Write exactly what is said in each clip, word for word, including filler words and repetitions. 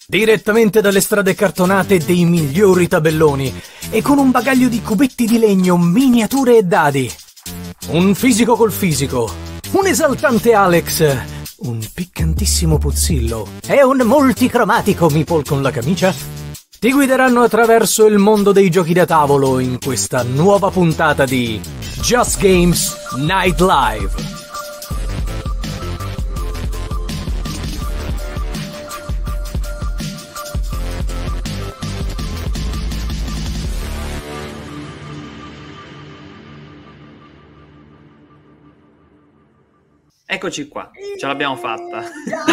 Direttamente dalle strade cartonate dei migliori tabelloni e con un bagaglio di cubetti di legno, miniature e dadi. Un fisico col fisico, un esaltante Alex, un piccantissimo Puzzillo e un multicromatico Meeple con la camicia ti guideranno attraverso il mondo dei giochi da tavolo in questa nuova puntata di Just Games Night Live. Eccoci qua, ce l'abbiamo fatta.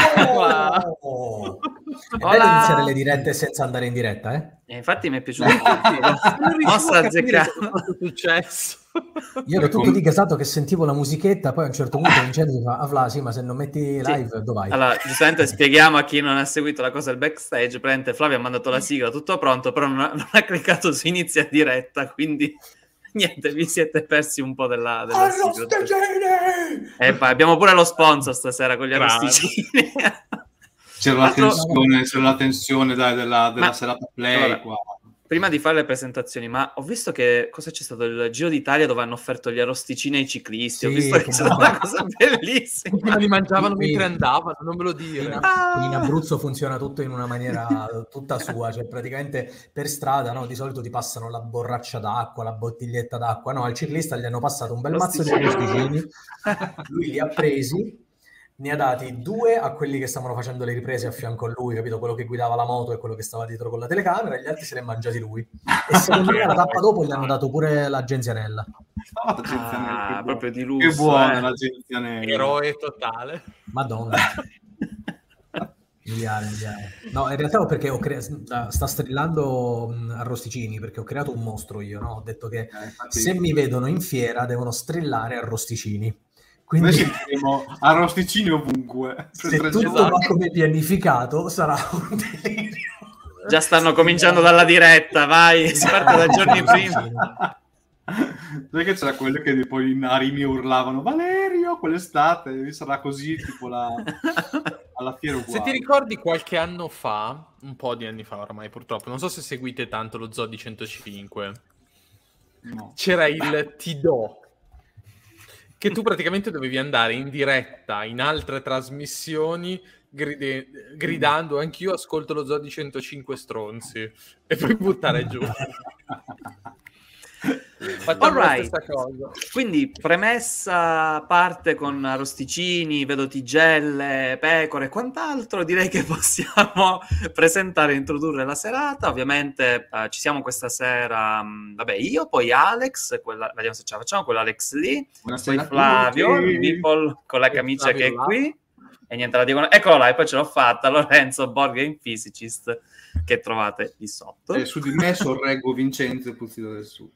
Wow. È bello iniziare le dirette senza andare in diretta, eh? E infatti mi è piaciuto molto. Mossa azzeccata. Successo. Io ero tutto digasato che sentivo la musichetta, poi a un certo punto Vincenzo mi fa, ah Fla, sì, ma se non metti live, sì. Dove vai? Allora, giustamente spieghiamo a chi non ha seguito la cosa del backstage, praticamente Flavio ha mandato la sigla, tutto pronto, però non ha, non ha cliccato su inizia diretta, quindi... Niente, vi siete persi un po' della, della Arrosticini! E poi abbiamo pure lo sponsor stasera con gli arrosticini. C'era la tensione, c'era la tensione dai, della, della ma, serata play allora, qua. Prima di fare le presentazioni, ma ho visto che cosa c'è stato il Giro d'Italia dove hanno offerto gli arrosticini ai ciclisti. Sì, ho visto che c'è stata una cosa bellissima. Prima li mangiavano mentre andavano, non me lo dire. In, ah! in Abruzzo funziona tutto in una maniera tutta sua, cioè praticamente per strada, no, di solito ti passano la borraccia d'acqua, la bottiglietta d'acqua, no, al ciclista gli hanno passato un bel mazzo di arrosticini, lui li ha presi, ne ha dati due a quelli che stavano facendo le riprese a fianco a lui, capito? Quello che guidava la moto e quello che stava dietro con la telecamera, e gli altri se li ha mangiati lui. E secondo me la tappa dopo gli hanno dato pure la Genzianella. Ah, ah, proprio di lusso. Che buona eh. la Genzianella. Eroe totale. Madonna. Miliare, miliare. No, in realtà perché ho crea- sta strillando mh, arrosticini, perché ho creato un mostro io, no? Ho detto che eh, infatti... se mi vedono in fiera devono strillare arrosticini. Quindi noi sentiremo arrosticini ovunque. Se tutto va come pianificato sarà un delirio. Già stanno cominciando dalla diretta, vai, si parte da giorni prima. Sai che c'era quello che poi a Rimini urlavano Valerio quell'estate, sarà così tipo la... alla fiera uguale. Se ti ricordi qualche anno fa, un po' di anni fa ormai purtroppo, non so se seguite tanto lo Zoo di centocinque, no. C'era il Ti Do, che tu praticamente dovevi andare in diretta in altre trasmissioni gride- gridando anch'io ascolto lo Zoo di centocinque stronzi e poi buttare giù. Facciamo right. la stessa cosa. Quindi premessa parte con arrosticini, vedo tigelle, pecore e quant'altro. Direi che possiamo presentare e introdurre la serata. Ovviamente uh, ci siamo questa sera, um, vabbè, io, poi Alex, quella, vediamo se ce la facciamo, quell'Alex lì, poi Flavio, Meeple con la camicia che è qui. E niente, la dicono, eccolo là, e poi ce l'ho fatta, Lorenzo Borg in Physicist, che trovate lì sotto. E su di me sorreggo Vincenzo Puzzillo del Sud.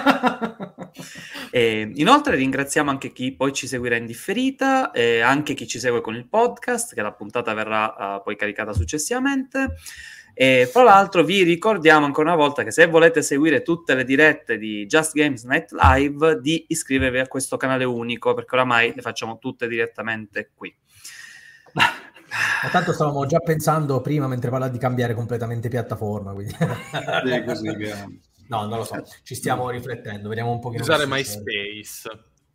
E inoltre ringraziamo anche chi poi ci seguirà in differita, e anche chi ci segue con il podcast, che la puntata verrà uh, poi caricata successivamente. E fra l'altro vi ricordiamo ancora una volta che se volete seguire tutte le dirette di Just Games Night Live, di iscrivervi a questo canale unico, perché oramai le facciamo tutte direttamente qui. Ma tanto stavamo già pensando prima, mentre parlava, di cambiare completamente piattaforma, quindi... È così che... no, non lo so, ci stiamo riflettendo, vediamo un pochino. Usare MySpace.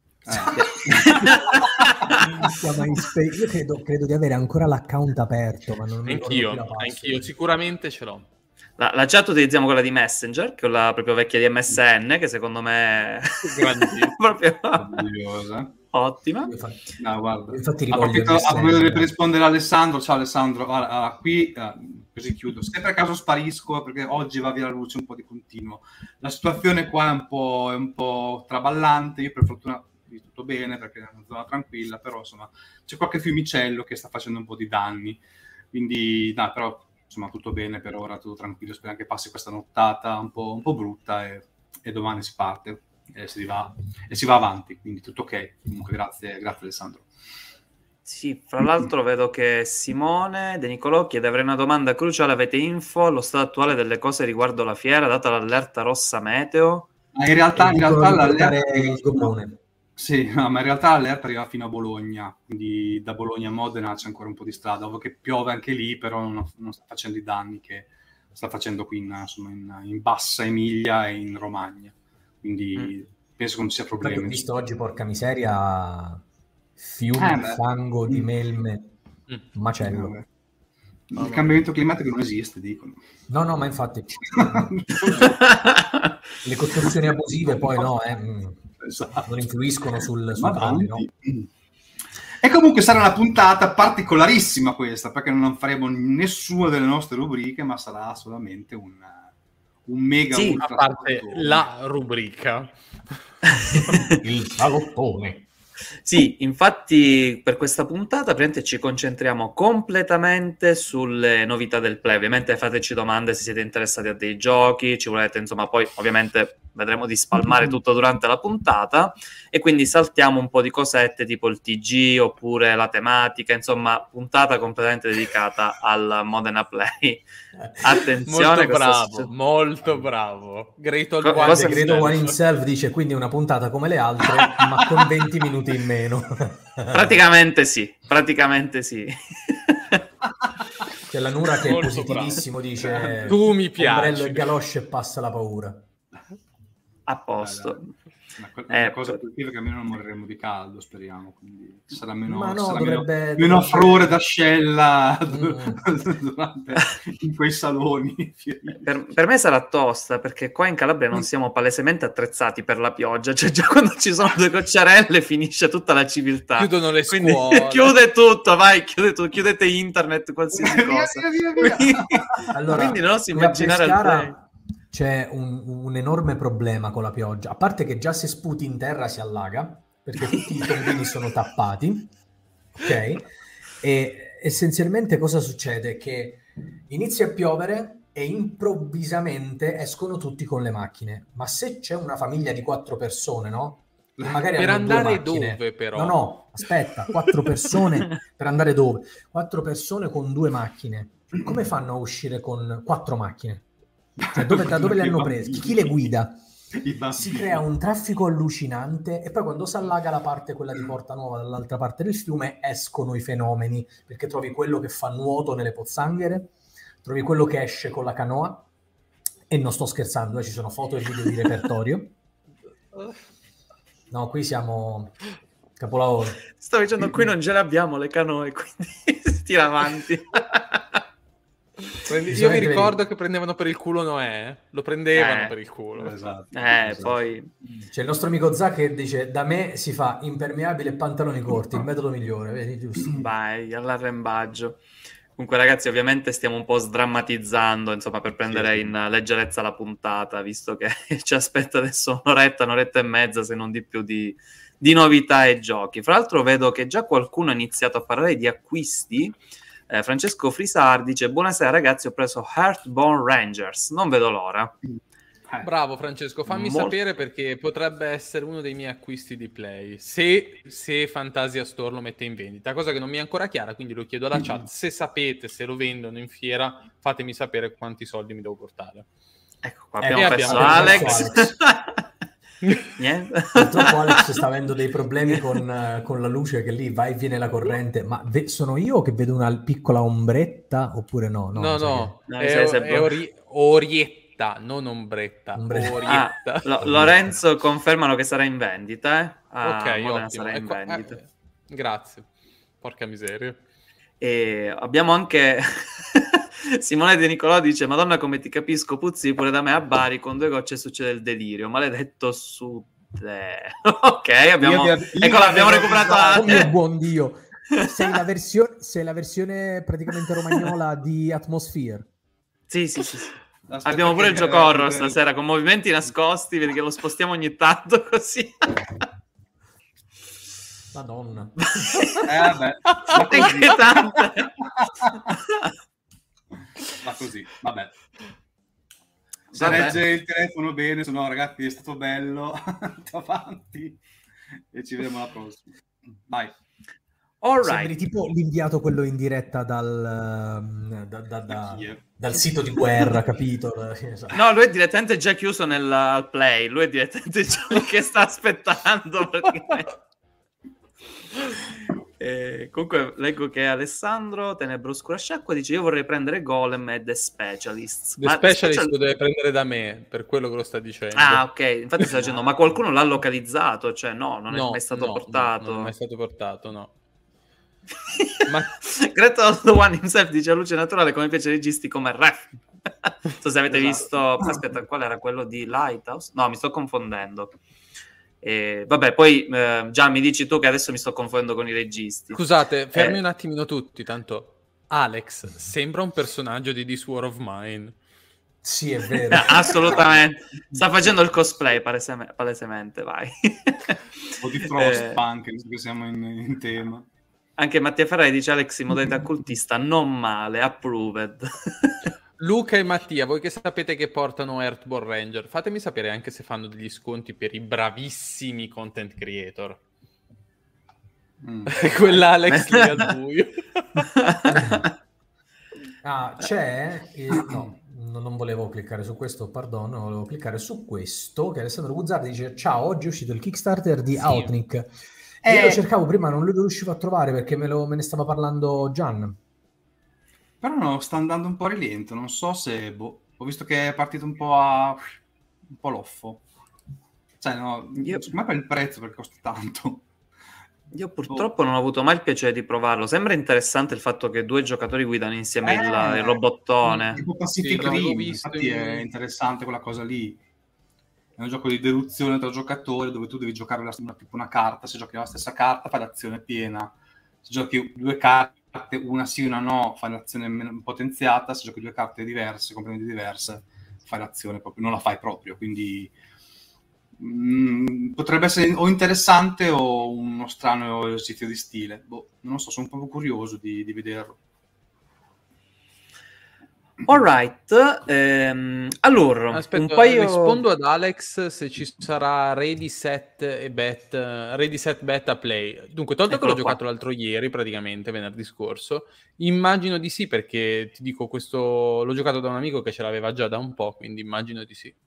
Eh. MySpace. Io credo, credo di avere ancora l'account aperto, ma non mi anch'io, anch'io sicuramente ce l'ho. La, la chat utilizziamo quella di Messenger, che è la proprio vecchia di M S N, che secondo me è proprio ottima. No, guarda. Infatti a proposito, a proposito di rispondere a Alessandro, ciao Alessandro, allora, allora, qui uh, così chiudo. Se per caso sparisco, perché oggi va via la luce un po' di continuo, la situazione qua è un po', è un po' traballante, io per fortuna di tutto bene perché è una zona tranquilla, però insomma c'è qualche fiumicello che sta facendo un po' di danni, quindi no, però insomma tutto bene per ora, tutto tranquillo, spero che passi questa nottata un po', un po' brutta e, e domani si parte e si va, e si va avanti, quindi tutto ok. Comunque grazie, grazie Alessandro. Sì, fra l'altro vedo che Simone De Nicolò chiede: avrei una domanda cruciale, avete info allo stato attuale delle cose riguardo la fiera, data l'allerta rossa meteo? Ma in realtà, in realtà l'allerta il comune. Sì, no, ma in realtà l'allerta arriva fino a Bologna, quindi da Bologna a Modena c'è ancora un po' di strada, ovvio che piove anche lì, però non, non sta facendo i danni che sta facendo qui in, insomma, in, in Bassa Emilia e in Romagna, quindi mm. penso che non ci sia problemi. Infatti ho visto oggi, porca miseria, fiumi eh, di fango, di melme, mm. macello. Eh, Il oh, cambiamento climatico non esiste, dicono. No, no, ma infatti le costruzioni abusive poi no, eh, esatto. non influiscono sul, sul cambi, no? E comunque sarà una puntata particolarissima questa, perché non faremo nessuna delle nostre rubriche, ma sarà solamente un, un mega sì, ultra a parte la rubrica. Il salottone. Sì, infatti per questa puntata praticamente ci concentriamo completamente sulle novità del Play. Ovviamente fateci domande se siete interessati a dei giochi, ci volete, insomma, poi ovviamente vedremo di spalmare tutto durante la puntata e quindi saltiamo un po' di cosette tipo il T G oppure la tematica, insomma, puntata completamente dedicata al Modena Play. Attenzione, molto bravo, sto... molto bravo. Great Old Co- One, Great One Himself dice quindi una puntata come le altre, ma con venti minuti in meno. Praticamente sì, praticamente sì. C'è la Nura che molto è positivissimo, bravo. Dice tu mi piaci. Ombrello e galosce e passa la paura. A posto. Una, una eh, cosa positiva è che almeno non moriremo di caldo, speriamo, quindi sarà meno, ma no, sarà dovrebbe, meno, dovrebbe... meno furore d'ascella mm. durante, in quei saloni. Per, per me sarà tosta, perché qua in Calabria non siamo palesemente attrezzati per la pioggia, cioè già quando ci sono due gocciarelle finisce tutta la civiltà. Chiudono le quindi, scuole. Chiude tutto, vai, chiude tutto, chiudete internet, qualsiasi cosa. Via, via, via. Allora, quindi non si immaginare al play. C'è un, un enorme problema con la pioggia, a parte che già se sputi in terra si allaga, perché tutti i tombini sono tappati, ok? E essenzialmente cosa succede? Che inizia a piovere e improvvisamente escono tutti con le macchine, ma se c'è una famiglia di quattro persone, no? E magari per hanno andare due macchine, dove però? No, no, aspetta, quattro persone per andare dove? Quattro persone con due macchine, come fanno a uscire con quattro macchine? Cioè, dove, da dove le hanno prese? Chi, chi le guida? Si crea un traffico allucinante e poi quando si allaga la parte quella di Porta Nuova dall'altra parte del fiume escono i fenomeni, perché trovi quello che fa nuoto nelle pozzanghere, trovi quello che esce con la canoa e non sto scherzando, eh, ci sono foto e video di repertorio. No, qui siamo capolavoro. Sto dicendo, qui non ce le abbiamo le canoe, quindi si tira avanti. Prendi... Io mi ricordo che prendevano per il culo Noè, lo prendevano eh, per il culo. Esatto. Eh, esatto. Poi c'è il nostro amico Zac che dice: da me si fa impermeabile e pantaloni corti, il metodo migliore, vedi, giusto? Vai, all'arrembaggio. Comunque ragazzi, ovviamente stiamo un po' sdrammatizzando, insomma, per prendere sì. in leggerezza la puntata, visto che ci aspetta adesso un'oretta, un'oretta e mezza, se non di più, di, di novità e giochi. Fra l'altro vedo che già qualcuno ha iniziato a parlare di acquisti. Eh, Francesco Frisar dice: buonasera ragazzi, ho preso Heartborn Rangers, non vedo l'ora. Eh. Bravo Francesco, fammi Molto... sapere, perché potrebbe essere uno dei miei acquisti di Play, se, se Fantasia Store lo mette in vendita, cosa che non mi è ancora chiara, quindi lo chiedo alla mm-hmm. chat. Se sapete, se lo vendono in fiera, fatemi sapere quanti soldi mi devo portare. Ecco qua abbiamo eh, perso abbiamo Alex, Alex. Niente. Purtroppo Alex sta avendo dei problemi con, uh, con la luce, che lì va e viene la corrente. Ma ve- sono io che vedo una piccola ombretta oppure no? No, no, no. no è, è, è ori- orietta, non ombretta. Orietta. Ah, Lo- Lorenzo confermano che sarà in vendita. Eh? Ah, ok, Modena sarà in qua- vendita. Eh, grazie. Porca miseria. E abbiamo anche Simone De Nicolò dice: Madonna come ti capisco, puzzi pure da me a Bari, con due gocce succede il delirio, maledetto sud. Ok, abbiamo io, io ecco l'abbiamo recuperato. Oh mio buon Dio, sei la, versione, sei la versione praticamente romagnola di Atmosphere. Sì, sì, sì, sì. Abbiamo pure il gioco horror stasera con movimenti nascosti, vedi che lo spostiamo ogni tanto così. Madonna. Eh vabbè, è inquietante. Ma così, vabbè. Se vabbè. Legge il telefono bene, se no ragazzi è stato bello. Avanti e ci vediamo alla prossima. Vai. All right. Sembri tipo l'inviato quello in diretta dal, da, da, da, da, dal sito di guerra, capito? Esatto. No, lui è direttamente già chiuso nel al play, lui è direttamente già lì che sta aspettando. Eh, comunque leggo che Alessandro Tenebro Oscura Sciacqua dice: io vorrei prendere Golem e The Specialist. The ma Specialist special... lo deve prendere da me, per quello che lo sta dicendo. Ah, ok, infatti sta dicendo, ma qualcuno l'ha localizzato? Cioè no, non no, è mai stato no, portato. No, non è mai stato portato, no. Ma Greta the One himself dice: a luce naturale come piace ai registi come Ref. Non so se avete Esatto. visto, aspetta, qual era quello di Lighthouse? No, mi sto confondendo. E, vabbè, poi eh, già mi dici tu che adesso mi sto confondendo con i registi. Scusate, fermi Eh. un attimino tutti, tanto Alex sembra un personaggio di This War of Mine. Sì, è vero. Assolutamente. Sta facendo il cosplay paleseme- palesemente, vai. O di Frostpunk, Eh. visto che siamo in, in tema. Anche Mattia Ferrari dice: Alex in modalità cultista non male, approved. Luca e Mattia, voi che sapete che portano Earthborn Ranger, fatemi sapere anche se fanno degli sconti per i bravissimi content creator. Mm. Quella Alex lì al buio. Ah, c'è? Eh, no, no, non volevo cliccare su questo, perdono, volevo cliccare su questo, che Alessandro Guzzardi dice: ciao, oggi è uscito il Kickstarter di Sì. Outnik. Eh. Io lo cercavo prima, non lo riuscivo a trovare perché me, lo, me ne stava parlando Gian. Però no, sta andando un po' a rilento, non so se... Boh, ho visto che è partito un po' a... un po' loffo. Cioè, no, Io- secondo me per il prezzo, perché costa tanto. Io purtroppo non ho avuto mai il piacere di provarlo. Sembra interessante il fatto che due giocatori guidano insieme il, Eh, il robottone. Tipo Pacific Sì, l'avevo Rim, visto infatti in- è interessante quella cosa lì. È un gioco di deduzione tra giocatori dove tu devi giocare la, una, tipo una carta, se giochi la stessa carta fai l'azione piena, se giochi due carte, una sì una no, fai l'azione meno potenziata, se giochi due carte diverse, componenti diverse, fai l'azione proprio, non la fai proprio, quindi mh, potrebbe essere o interessante o uno strano esercizio di stile. Boh, non lo so, sono un po' curioso di, di vederlo. Alright, ehm, allora, Aspetta, un paio... rispondo ad Alex se ci sarà Ready Set e Bet, Ready Set Beta Play. Dunque, tolto Eccolo che l'ho qua. giocato l'altro ieri, praticamente venerdì scorso, immagino di sì, perché ti dico questo l'ho giocato da un amico che ce l'aveva già da un po', quindi immagino di sì.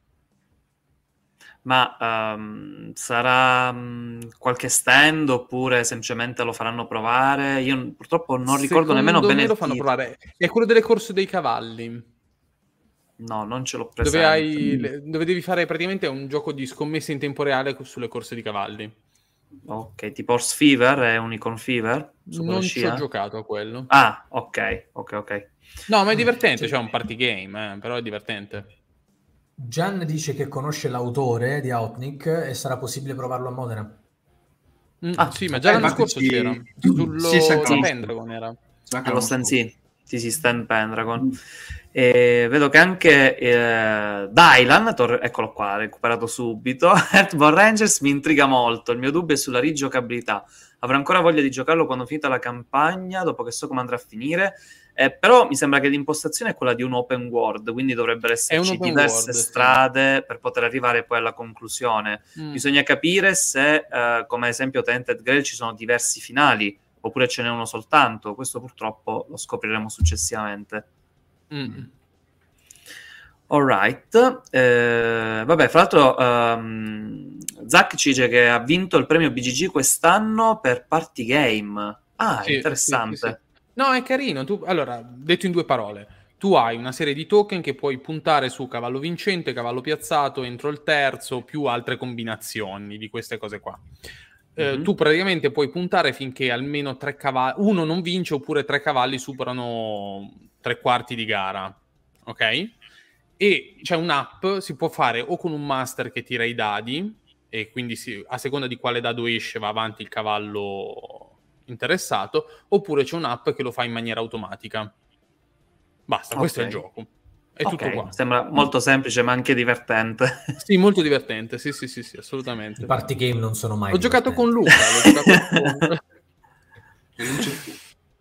Ma ehm, sarà mh, qualche stand oppure semplicemente lo faranno provare? Io purtroppo non ricordo nemmeno Secondo bene me il lo fanno titolo. provare. È quello delle corse dei cavalli. No, non ce l'ho presente. Dove, hai, le- dove devi fare praticamente un gioco di scommesse in tempo reale sulle corse di cavalli. Ok, tipo Horse Fever e Unicorn Fever? Su Non quella ci ho scia? giocato a quello. Ah, ok, ok, ok. No, ma è divertente, cioè è un party game, eh, però è divertente. Gian dice che conosce l'autore di Outnik e sarà possibile provarlo a Modena. Mm, Ah, sì, ma già eh, l'anno infatti scorso sì. c'era. Sullo Sì, sì, sulla sì. Pendragon era. Sa che Allo l'anno stand, scorso. sì. Sì, sì, stand Pendragon. E vedo che anche eh, Dylan, tor- eccolo qua, recuperato subito. Earthborn Rangers mi intriga molto. Il mio dubbio è sulla rigiocabilità. Avrò ancora voglia di giocarlo quando finita la campagna, dopo che so come andrà a finire. Eh, però mi sembra che l'impostazione è quella di un open world, quindi dovrebbero esserci open diverse world, sì. strade per poter arrivare poi alla conclusione. Mm. Bisogna capire se, eh, come ad esempio Tainted Grail, ci sono diversi finali oppure ce n'è uno soltanto. Questo purtroppo lo scopriremo successivamente. Mm. Alright, eh, vabbè, fra l'altro um, Zach ci dice che ha vinto il premio B G G quest'anno per Party Game. Ah, Sì, interessante. sì, sì, sì. No, è carino. Tu, allora, detto in due parole, tu hai una serie di token che puoi puntare su cavallo vincente, cavallo piazzato, entro il terzo, più altre combinazioni di queste cose qua. Eh, Mhm. Tu praticamente puoi puntare finché almeno tre cavalli, uno non vince oppure tre cavalli superano tre quarti di gara, ok? E c'è un'app, si può fare o con un master che tira i dadi, e quindi si- a seconda di quale dado esce va avanti il cavallo interessato, oppure c'è un'app che lo fa in maniera automatica. Basta, questo è il Ok. gioco. È Ok, tutto qua. sembra molto semplice ma anche divertente. Sì, molto divertente, sì, sì, sì, sì, assolutamente. I party game non sono mai L'ho giocato divertenti. con Luca, l'ho giocato con... E non c'è più.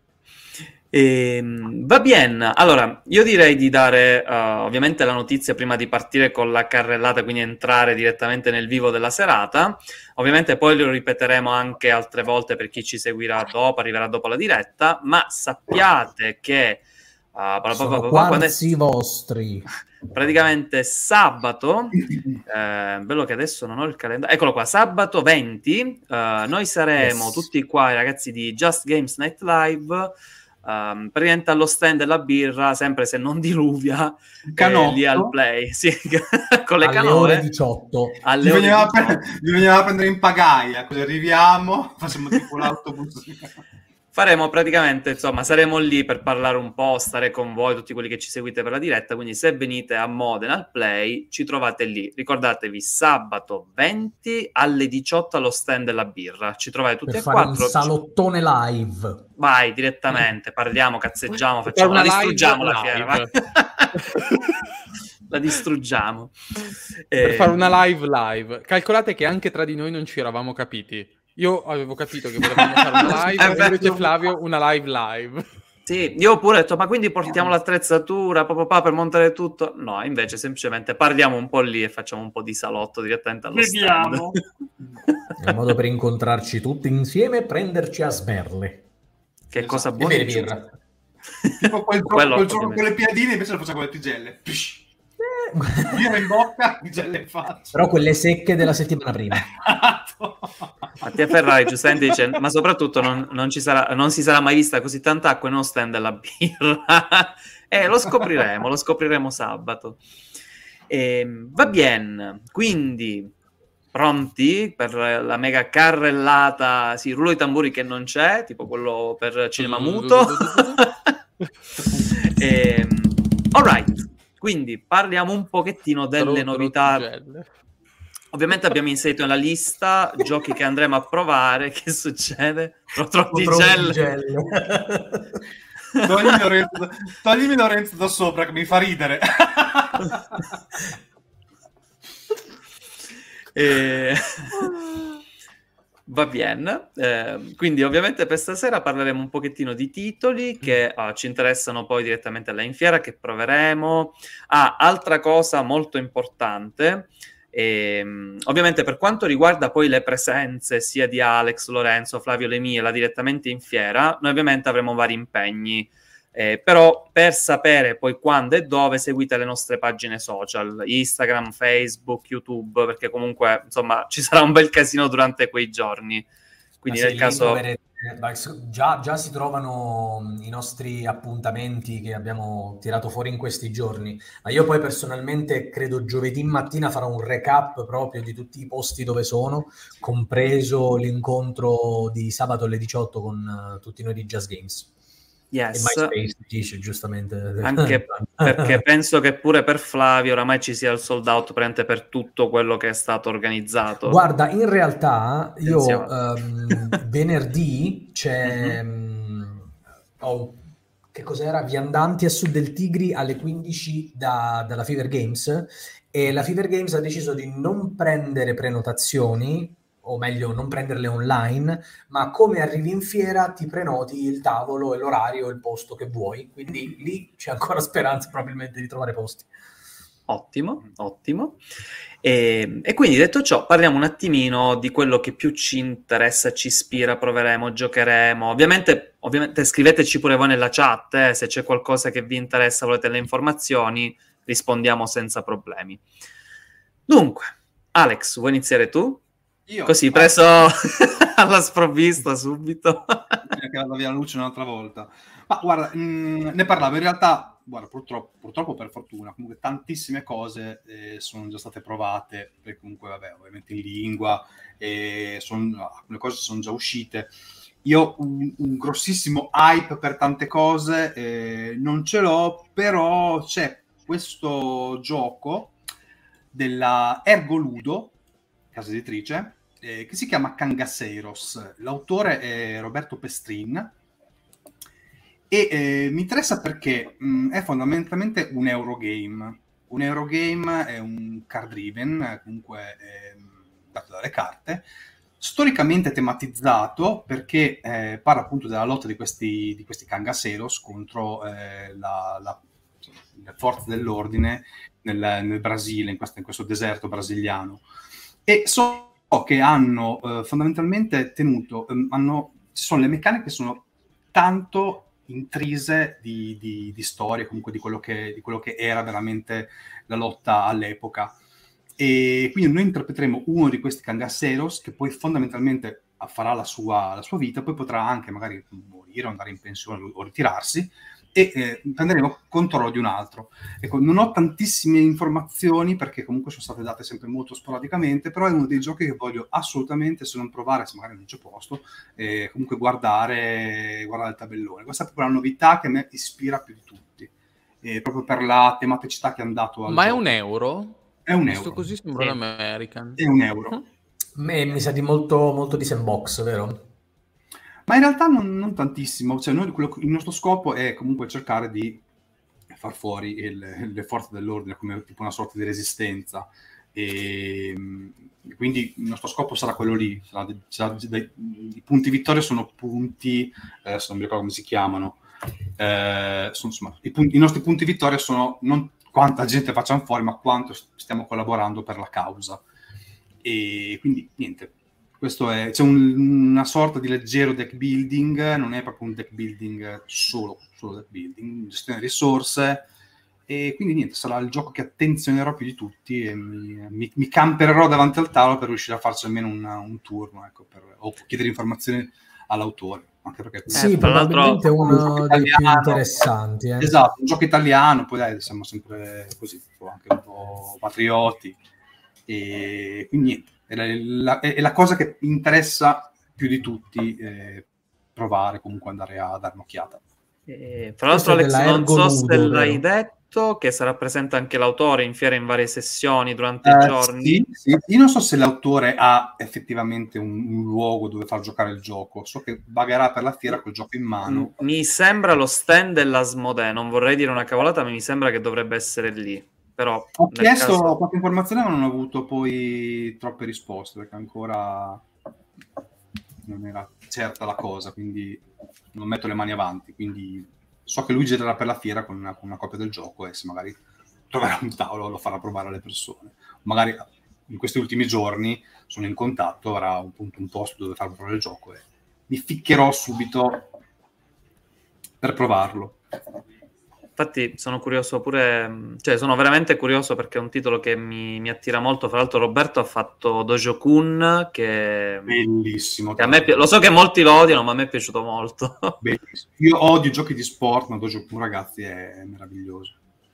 Ehm, va bene, allora io direi di dare uh, ovviamente la notizia prima di partire con la carrellata, quindi entrare direttamente nel vivo della serata. Ovviamente poi lo ripeteremo anche altre volte per chi ci seguirà dopo, arriverà dopo la diretta, ma sappiate che Uh, Sono quarzi vostri. Praticamente sabato, eh, bello che adesso non ho il calendario, eccolo qua, sabato venti, uh, noi saremo yes. tutti qua, i ragazzi di Just Games Night Live, um, praticamente allo stand della birra, sempre se non diluvia, eh, lì al Play, sì, con le alle canoe. ore diciotto. Alle bisognava, ore diciotto. Pre- bisognava prendere in pagaia, così arriviamo, facciamo tipo l'autobus. Faremo praticamente, insomma, saremo lì per parlare un po', stare con voi, tutti quelli che ci seguite per la diretta, quindi se venite a Modena al Play, ci trovate lì. Ricordatevi, sabato venti alle diciotto allo stand della birra. Ci trovate tutti per e fare quattro. un salottone live. Vai, direttamente, parliamo, cazzeggiamo, facciamo, la distruggiamo la fiera. Va? La distruggiamo. Per eh... fare una live live. Calcolate che anche tra di noi non ci eravamo capiti. Io avevo capito che volevamo fare una live, e invece Flavio una live live. Sì, io pure ho detto, ma quindi portiamo l'attrezzatura pa, pa, pa, per montare tutto? No, invece semplicemente parliamo un po' lì e facciamo un po' di salotto direttamente allo Vediamo. stand. È un modo per incontrarci tutti insieme e prenderci a smerle. Che esatto. cosa buona. E birra. Tipo quel gioco, Quello, quel gioco con le piadine, invece lo facciamo con le tigelle. Psh. Birra in bocca, tigelle in faccia. Però quelle secche della settimana prima. Mattia Ferrari giustamente dice, ma soprattutto non, non, ci sarà, non si sarà mai vista così tanta acqua in uno stand della birra. Eh, lo scopriremo, lo scopriremo sabato. Eh, va bene, quindi pronti per la mega carrellata, sì, rullo di tamburi che non c'è, tipo quello per cinema muto. eh, all right. Quindi parliamo un pochettino delle novità. Ovviamente abbiamo inserito nella lista giochi che andremo a provare. Che succede? Trotrotigelle. Toglimi Lorenzo, toglimi Lorenzo da sopra che mi fa ridere. e... Va bene, eh, quindi ovviamente per stasera parleremo un pochettino di titoli che uh, ci interessano poi direttamente alla in fiera, che proveremo. Ah, altra cosa molto importante, ehm, ovviamente per quanto riguarda poi le presenze sia di Alex, Lorenzo, Flavio, le mie, là direttamente in fiera, noi ovviamente avremo vari impegni. Eh, però per sapere poi quando e dove seguite le nostre pagine social, Instagram, Facebook, YouTube, perché comunque insomma ci sarà un bel casino durante quei giorni, quindi nel caso troverete, già, già si trovano i nostri appuntamenti che abbiamo tirato fuori in questi giorni, ma io poi personalmente credo giovedì mattina farò un recap proprio di tutti i posti dove sono, compreso l'incontro di sabato alle diciotto con uh, tutti noi di Just Games. Yes. E MySpace dice giustamente, anche perché penso che pure per Flavio oramai ci sia il sold out per tutto quello che è stato organizzato. Guarda, in realtà io um, venerdì c'è mm-hmm. oh, che cos'era? Viandanti a Sud del Tigri alle quindici da, dalla Fever Games, e la Fever Games ha deciso di non prendere prenotazioni, o meglio non prenderle online, ma come arrivi in fiera ti prenoti il tavolo e l'orario e il posto che vuoi, quindi lì c'è ancora speranza probabilmente di trovare posti. Ottimo, ottimo. E, e quindi detto ciò parliamo un attimino di quello che più ci interessa, ci ispira, proveremo, giocheremo. Ovviamente, ovviamente scriveteci pure voi nella chat, eh, se c'è qualcosa che vi interessa, volete le informazioni, rispondiamo senza problemi. Dunque, Alex, vuoi iniziare tu? Io? Così, preso alla sprovvista subito. Che vado via la luce un'altra volta. Ma guarda, mh, ne parlavo in realtà, guarda, purtroppo, purtroppo per fortuna, comunque tantissime cose eh, sono già state provate, perché comunque, vabbè, ovviamente in lingua, e son, alcune cose sono già uscite. Io ho un, un grossissimo hype per tante cose, eh, non ce l'ho, però c'è questo gioco della Ergoludo, casa editrice, eh, che si chiama Cangaseiros. L'autore è Roberto Pestrin e eh, mi interessa perché mh, è fondamentalmente un Eurogame. Un Eurogame è un card driven, comunque è dato dalle carte, storicamente tematizzato perché eh, parla appunto della lotta di questi, di questi Cangaseiros contro eh, la, la, le forze dell'ordine nel, nel Brasile, in questo, in questo deserto brasiliano. E so che hanno eh, fondamentalmente tenuto, ehm, hanno, ci sono le meccaniche che sono tanto intrise di, di, di storia, comunque di quello, che, di quello che era veramente la lotta all'epoca. E quindi noi interpreteremo uno di questi Kangaseros che poi fondamentalmente farà la sua, la sua vita, poi potrà anche magari morire o andare in pensione o ritirarsi, e eh, prenderemo controllo di un altro. Ecco, non ho tantissime informazioni perché comunque sono state date sempre molto sporadicamente, però è uno dei giochi che voglio assolutamente, se non provare, se magari non c'è posto, eh, comunque guardare, guardare il tabellone. Questa è proprio la novità che a me ispira più di tutti, eh, proprio per la tematicità che hanno dato al Ma gioco. È un euro? È un Questo euro. così sembra Sì. l'American. È un euro. Me, mi sa di molto, molto di sandbox, vero? Ma in realtà non, non tantissimo, cioè noi, quello, il nostro scopo è comunque cercare di far fuori il, le forze dell'ordine come tipo una sorta di resistenza, e quindi il nostro scopo sarà quello lì. Sarà, sarà, dei, i punti vittoria sono punti, adesso non mi ricordo come si chiamano, eh, sono, insomma, i, punti, i nostri punti vittoria sono non quanta gente facciamo fuori, ma quanto stiamo collaborando per la causa. E quindi niente, questo è, c'è un, una sorta di leggero deck building, non è proprio un deck building solo, solo deck building, gestione risorse, e quindi niente, sarà il gioco che attenzionerò più di tutti e mi, mi, mi campererò davanti al tavolo per riuscire a farci almeno una, un turno, ecco, per, o chiedere informazioni all'autore, anche perché Sì, Eh, probabilmente è uno dei più italiano. interessanti. Eh. Esatto, un gioco italiano, poi dai, siamo sempre così, anche un po' patrioti, e quindi niente, è la, è, è la cosa che interessa più di tutti, eh, provare, comunque andare a dare un'occhiata. Eh, tra l'altro, Questo è Alex, non so della se Ergo Ludo, l'hai vero? detto, che sarà presente anche l'autore in fiera in varie sessioni durante i Eh, giorni. sì, sì. Io non so se l'autore ha effettivamente un, un luogo dove far giocare il gioco, so che vagherà per la fiera col gioco in mano. M- Mi sembra lo stand dell'Asmodee, non vorrei dire una cavolata, ma mi sembra che dovrebbe essere lì. Però Ho nel chiesto caso... qualche informazione, ma non ho avuto poi troppe risposte, perché ancora non era certa la cosa, quindi non metto le mani avanti. Quindi so che lui girerà per la fiera con una, con una copia del gioco, e se magari troverà un tavolo lo farà provare alle persone. Magari in questi ultimi giorni sono in contatto, avrà un, punto, un posto dove far provare il gioco e mi ficcherò subito per provarlo. Infatti sono curioso pure, cioè sono veramente curioso perché è un titolo che mi, mi attira molto. Fra l'altro Roberto ha fatto Dojo Kun, che, Bellissimo. che a me pi- lo so che molti lo odiano, ma a me è piaciuto molto. Bellissimo. Io odio i giochi di sport, ma Dojo Kun, ragazzi, è meraviglioso.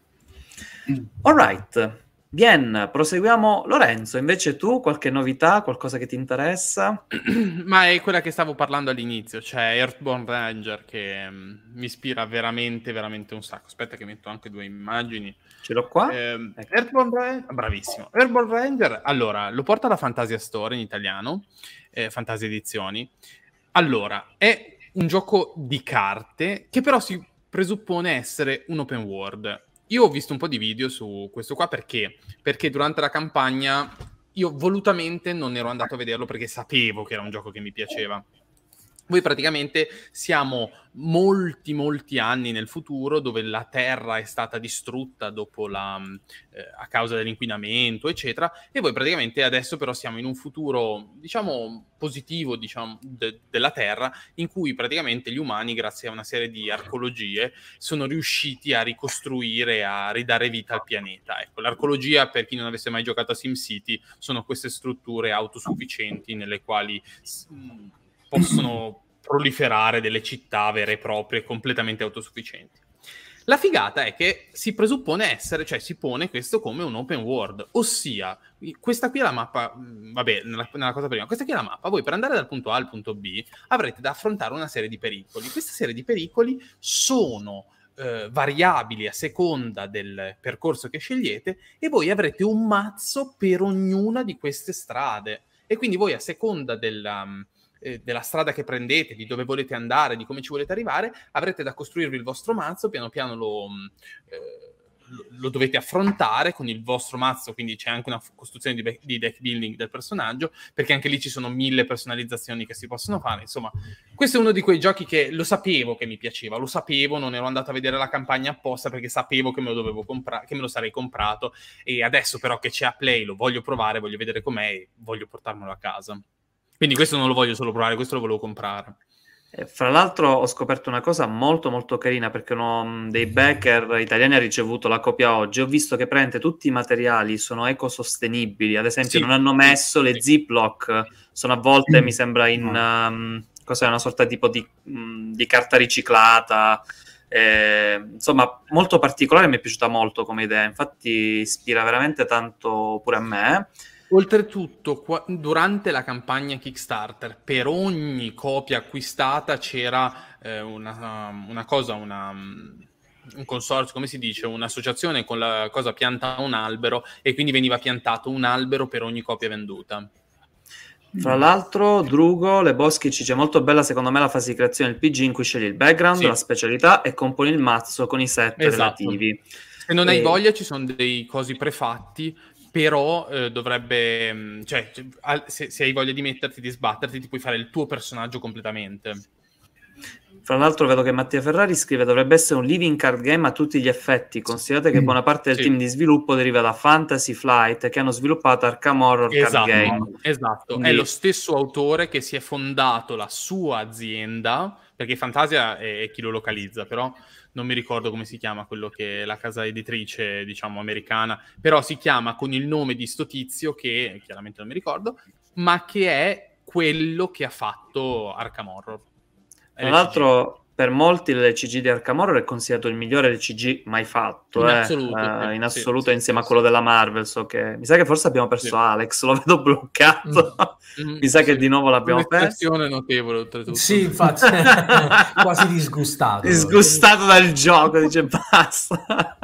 All right. Bien, proseguiamo. Lorenzo, invece tu, qualche novità, qualcosa che ti interessa? Ma è quella che stavo parlando all'inizio, cioè Earthborn Ranger, che um, mi ispira veramente, veramente un sacco. Aspetta che metto anche due immagini. Ce l'ho qua. Eh, Ecco. Earthborn Ranger, bravissimo. Earthborn Ranger, allora, lo porta la Fantasia Store in italiano, eh, Fantasia Edizioni. Allora, è un gioco di carte che però si presuppone essere un open world. Io ho visto un po' di video su questo qua perché, perché durante la campagna io volutamente non ero andato a vederlo perché sapevo che era un gioco che mi piaceva. Voi praticamente siamo molti, molti anni nel futuro dove la Terra è stata distrutta dopo la, eh, a causa dell'inquinamento, eccetera, e voi praticamente adesso però siamo in un futuro, diciamo, positivo, diciamo, de- della Terra, in cui praticamente gli umani, grazie a una serie di archeologie, sono riusciti a ricostruire, a ridare vita al pianeta. Ecco, l'archeologia, per chi non avesse mai giocato a SimCity, sono queste strutture autosufficienti nelle quali... Mh, possono proliferare delle città vere e proprie, completamente autosufficienti. La figata è che si presuppone essere, cioè si pone questo come un open world, ossia, questa qui è la mappa, vabbè, nella, nella cosa prima, questa qui è la mappa, voi per andare dal punto A al punto B avrete da affrontare una serie di pericoli. Questa serie di pericoli sono eh, variabili a seconda del percorso che scegliete e voi avrete un mazzo per ognuna di queste strade. E quindi voi a seconda della... della strada che prendete, di dove volete andare, di come ci volete arrivare, avrete da costruirvi il vostro mazzo, piano piano lo, eh, lo, lo dovete affrontare con il vostro mazzo, quindi c'è anche una costruzione di, be- di deck building del personaggio, perché anche lì ci sono mille personalizzazioni che si possono fare. Insomma, questo è uno di quei giochi che lo sapevo che mi piaceva, lo sapevo, non ero andato a vedere la campagna apposta perché sapevo che me lo dovevo comprare, che me lo sarei comprato, e adesso però che c'è a Play lo voglio provare, voglio vedere com'è e voglio portarmelo a casa. Quindi questo non lo voglio solo provare, questo lo volevo comprare. Eh, fra l'altro ho scoperto una cosa molto molto carina, perché uno dei backer italiani ha ricevuto la copia oggi. Ho visto che praticamente tutti i materiali sono ecosostenibili, ad esempio Sì, non hanno messo sì, le sì. Ziploc, sono a volte Mm. mi sembra in No. um, cos'è, una sorta tipo di, um, di carta riciclata. Eh, insomma, molto particolare, mi è piaciuta molto come idea, infatti ispira veramente tanto pure a me. Oltretutto, qua- durante la campagna Kickstarter, per ogni copia acquistata c'era eh, una, una cosa, una, un consorzio, come si dice, un'associazione con la cosa pianta un albero, e quindi veniva piantato un albero per ogni copia venduta. Fra l'altro, Drugo Lebowski ci dice molto bella secondo me la fase di creazione del P G in cui scegli il background, Sì. la specialità e componi il mazzo con i set Esatto. relativi. Se non E- hai voglia ci sono dei cosi prefatti, però eh, dovrebbe, mh, cioè, c- al- se, se hai voglia di metterti, di sbatterti, ti puoi fare il tuo personaggio completamente. Fra l'altro vedo che Mattia Ferrari scrive dovrebbe essere un living card game a tutti gli effetti, considerate che buona parte del Sì. team di sviluppo deriva da Fantasy Flight, che hanno sviluppato Arkham Horror Card Esatto, Game. esatto. Quindi- È lo stesso autore che si è fondato la sua azienda, perché Fantasia è, è chi lo localizza, però non mi ricordo come si chiama quello che è la casa editrice, diciamo, americana, però si chiama con il nome di sto tizio che, chiaramente non mi ricordo, ma che è quello che ha fatto Arkham Horror. Tra l'altro, per molti l'L C G di Arkham Horror è considerato il migliore L C G mai fatto, In eh. assoluto, Eh, sì, in sì, assoluto sì, insieme sì, a quello sì. della Marvel. So che mi sa che forse abbiamo perso Sì. Alex, lo vedo bloccato. Mm, mi sa sì. che di nuovo l'abbiamo perso. Un'espressione notevole, oltretutto. Sì, infatti, quasi disgustato. Disgustato dal gioco, dice basta.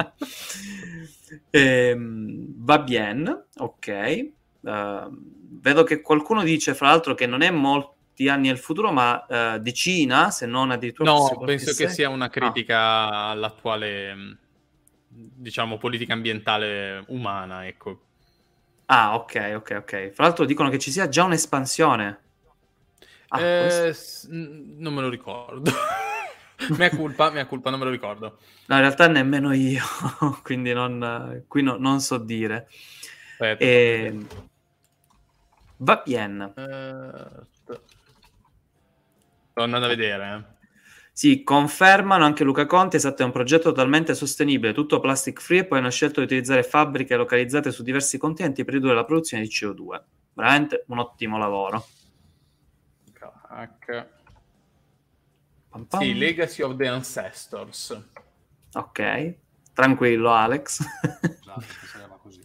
Ehm, va bene, ok. Eh, vedo che qualcuno dice, fra l'altro, che non è molti anni nel futuro, ma eh, decina, se non addirittura No, forse qualche penso che secolo. sia una critica all'attuale, mh, diciamo, politica ambientale umana, ecco. Ah, ok, ok, ok. Fra l'altro dicono che ci sia già un'espansione. Ah, questo- Eh, s- n- non me lo ricordo. Mea colpa, mea colpa, non me lo ricordo. No, in realtà nemmeno io, quindi non, qui no- non so dire. Aspetta, E... fammi Va bene. vedere. Eh, sto andando a vedere, eh. Sì, confermano anche Luca Conti, esatto, è un progetto totalmente sostenibile, tutto plastic free, e poi hanno scelto di utilizzare fabbriche localizzate su diversi continenti per ridurre la produzione di C O due. Veramente un ottimo lavoro. Crack. Pam pam. Sì, Legacy of the Ancestors. Ok, tranquillo Alex. Esatto, che sarà così.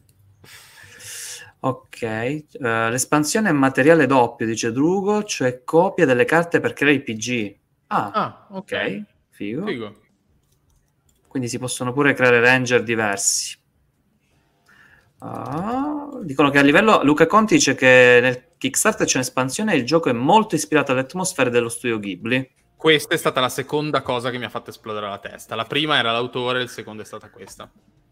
Ok, eh, l'espansione è materiale doppio, dice Drugo, cioè copia delle carte per creare i P G. Ah, Ah, ok. ok, figo. Figo. Quindi si possono pure creare ranger diversi. Ah, dicono che a livello... Luca Conti dice che nel Kickstarter c'è un'espansione e il gioco è molto ispirato alle atmosfere dello studio Ghibli. Questa è stata la seconda cosa che mi ha fatto esplodere la testa. La prima era l'autore, il secondo è stata questa.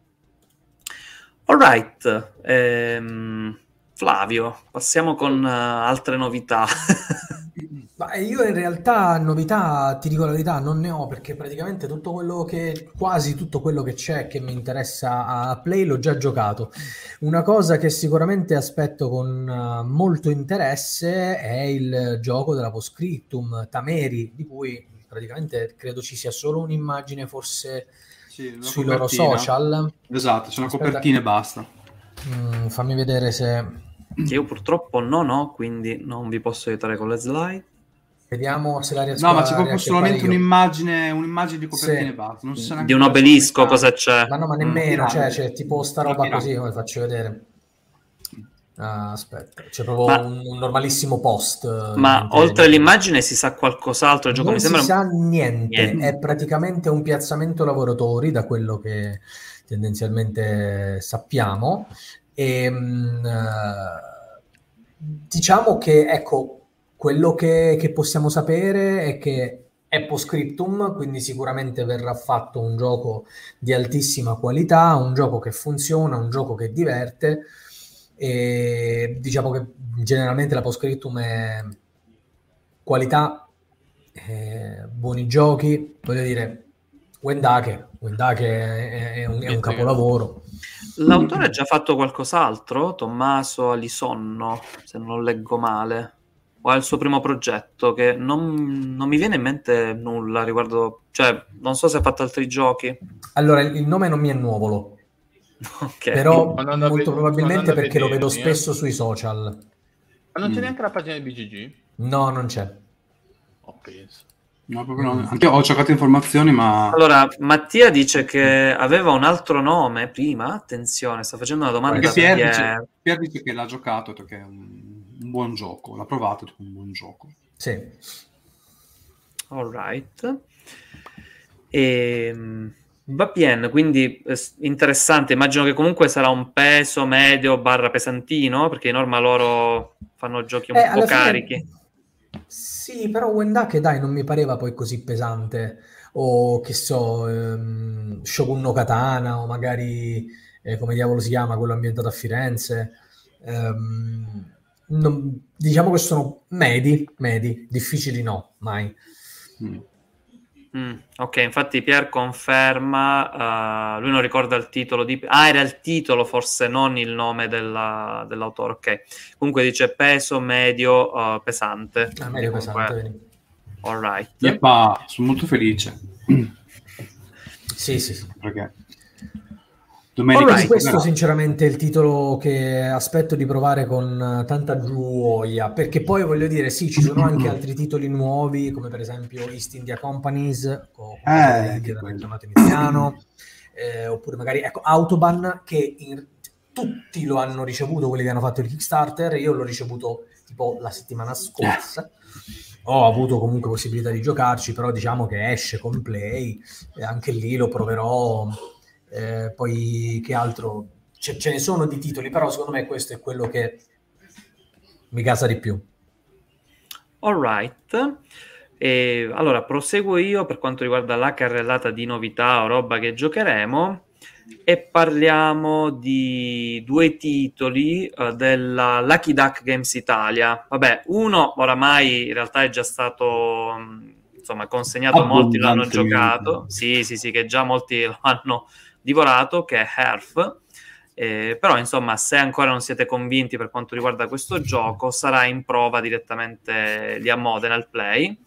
Alright, ehm, Flavio, passiamo con uh, altre novità. Ma io in realtà novità, ti dico la verità, non ne ho, perché praticamente tutto quello che, quasi tutto quello che c'è che mi interessa a Play l'ho già giocato. Una cosa che sicuramente aspetto con uh, molto interesse è il gioco della Postscriptum Tameri, di cui praticamente credo ci sia solo un'immagine forse Sì, una sui loro copertina. social. Esatto, c'è una Aspetta. copertina e basta. Mm, fammi vedere se... Che io purtroppo non ho, quindi non vi posso aiutare con le slide. Vediamo se la riesco No, ma a c'è proprio riacchiappare solamente io. un'immagine, un'immagine di copertina Sì. e basta. Non si sa neanche Di un cosa obelisco sia. cosa c'è? Ma no, ma Mm. nemmeno, Una cioè piramide. c'è tipo sta Una roba piramide. così, come faccio vedere. Ah, aspetta, c'è proprio Ma- un, un normalissimo post. eh, Ma niente- oltre all'immagine si sa qualcos'altro? Il gioco non mi sembra... si sa niente, Niente. è praticamente un piazzamento lavoratori, da quello che tendenzialmente sappiamo. E, mh, eh, diciamo che, ecco, quello che, che possiamo sapere è che è Postscriptum, quindi sicuramente verrà fatto un gioco di altissima qualità, un gioco che funziona, un gioco che diverte, e diciamo che generalmente la Postscriptum è qualità, eh, buoni giochi, voglio dire, Wendake, Wendake è, è un, è un capolavoro. L'autore ha già fatto qualcos'altro? Tommaso Alisonno, se non leggo male. o è il suo primo progetto? Che non, non mi viene in mente nulla riguardo, cioè non so se ha fatto altri giochi. Allora, il il nome non mi è nuovo, Ok. però Andando a molto ve- probabilmente andando a perché lo vedo vedermi, eh. spesso sui social. Ma non c'è Mm. neanche la pagina di B G G? No, non c'è. Oh, penso. No, proprio no. Anche io ho cercato informazioni, ma Allora, Mattia dice che aveva un altro nome prima. Attenzione, sta facendo una domanda perché a Pier Pier. dice, Pier dice che l'ha giocato perché è un, un buon gioco, l'ha provato, è un buon gioco. Sì. All right. E, va bene, quindi eh, interessante. Immagino che comunque sarà un peso medio barra pesantino, perché in norma loro fanno giochi un Eh, po' alla fine- carichi. Sì, però Wendake, dai, non mi pareva poi così pesante. O che so, ehm, Shogun no Katana, o magari, eh, come diavolo si chiama, quello ambientato a Firenze. Ehm, non- diciamo che sono medi, medi, difficili no, mai. Mm. Mm, ok, infatti Pier conferma, uh, lui non ricorda il titolo di... Ah, era il titolo, forse non il nome della- dell'autore, ok. Comunque dice peso medio uh, pesante. Ah, Quindi medio comunque- pesante, vedi. All right. Yeppa, sono molto felice. Sì, sì, sì. Perché domenica Alright, si Questo giocherà. sinceramente è il titolo che aspetto di provare con tanta gioia, perché poi voglio dire, sì, ci sono anche altri titoli nuovi, come per esempio East India Companies, o Eh, India anche dal quello. campionato iniziano, eh, oppure magari, ecco, Autobahn, che in- tutti lo hanno ricevuto, quelli che hanno fatto il Kickstarter, io l'ho ricevuto tipo la settimana scorsa. Ho avuto comunque possibilità di giocarci, però diciamo che esce con Play, e anche lì lo proverò. Eh, poi che altro? Ce, ce ne sono di titoli, però secondo me questo è quello che mi casa di più. All right. E allora proseguo io per quanto riguarda la carrellata di novità o roba che giocheremo e parliamo di due titoli uh, della Lucky Duck Games Italia. Vabbè, uno oramai in realtà è già stato um, insomma consegnato, molti l'hanno Abbondantemente. giocato. Sì, sì, sì, che già molti lo hanno divorato, che è Hearth. Eh, però insomma, se ancora non siete convinti per quanto riguarda questo gioco, sarà in prova direttamente lì a Modena al Play.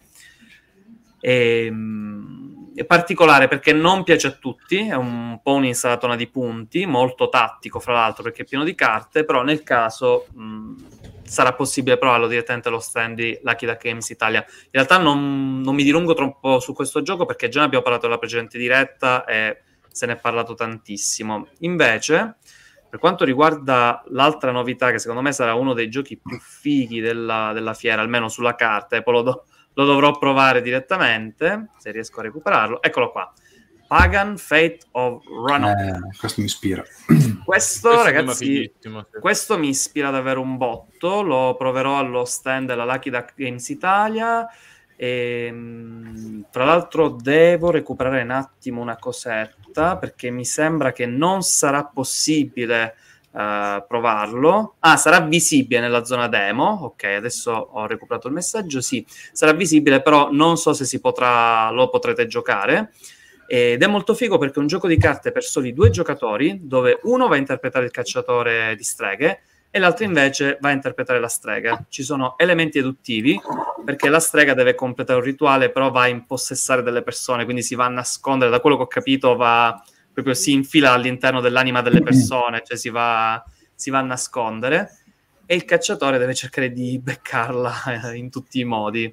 E, mh, è particolare perché non piace a tutti, è un po' un'insalatona di punti, molto tattico fra l'altro perché è pieno di carte, però nel caso mh, sarà possibile provarlo direttamente allo stand di Lucky Duck Games Italia. In realtà non, non mi dilungo troppo su questo gioco perché già ne abbiamo parlato nella precedente diretta e se ne è parlato tantissimo. Invece, per quanto riguarda l'altra novità, che secondo me sarà uno dei giochi più fighi della, della fiera, almeno sulla carta, e poi lo, do, lo dovrò provare direttamente, se riesco a recuperarlo. Eccolo qua. Pagan Fate of Run-Up. Eh, questo mi ispira. Questo, Questo ragazzi, sì. questo mi ispira davvero un botto. Lo proverò allo stand della Lucky Duck Games Italia. E, tra l'altro devo recuperare un attimo una cosetta perché mi sembra che non sarà possibile uh, provarlo. Ah, sarà visibile nella zona demo. Ok, adesso ho recuperato il messaggio. Sì, sarà visibile, però non so se si potrà, lo potrete giocare. Ed è molto figo perché è un gioco di carte per soli due giocatori, dove uno va a interpretare il cacciatore di streghe e l'altro invece va a interpretare la strega. Ci sono elementi deduttivi perché la strega deve completare un rituale, però va a impossessare delle persone, quindi si va a nascondere, da quello che ho capito va proprio si infila all'interno dell'anima delle persone, cioè si va, si va a nascondere e il cacciatore deve cercare di beccarla in tutti i modi.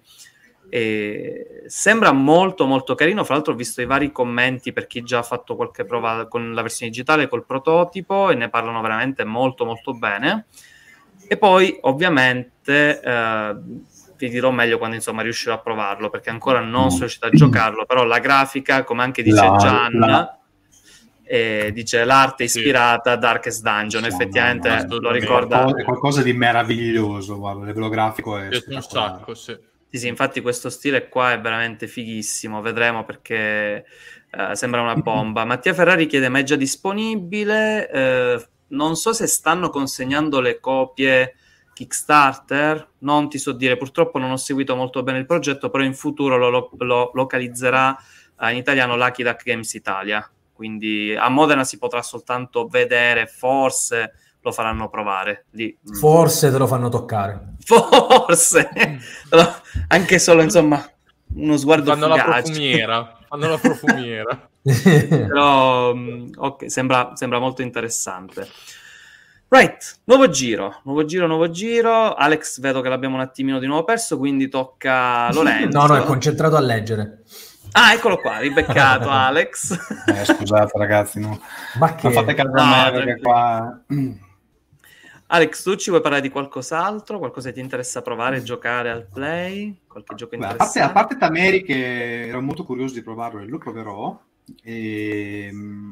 E sembra molto molto carino. Fra l'altro ho visto i vari commenti per chi già ha fatto qualche prova con la versione digitale, col prototipo, e ne parlano veramente molto molto bene. E poi ovviamente eh, vi dirò meglio quando insomma riuscirò a provarlo, perché ancora non sono riuscito a giocarlo, però la grafica, come anche dice La- Gian, la- eh, dice l'arte Sì. ispirata a Darkest Dungeon, Sì, effettivamente no, no, lo assolutamente. È ricorda. qualcosa, è qualcosa di meraviglioso, guarda, a livello grafico è Piace un spettacolare. sacco, sì. Sì, sì, infatti questo stile qua è veramente fighissimo, vedremo perché eh, sembra una bomba. Mattia Ferrari chiede, ma è già disponibile? Eh, non so se stanno consegnando le copie Kickstarter, non ti so dire, purtroppo non ho seguito molto bene il progetto, però in futuro lo, lo, lo localizzerà eh, in italiano Lucky Duck Games Italia, quindi a Modena si potrà soltanto vedere, forse lo faranno provare. Lì, forse te lo fanno toccare. Forse! Anche solo, insomma, uno sguardo fanno fugace. la profumiera. Fanno la profumiera. Però, ok, sembra, sembra molto interessante. Right, nuovo giro, nuovo giro, nuovo giro. Alex, vedo che l'abbiamo un attimino di nuovo perso, quindi tocca a Lorenzo. No, no, è concentrato a leggere. Ah, eccolo qua, ribeccato Alex. Eh, scusate ragazzi, no. Ma che... non fate caso No, a me perché qua... Alex, tu ci vuoi parlare di qualcos'altro? Qualcosa che ti interessa provare, giocare al play? Qualche gioco Beh, a, interessante? parte, a parte Tameri, che ero molto curioso di provarlo e lo proverò, e...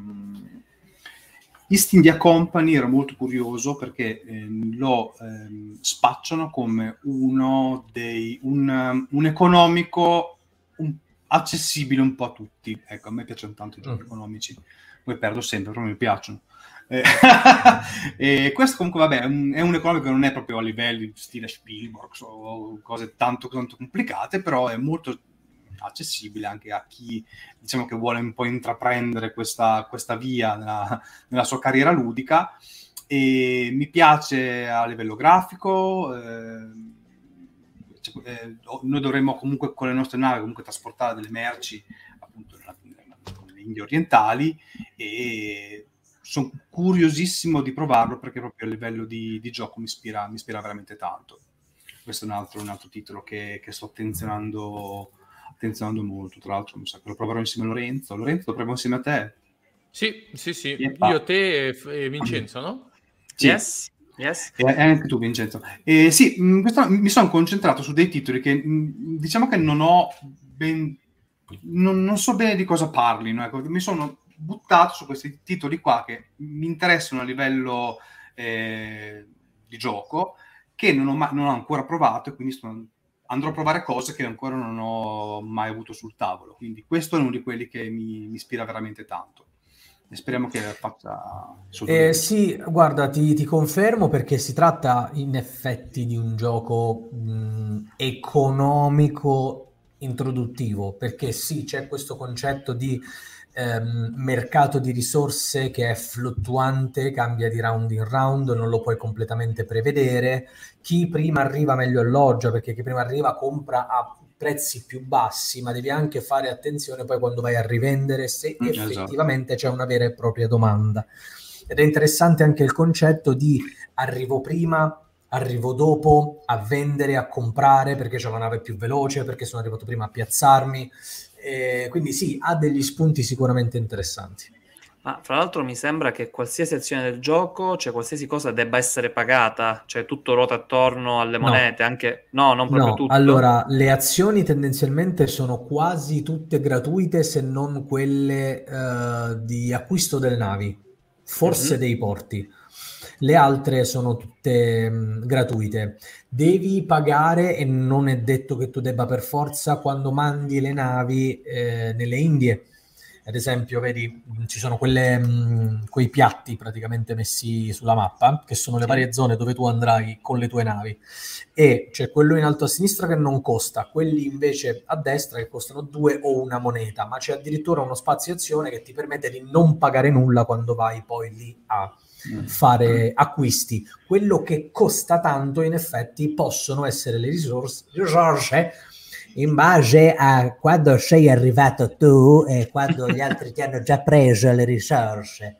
East India Company ero molto curioso perché eh, lo eh, spacciano come uno dei un, un economico un, accessibile un po' a tutti. Ecco, a me piacciono tanto i giochi mm. economici, poi perdo sempre, però mi piacciono. Eh, e questo comunque vabbè è un, è un economico che non è proprio a livelli stile Spielberg o cose tanto, tanto complicate, però è molto accessibile anche a chi, diciamo, che vuole un po' intraprendere questa, questa via nella, nella sua carriera ludica, e mi piace a livello grafico. eh, cioè, eh, noi dovremmo comunque con le nostre navi comunque trasportare delle merci appunto nella, nella, nelle Indie orientali, e sono curiosissimo di provarlo perché proprio a livello di, di gioco mi ispira, mi ispira veramente tanto. Questo è un altro, un altro titolo che, che sto attenzionando attenzionando molto, tra l'altro mi sa che lo proverò insieme a Lorenzo. Lorenzo, lo proviamo insieme a te? Sì, sì, sì. Yeppa. Io, te e Vincenzo, no? Sì. Yes, yes. E anche tu, Vincenzo. Eh, sì, mh, questo, mi sono concentrato su dei titoli che mh, diciamo che non ho ben... Non, non so bene di cosa parlino, ecco. Mi sono buttato su questi titoli qua che mi interessano a livello eh, di gioco, che non ho, ma- non ho ancora provato, e quindi sto... andrò a provare cose che ancora non ho mai avuto sul tavolo. Quindi questo è uno di quelli che mi, mi ispira veramente tanto. E speriamo che faccia... Eh, sì, guarda, ti, ti confermo, perché si tratta in effetti di un gioco mh, economico introduttivo, perché sì, c'è questo concetto di ehm, mercato di risorse che è fluttuante, cambia di round in round, non lo puoi completamente prevedere. Chi prima arriva meglio alloggia, perché chi prima arriva compra a prezzi più bassi, ma devi anche fare attenzione poi quando vai a rivendere se mm, effettivamente esatto. c'è una vera e propria domanda. Ed è interessante anche il concetto di arrivo prima, arrivo dopo a vendere, a comprare, perché c'è la nave più veloce, perché sono arrivato prima a piazzarmi. Eh, quindi sì, ha degli spunti sicuramente interessanti. Ma fra l'altro mi sembra che qualsiasi azione del gioco, cioè qualsiasi cosa debba essere pagata, cioè tutto ruota attorno alle monete, no. Anche no, non proprio no, tutto. Allora, le azioni tendenzialmente sono quasi tutte gratuite, se non quelle uh, di acquisto delle navi, forse mm-hmm. dei porti. Le altre sono tutte mh, gratuite. Devi pagare, e non è detto che tu debba per forza, quando mandi le navi eh, nelle Indie. Ad esempio, vedi, ci sono quelle, mh, quei piatti praticamente messi sulla mappa, che sono le sì. varie zone dove tu andrai con le tue navi. E c'è quello in alto a sinistra che non costa, quelli invece a destra che costano due o una moneta, ma c'è addirittura uno spazio azione che ti permette di non pagare nulla quando vai poi lì a fare acquisti. Quello che costa tanto, in effetti, possono essere le risorse, risorse in base a quando sei arrivato tu e quando gli altri ti hanno già preso le risorse.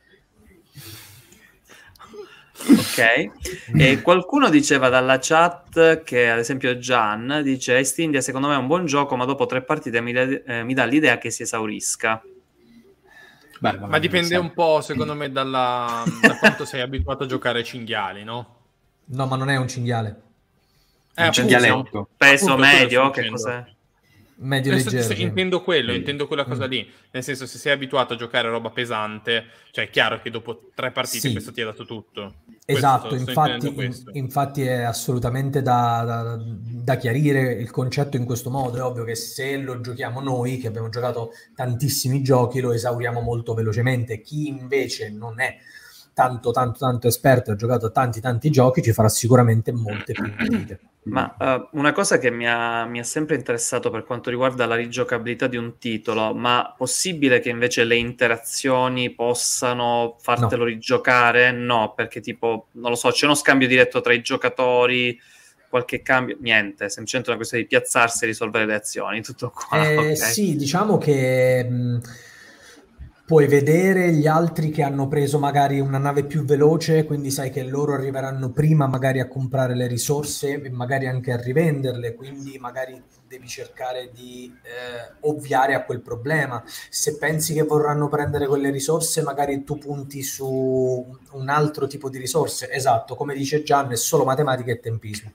Ok, e qualcuno diceva dalla chat che, ad esempio Gian dice: East India secondo me è un buon gioco, ma dopo tre partite mi, eh, mi dà l'idea che si esaurisca. Beh, ma dipende un po', secondo me, dalla, da quanto sei abituato a giocare ai cinghiali, no? No, ma non è un cinghiale. È un cinghialetto. Peso appunto, medio, che cos'è? Medio nel leggero. Senso, sì. Intendo quello, sì. intendo quella cosa mm. lì. Nel senso, se sei abituato a giocare roba pesante, cioè è chiaro che dopo tre partite sì. questo ti ha dato tutto. Esatto, questo, infatti, in, infatti è assolutamente da, da, da chiarire il concetto in questo modo. È ovvio che se lo giochiamo noi, che abbiamo giocato tantissimi giochi, lo esauriamo molto velocemente. Chi invece non è tanto tanto tanto esperto, ha giocato a tanti tanti giochi, ci farà sicuramente molte più partite. Ma uh, una cosa che mi ha, mi ha sempre interessato per quanto riguarda la rigiocabilità di un titolo, ma possibile che invece le interazioni possano fartelo No. rigiocare? No, perché tipo, non lo so, c'è uno scambio diretto tra i giocatori, qualche cambio? Niente, semplicemente una questione di piazzarsi e risolvere le azioni, tutto qua. Eh, Okay. Sì, diciamo che mh, puoi vedere gli altri che hanno preso magari una nave più veloce, quindi sai che loro arriveranno prima magari a comprare le risorse e magari anche a rivenderle, quindi magari devi cercare di eh, ovviare a quel problema. Se pensi che vorranno prendere quelle risorse, magari tu punti su un altro tipo di risorse. Esatto, come dice Gian, è solo matematica e tempismo.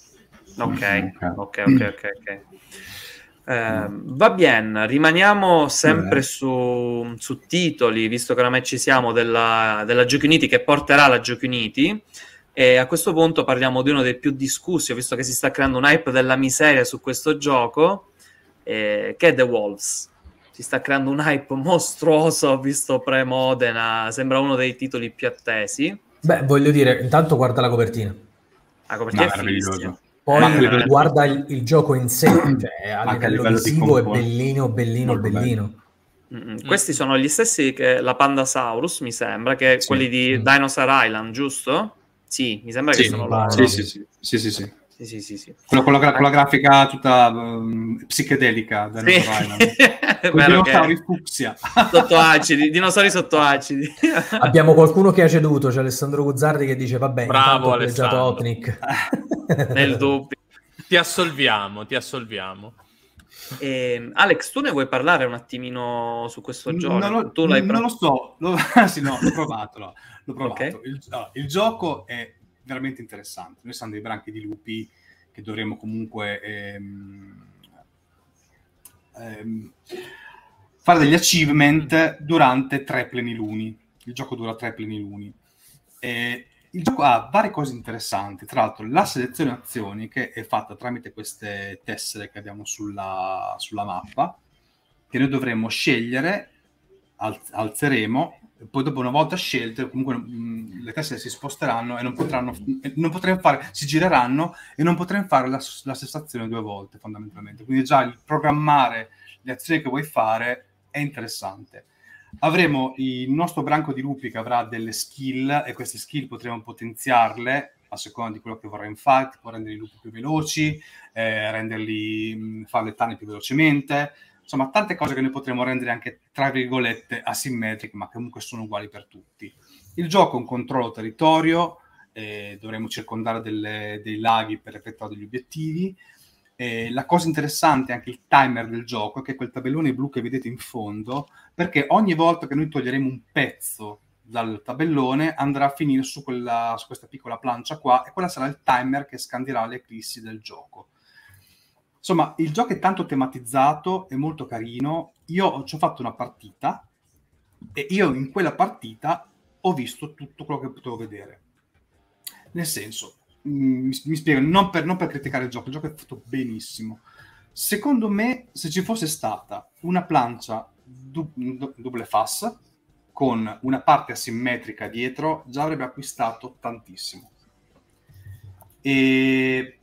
Ok, ok, ok, ok, ok. Eh, va bene, rimaniamo sempre su, su titoli, visto che oramai ci siamo della, della Giochi Uniti che porterà la Giochi Uniti, e a questo punto parliamo di uno dei più discussi, visto che si sta creando un hype della miseria su questo gioco, eh, che è The Wolves. Si sta creando un hype mostruoso, visto pre-Modena, sembra uno dei titoli più attesi. Beh, voglio dire, intanto guarda la copertina. La copertina No, è fighissima. Poi Eh, guarda il, il gioco in sé, cioè a Anche a livello livello di visivo è comfort. bellino, bellino, Molto bellino. Mm-mm. Questi sono gli stessi che la Pandasaurus, mi sembra, che Sì. quelli di Mm. Dinosaur Island, giusto? Sì, mi sembra Sì, che sono mi loro. pare. Sì, sì, sì, sì, sì, sì. Sì, sì, sì, sì. Quello con la, gra- con la grafica tutta um, psichedelica del Sì. Dinosaur Island. È Con i vero dinosauri che fucsia. sotto acidi, dinosauri sotto acidi. Abbiamo qualcuno che ha ceduto, c'è Alessandro Guzzardi che dice vabbè, Bravo, intanto ho plagiato Alessandro. Opnic. Nel dubbio. Ti assolviamo, ti assolviamo. E, Alex, tu ne vuoi parlare un attimino su questo gioco? Non lo, Tu l'hai non pro- lo so, lo, sì, no, l'ho provato. No, l'ho provato. Ok. Il, allora, il gioco è veramente interessante. Noi siamo dei branchi di lupi che dovremmo comunque ehm, ehm, fare degli achievement durante tre pleniluni. Il gioco dura tre pleniluni. E il gioco ha varie cose interessanti. Tra l'altro, la selezione azioni, che è fatta tramite queste tessere che abbiamo sulla, sulla mappa, che noi dovremmo scegliere, alz- alzeremo, e poi dopo una volta scelte, comunque mh, le tessere si sposteranno e non potranno, e non potremo fare, si gireranno e non potremo fare la, la stessa azione due volte, fondamentalmente. Quindi già il programmare le azioni che vuoi fare è interessante. Avremo il nostro branco di lupi che avrà delle skill e queste skill potremo potenziarle a seconda di quello che vorremmo fare, tipo rendere i lupi più veloci, eh, renderli mh, fare le tane più velocemente, insomma tante cose che noi potremo rendere anche tra virgolette asimmetriche, ma che comunque sono uguali per tutti. Il gioco è un controllo territorio, eh, dovremo circondare delle, dei laghi per effettuare degli obiettivi. Eh, la cosa interessante è anche il timer del gioco, che è quel tabellone blu che vedete in fondo, perché ogni volta che noi toglieremo un pezzo dal tabellone andrà a finire su, quella, su questa piccola plancia qua, e quella sarà il timer che scandirà le eclissi del gioco. Insomma, il gioco è tanto tematizzato, è molto carino. Io ci ho fatto una partita e io in quella partita ho visto tutto quello che potevo vedere. Nel senso, mi, mi spiego, non per, non per criticare il gioco, il gioco è fatto benissimo. Secondo me, se ci fosse stata una plancia du, du, double fas con una parte asimmetrica dietro, già avrebbe acquistato tantissimo. E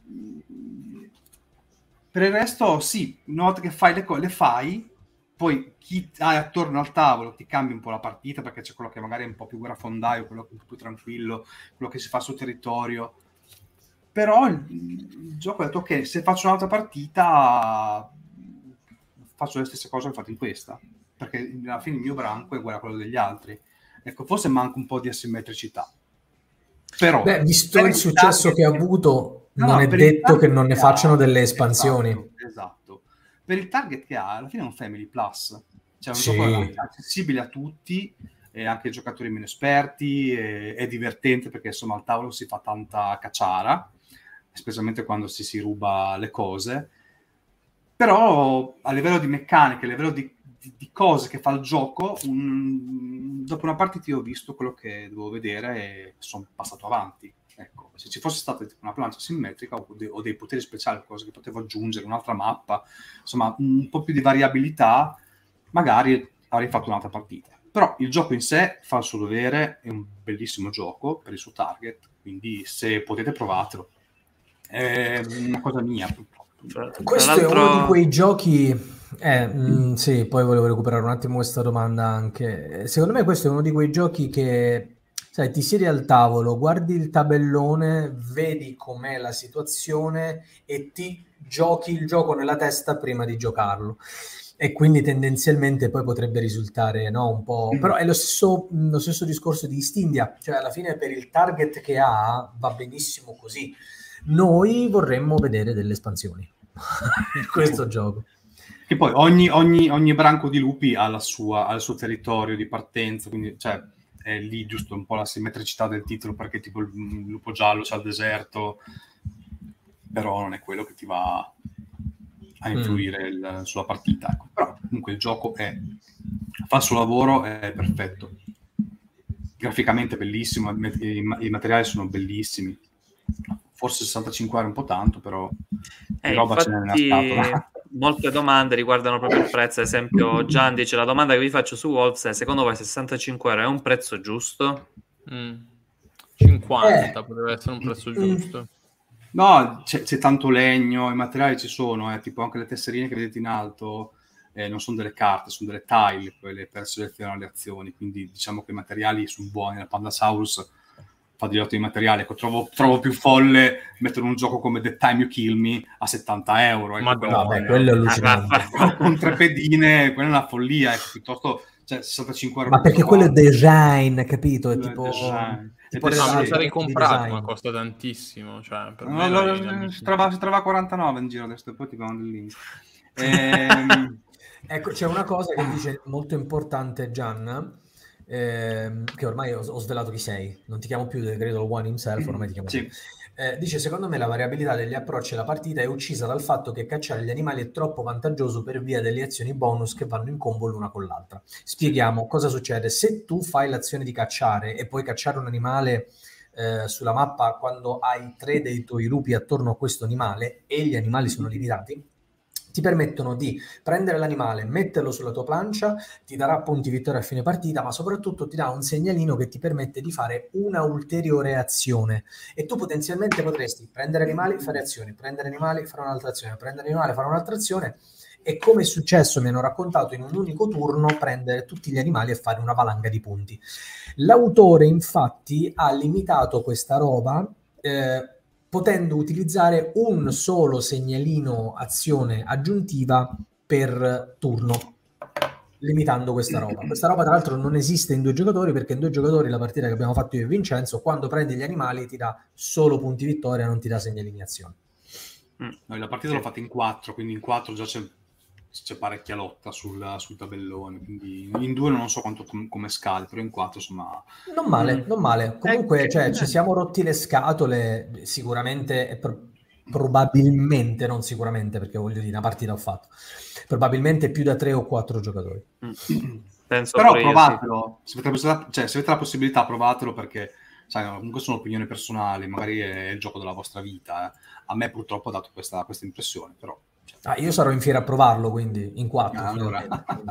per il resto, sì, una volta che fai le cose, le fai, poi chi hai attorno al tavolo ti cambia un po' la partita, perché c'è quello che magari è un po' più guerrafondaio, quello che è un po' più tranquillo, quello che si fa sul territorio. Però il, il gioco ha detto ok, se faccio un'altra partita faccio le stesse cose che ho fatto in questa, perché alla fine il mio branco è uguale a quello degli altri. Ecco, forse manca un po' di asimmetricità. Però, beh, visto il successo che ha avuto, no, non no, è detto che non ne facciano ha, delle espansioni. Esatto, esatto. Per il target che ha, alla fine è un Family Plus. Cioè un sì. gioco accessibile a tutti, e anche ai giocatori meno esperti, e, è divertente perché insomma al tavolo si fa tanta cacciara, specialmente quando si, si ruba le cose. Però a livello di meccaniche, a livello di, di, di cose che fa il gioco, un, dopo una partita io ho visto quello che dovevo vedere e sono passato avanti. Ecco, se ci fosse stata una plancia simmetrica o, de, o dei poteri speciali, cose che potevo aggiungere, un'altra mappa, insomma un po' più di variabilità, magari avrei fatto un'altra partita. Però il gioco in sé fa il suo dovere, è un bellissimo gioco per il suo target, quindi se potete provatelo. È una cosa mia, purtroppo. Questo è uno di quei giochi... Eh, mh, sì, poi volevo recuperare un attimo questa domanda anche. Secondo me questo è uno di quei giochi che, sai, ti siedi al tavolo, guardi il tabellone, vedi com'è la situazione e ti giochi il gioco nella testa prima di giocarlo. E quindi tendenzialmente poi potrebbe risultare, no, un po'... Però è lo stesso, lo stesso discorso di East India, cioè alla fine per il target che ha va benissimo così. Noi vorremmo vedere delle espansioni in questo gioco. Che poi ogni, ogni, ogni branco di lupi ha, la sua, ha il suo territorio di partenza, quindi cioè, è lì giusto un po' la simmetricità del titolo, perché tipo il lupo giallo c'ha il deserto, però non è quello che ti va a influire mm. il, sulla partita. Ecco. Però comunque il gioco è, fa il suo lavoro, è perfetto. Graficamente bellissimo, i, i materiali sono bellissimi. Forse sessantacinque euro è un po' tanto, però eh, di roba infatti, ce n'è nella scatola. Molte domande riguardano proprio il prezzo. Ad esempio Gian dice: la domanda che vi faccio su Wolves è: secondo voi sessantacinque euro è un prezzo giusto? Mm. cinquanta eh. potrebbe essere un prezzo giusto. No, c'è, c'è tanto legno, i materiali ci sono, eh, tipo anche le tesserine che vedete in alto eh, non sono delle carte, sono delle tile, quelle per selezionare le azioni, quindi diciamo che i materiali sono buoni. La Pandasaurus fa di ottimi materiali. Ecco, trovo, trovo più folle mettere un gioco come The Time You Kill Me a settanta euro. Ecco, ma no, beh, quello è allucinante. Ah, con tre pedine, quella è una follia, ecco, piuttosto cioè, sessantacinque euro. Ma perché quello è design, capito? È tipo... Design. tipo no, lo sarei comprato, ma costa tantissimo. Cioè, per no, no, no, si, trova, si trova a quarantanove in giro adesso, poi ti mando il link. ehm... Ecco, c'è una cosa che dice molto importante Gian, Eh, che ormai ho, ho svelato chi sei, non ti chiamo più The Great One himself, ormai ti chiamo sì. eh, dice: secondo me la variabilità degli approcci alla partita è uccisa dal fatto che cacciare gli animali è troppo vantaggioso per via delle azioni bonus che vanno in combo l'una con l'altra. Spieghiamo cosa succede. Se tu fai l'azione di cacciare e puoi cacciare un animale eh, sulla mappa quando hai tre dei tuoi lupi attorno a questo animale e gli animali sono limitati, ti permettono di prendere l'animale, metterlo sulla tua plancia, ti darà punti vittoria a fine partita, ma soprattutto ti dà un segnalino che ti permette di fare una ulteriore azione. E tu potenzialmente potresti prendere animali, fare azioni, prendere animali, fare un'altra azione, prendere animali, fare un'altra azione, e come è successo, mi hanno raccontato, in un unico turno prendere tutti gli animali e fare una valanga di punti. L'autore infatti ha limitato questa roba eh, potendo utilizzare un solo segnalino azione aggiuntiva per turno, limitando questa roba. Questa roba tra l'altro non esiste in due giocatori, perché in due giocatori la partita che abbiamo fatto io e Vincenzo, quando prendi gli animali ti dà solo punti vittoria, non ti dà segnalini azione. Noi la partita l'ho fatta in quattro, quindi in quattro già c'è, c'è parecchia lotta sul, sul tabellone, quindi in due non so quanto com- come scale, però in quattro insomma non male, non male. Comunque eh, cioè, ci siamo rotti le scatole, sicuramente, pro- probabilmente, non sicuramente, perché voglio dire, una partita ho fatto, probabilmente più da tre o quattro giocatori. Penso però provatelo, sì. se, avete, cioè, se avete la possibilità provatelo, perché sai, comunque sono opinioni personali, magari è il gioco della vostra vita, eh. A me purtroppo ha dato questa, questa impressione, però ah, io sarò in fiera a provarlo, quindi in quattro. Ah, allora.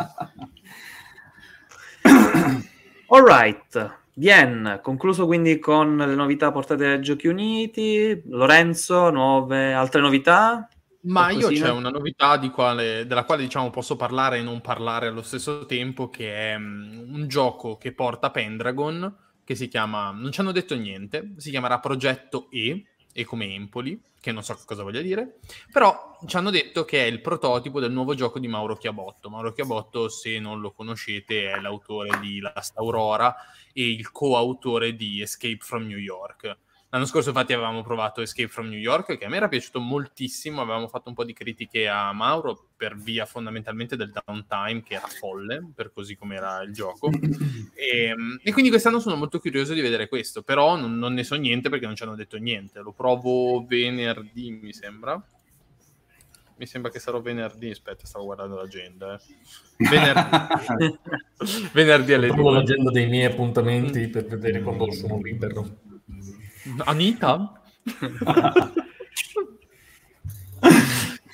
All right, Bien, concluso quindi con le novità portate dai Giochi Uniti. Lorenzo, nuove altre novità? Ma io c'è una novità di quale, della quale diciamo posso parlare e non parlare allo stesso tempo, che è um, un gioco che porta Pendragon, che si chiama, non ci hanno detto niente, si chiamerà Progetto E, E come Empoli, che non so cosa voglia dire, però ci hanno detto che è il prototipo del nuovo gioco di Mauro Chiabotto. Mauro Chiabotto, se non lo conoscete, è l'autore di Last Aurora e il coautore di Escape from New York. L'anno scorso infatti avevamo provato Escape from New York, che a me era piaciuto moltissimo, avevamo fatto un po' di critiche a Mauro per via fondamentalmente del downtime, che era folle, per così come era il gioco. e, e quindi quest'anno sono molto curioso di vedere questo, però non, non ne so niente perché non ci hanno detto niente. Lo provo venerdì, mi sembra. Mi sembra che sarò venerdì, aspetta, stavo guardando l'agenda. Eh. Venerdì. venerdì alle due. Stavo l'agenda dei miei appuntamenti per vedere quando sono libero. Anita?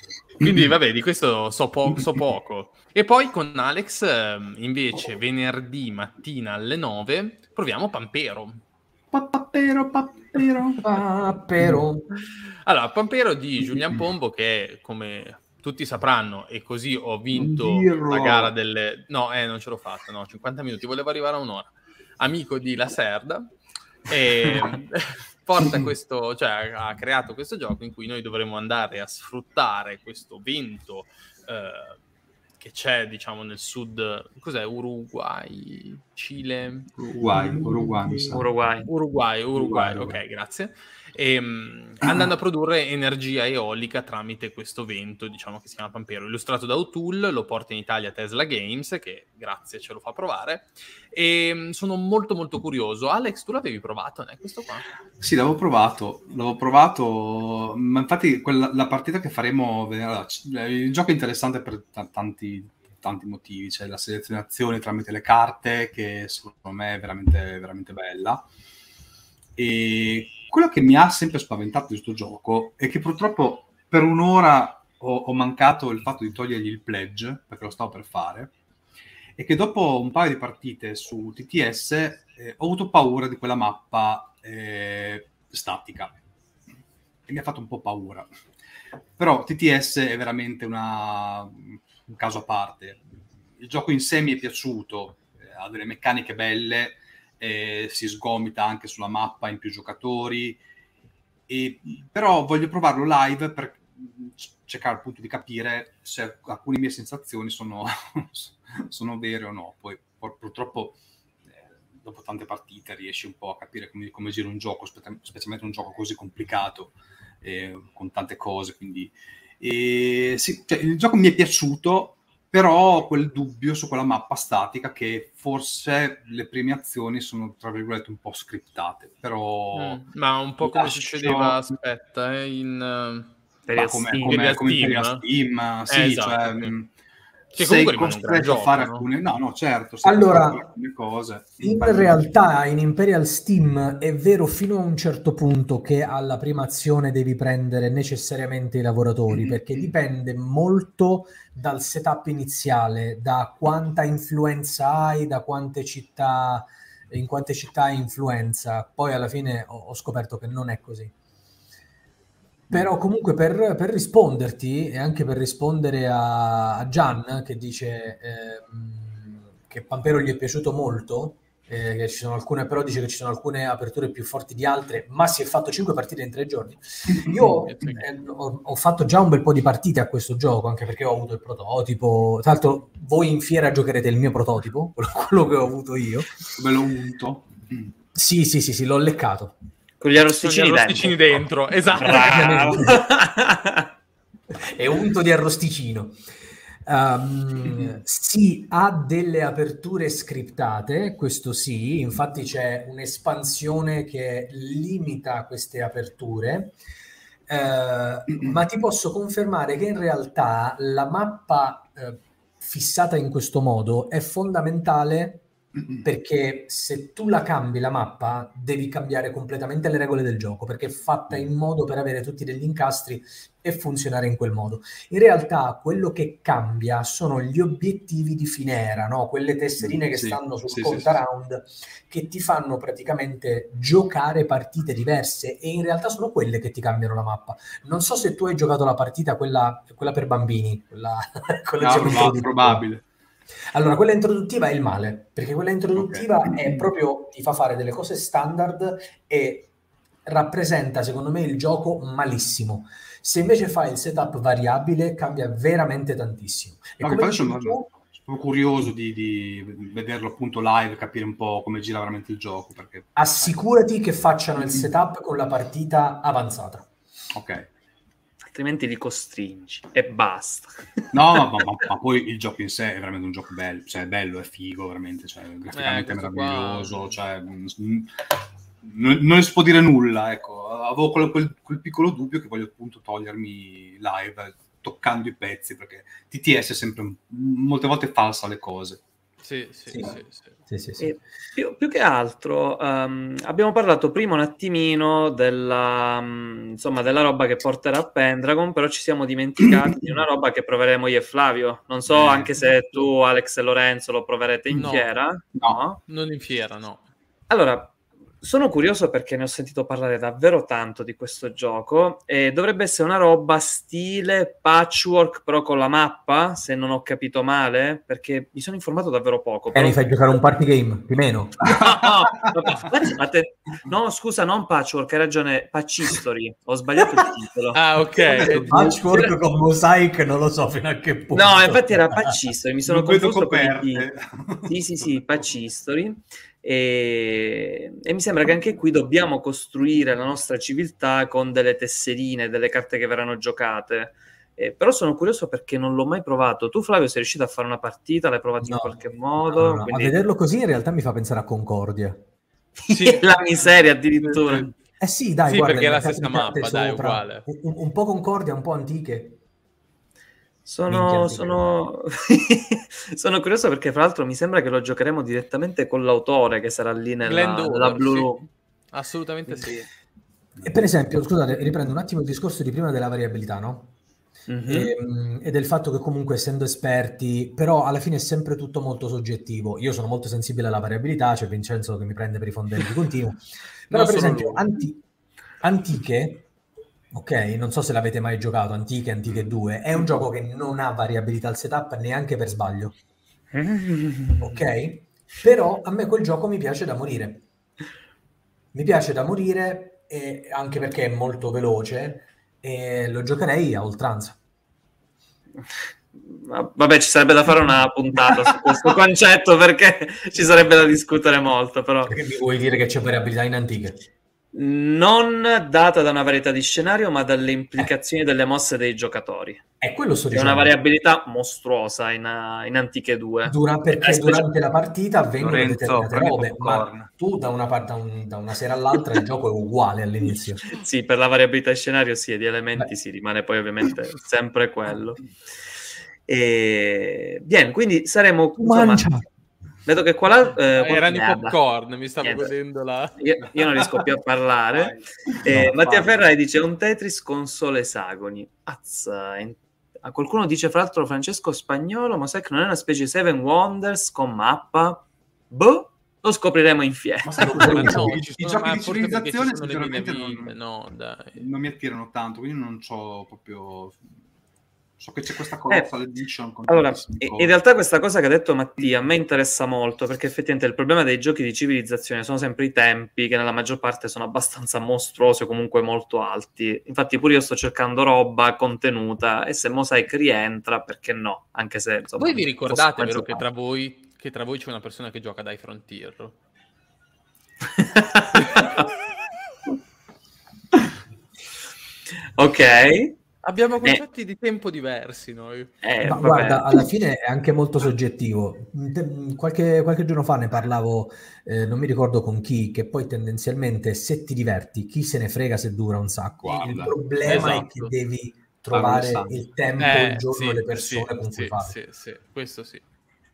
Quindi vabbè, di questo so, po- so poco. E poi con Alex, eh, invece, venerdì mattina alle nove, proviamo Pampero. Pappero, pappero, pappero. Allora, Pampero di Julian Pombo, che come tutti sapranno, e così ho vinto la gara delle... No, eh, non ce l'ho fatta, no, cinquanta minuti, volevo arrivare a un'ora. Amico di La Serda, e porta questo, cioè ha creato questo gioco in cui noi dovremo andare a sfruttare questo vento eh, che c'è, diciamo, nel sud, cos'è? Uruguay, Cile? Uruguay, Uruguay, mi sa. Uruguay. Uruguay, Uruguay, Uruguay, ok, Uruguay. grazie. E, um, andando a produrre energia eolica tramite questo vento, diciamo, che si chiama Pampero, illustrato da O'Toole, lo porta in Italia Tesla Games, che grazie ce lo fa provare, e um, sono molto molto curioso. Alex, tu l'avevi provato, né, questo qua? Sì, l'avevo provato, l'avevo provato, ma infatti quella, la partita che faremo, allora, il gioco è interessante per t- tanti, tanti motivi, c'è la selezionazione tramite le carte, che secondo me è veramente, veramente bella, e quello che mi ha sempre spaventato di questo gioco è che purtroppo per un'ora ho, ho mancato il fatto di togliergli il pledge, perché lo stavo per fare, e che dopo un paio di partite su T T S eh, ho avuto paura di quella mappa eh, statica, e mi ha fatto un po' paura. Però T T S è veramente una, un caso a parte. Il gioco in sé mi è piaciuto, eh, ha delle meccaniche belle, eh, si sgomita anche sulla mappa in più giocatori, e, però voglio provarlo live per cercare appunto di capire se alcune mie sensazioni sono, sono vere o no. Poi purtroppo eh, dopo tante partite riesci un po' a capire come, come gira un gioco, spe- specialmente un gioco così complicato, eh, con tante cose, quindi e, sì, cioè, il gioco mi è piaciuto, però ho quel dubbio su quella mappa statica che forse le prime azioni sono, tra virgolette, un po' scriptate, però... Mm, ma un po' come lascio... succedeva, aspetta, eh, in... Imperial come, Steam. come, Imperial come Imperial Steam? Steam, Eh, sì, esatto, cioè, sì. mh, Che sei comunque rimane un gran costretto a gioco, fare no? alcune... No, no, certo. Sei Allora, costretto a fare alcune cose. in Fai- realtà in Imperial Steam è vero fino a un certo punto che alla prima azione devi prendere necessariamente i lavoratori, perché dipende molto dal setup iniziale, da quanta influenza hai, da quante città, in quante città hai influenza. Poi alla fine ho, ho scoperto che non è così. Però comunque per, per risponderti e anche per rispondere a, a Gian che dice ehm, che Pampero gli è piaciuto molto, eh, che ci sono alcune, però dice che ci sono alcune aperture più forti di altre, ma si è fatto cinque partite in tre giorni. Io eh, ho, ho fatto già un bel po' di partite a questo gioco, anche perché ho avuto il prototipo. Tra l'altro voi in fiera giocherete il mio prototipo, quello che ho avuto io. Ve l'ho unto. Sì, sì, sì, sì, l'ho leccato. Con gli arrosticini, Con gli arrosticini dentro, dentro. esatto. Bravo. È unto di arrosticino. Um, sì, ha delle aperture scriptate, questo sì, infatti c'è un'espansione che limita queste aperture, uh, ma ti posso confermare che in realtà la mappa uh, fissata in questo modo è fondamentale, perché se tu la cambi la mappa devi cambiare completamente le regole del gioco, perché è fatta in modo per avere tutti degli incastri e funzionare in quel modo. In realtà quello che cambia sono gli obiettivi di finera, no? Quelle tesserine che Sì, stanno sul sì, contaround, sì, sì, che ti fanno praticamente giocare partite diverse, e in realtà sono quelle che ti cambiano la mappa. Non so se tu hai giocato la partita quella, quella per bambini, quella, quella no, prob- probabile. Allora, quella introduttiva è il male, perché quella introduttiva okay. è proprio, ti fa fare delle cose standard e rappresenta, secondo me, il gioco malissimo. Se invece fai il setup variabile, cambia veramente tantissimo. E no, come sono, tu, sono curioso di, di vederlo appunto live, capire un po' come gira veramente il gioco. Perché... assicurati che facciano il setup con la partita avanzata. Ok. Altrimenti li costringi e basta. No, ma, ma, ma poi il gioco in sé è veramente un gioco bello, cioè è bello, è figo, veramente, cioè, graficamente eh, meraviglioso, qua... cioè, non, non si può dire nulla, ecco. Avevo quel, quel, quel piccolo dubbio che voglio appunto togliermi live, toccando i pezzi, perché T T S è sempre molte volte falsa le cose. Sì, sì, sì. Sì. sì, sì. Sì, sì, sì. E più, più che altro um, abbiamo parlato prima un attimino della, um, insomma, della roba che porterà a Pendragon, però ci siamo dimenticati di una roba che proveremo io e Flavio. Non so Eh, anche se tu, Alex e Lorenzo lo proverete in No. fiera. No. Non in fiera, no. Allora, sono curioso perché ne ho sentito parlare davvero tanto di questo gioco e dovrebbe essere una roba stile patchwork però con la mappa, se non ho capito male, perché mi sono informato davvero poco. E Però... mi fai giocare un party game, di meno. No, no, ma te... no, scusa, non patchwork, hai ragione, Patchistory, ho sbagliato il titolo. Ah, ok. Patchwork Era... con Mosaic non lo so fino a che punto. No, infatti era Patchistory, mi sono Non vedo confuso con i coperte. P. Sì, sì, sì, Patchistory. E... e mi sembra che anche qui dobbiamo costruire la nostra civiltà con delle tesserine, delle carte che verranno giocate. Eh, però sono curioso perché non l'ho mai provato. Tu, Flavio, sei riuscito a fare una partita? L'hai provato No. in qualche modo? No, no, Quindi... A vederlo così in realtà mi fa pensare a Concordia. Sì. La miseria addirittura. Eh sì, dai, Sì, guarda, perché è la le carte stessa di carte mappa, dai, sopra. uguale. Un, un po' Concordia, un po' antiche. Sono, Minchia, sono... sono curioso perché fra l'altro mi sembra che lo giocheremo direttamente con l'autore che sarà lì nella, Glendower, nella Blue sì. Room. Assolutamente Quindi... sì. E per esempio, scusate, riprendo un attimo il discorso di prima della variabilità, no? Mm-hmm. E, e del fatto che comunque essendo esperti, però alla fine è sempre tutto molto soggettivo. Io sono molto sensibile alla variabilità, c'è Vincenzo che mi prende per i fondelli di continuo. Però Non per solo esempio lui. anti- Antiche, ok, non so se l'avete mai giocato, Antiche, Antiche due, è un gioco che non ha variabilità al setup neanche per sbaglio, ok? Però a me quel gioco mi piace da morire. Mi piace da morire e anche perché è molto veloce e lo giocherei a oltranza. Vabbè, ci sarebbe da fare una puntata su questo concetto perché ci sarebbe da discutere molto, però Perché mi vuoi dire che c'è variabilità in Antiche? non data da una varietà di scenario, ma dalle implicazioni eh. delle mosse dei giocatori. È quello sto C'è dicendo. una variabilità mostruosa in, in Antiche due. Dura, perché eh, durante la partita avvengono Lorenzo, determinate robe, popcorn. ma tu da una, da, un, da una sera all'altra il gioco è uguale all'inizio. Sì, per la variabilità di scenario sì, e di elementi Beh. sì, rimane poi ovviamente sempre quello. E... Bien, quindi saremo... Insomma, Mangia! vedo che qua là, eh, erano merda. i popcorn, mi stavo Niente. godendo la... Io, io non riesco più a parlare. Eh, No, Mattia vai. Ferrari dice un Tetris con solo esagoni. Azza, in- a qualcuno dice fra l'altro Francesco Spagnolo, ma sai che non è una specie di Seven Wonders con mappa? Boh, lo scopriremo in fiera. Ma sai Ma cosa? no, I, ci i sono- giochi ma di forse perché civilizzazione ci sono le sinceramente mine non, vite, no, dai. non mi attirano tanto, quindi non c'ho proprio... So che c'è questa Eh, Colossal Edition con allora, tantissime in cose. realtà questa cosa che ha detto Mattia a me interessa molto perché effettivamente il problema dei giochi di civilizzazione sono sempre i tempi che nella maggior parte sono abbastanza mostruosi o comunque molto alti. Infatti pure io sto cercando roba contenuta e se Mosaic rientra, perché no? Anche se insomma, Voi vi ricordate, posso vero, che giocare. tra voi che tra voi c'è una persona che gioca dai Frontier? Ok. Abbiamo concetti eh. di tempo diversi noi. Eh, Ma vabbè. guarda, alla fine è anche molto soggettivo. Qualche, qualche giorno fa ne parlavo, eh, non mi ricordo con chi, che poi tendenzialmente se ti diverti, chi se ne frega se dura un sacco. Guarda, il problema esatto. è che devi trovare Parlo il tempo, eh, il giorno, sì, le persone sì, con sì, cui farlo. sì, sì, questo sì.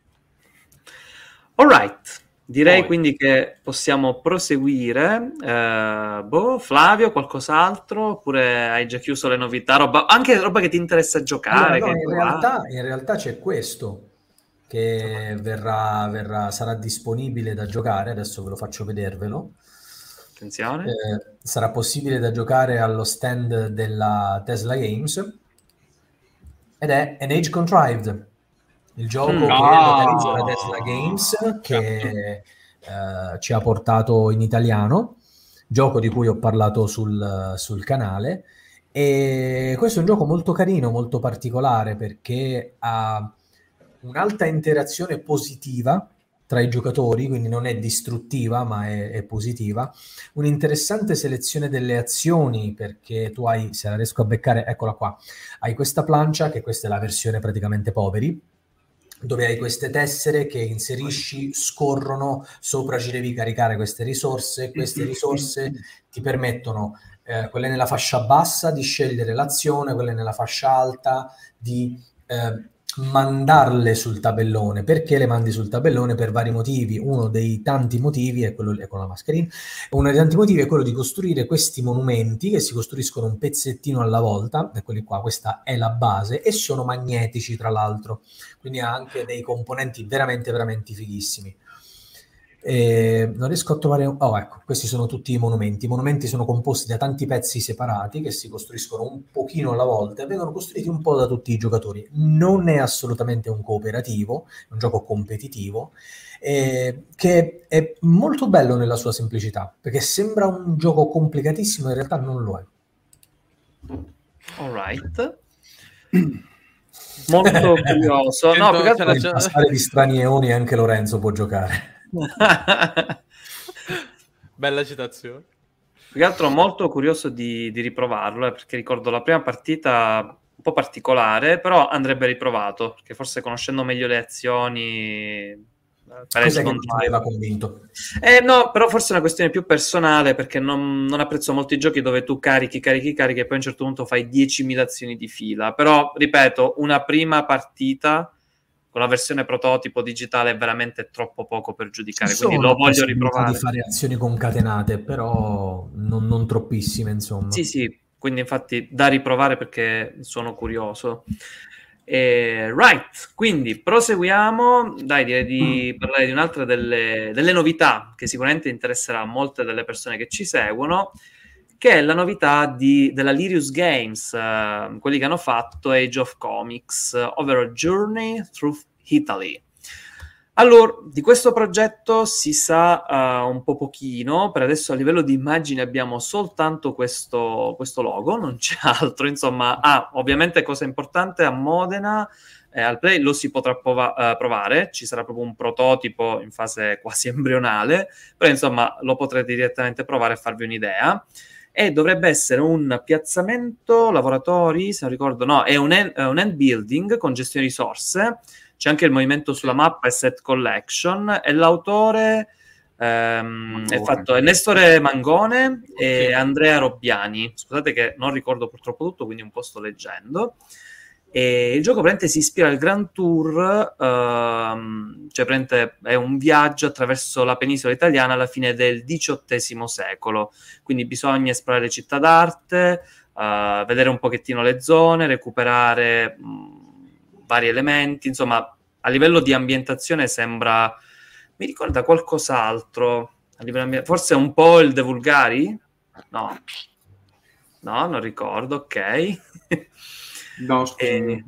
All right. Direi Poi. quindi che possiamo proseguire. Eh, boh, Flavio, qualcos'altro? Oppure hai già chiuso le novità? Roba, anche roba che ti interessa giocare? Allora, no, che in, realtà, in realtà c'è questo che verrà, verrà, sarà disponibile da giocare, adesso ve lo faccio vedervelo. Attenzione. Eh, sarà possibile da giocare allo stand della Tesla Games ed è An Age Contrived, il gioco Mm. che Ah. localizza la Tesla Games, che eh, ci ha portato in italiano, gioco di cui ho parlato sul, sul canale. E questo è un gioco molto carino, molto particolare, perché ha un'alta interazione positiva tra i giocatori, quindi non è distruttiva, ma è, è positiva. Un'interessante selezione delle azioni, perché tu hai, se la riesco a beccare, eccola qua, hai questa plancia, che questa è la versione praticamente poveri, dove hai queste tessere che inserisci, scorrono, sopra ci devi caricare queste risorse, queste risorse ti permettono, eh, quelle nella fascia bassa, di scegliere l'azione, quelle nella fascia alta, di eh, mandarle sul tabellone. Perché le mandi sul tabellone? Per vari motivi. Uno dei tanti motivi è quello con la mascherina. Uno dei tanti motivi è quello di costruire questi monumenti che si costruiscono un pezzettino alla volta, e quelli qua, questa è la base, e sono magnetici tra l'altro, quindi ha anche dei componenti veramente veramente fighissimi. Eh, non riesco a trovare. Oh, ecco, questi sono tutti i monumenti. I monumenti sono composti da tanti pezzi separati che si costruiscono un pochino alla volta e vengono costruiti un po' da tutti i giocatori. Non è assolutamente un cooperativo, è un gioco competitivo eh, che è molto bello nella sua semplicità, perché sembra un gioco complicatissimo, in realtà non lo è. All right. Molto curioso. No, più che altro il passare di strani eoni anche Lorenzo può giocare. Bella citazione. Più che altro molto curioso di, di riprovarlo, eh, perché ricordo la prima partita un po' particolare, però andrebbe riprovato, perché forse conoscendo meglio le azioni cos'è che ti aveva convinto? Eh, no, però forse è una questione più personale, perché non, non apprezzo molti giochi dove tu carichi, carichi, carichi e poi a un certo punto fai diecimila azioni di fila. Però, ripeto, una prima partita con la versione prototipo digitale è veramente troppo poco per giudicare, Ci quindi lo voglio riprovare. Di fare azioni concatenate, però non, non troppissime, insomma. Sì, sì, quindi infatti da riprovare perché sono curioso. Eh, right, quindi proseguiamo. Dai, direi di parlare di un'altra delle, delle novità che sicuramente interesserà molte delle persone che ci seguono, che è la novità di, della Lirius Games, uh, quelli che hanno fatto Age of Comics, uh, ovvero Journey Through Italy. Allora, di questo progetto si sa uh, un po' pochino, per adesso a livello di immagini abbiamo soltanto questo, questo logo, non c'è altro, insomma, ah, ovviamente cosa importante, a Modena, eh, al Play lo si potrà pova- uh, provare, ci sarà proprio un prototipo in fase quasi embrionale, però insomma lo potrete direttamente provare e farvi un'idea. E dovrebbe essere un piazzamento lavoratori, se non ricordo, no, è un, en- un end building con gestione risorse. C'è anche il movimento sulla mappa e set collection, e l'autore ehm, è fatto è Nestore Mangone e okay. Andrea Robbiani. Scusate che non ricordo purtroppo tutto, quindi un po' sto leggendo. E il gioco praticamente si ispira al Grand Tour, ehm, cioè praticamente è un viaggio attraverso la penisola italiana alla fine del diciottesimo secolo, quindi bisogna esplorare città d'arte, uh, vedere un pochettino le zone, recuperare mh, vari elementi, insomma a livello di ambientazione sembra, mi ricorda qualcos'altro, a livello ambi- forse un po' il De Vulgari? No, no, non ricordo, ok. No, scusami.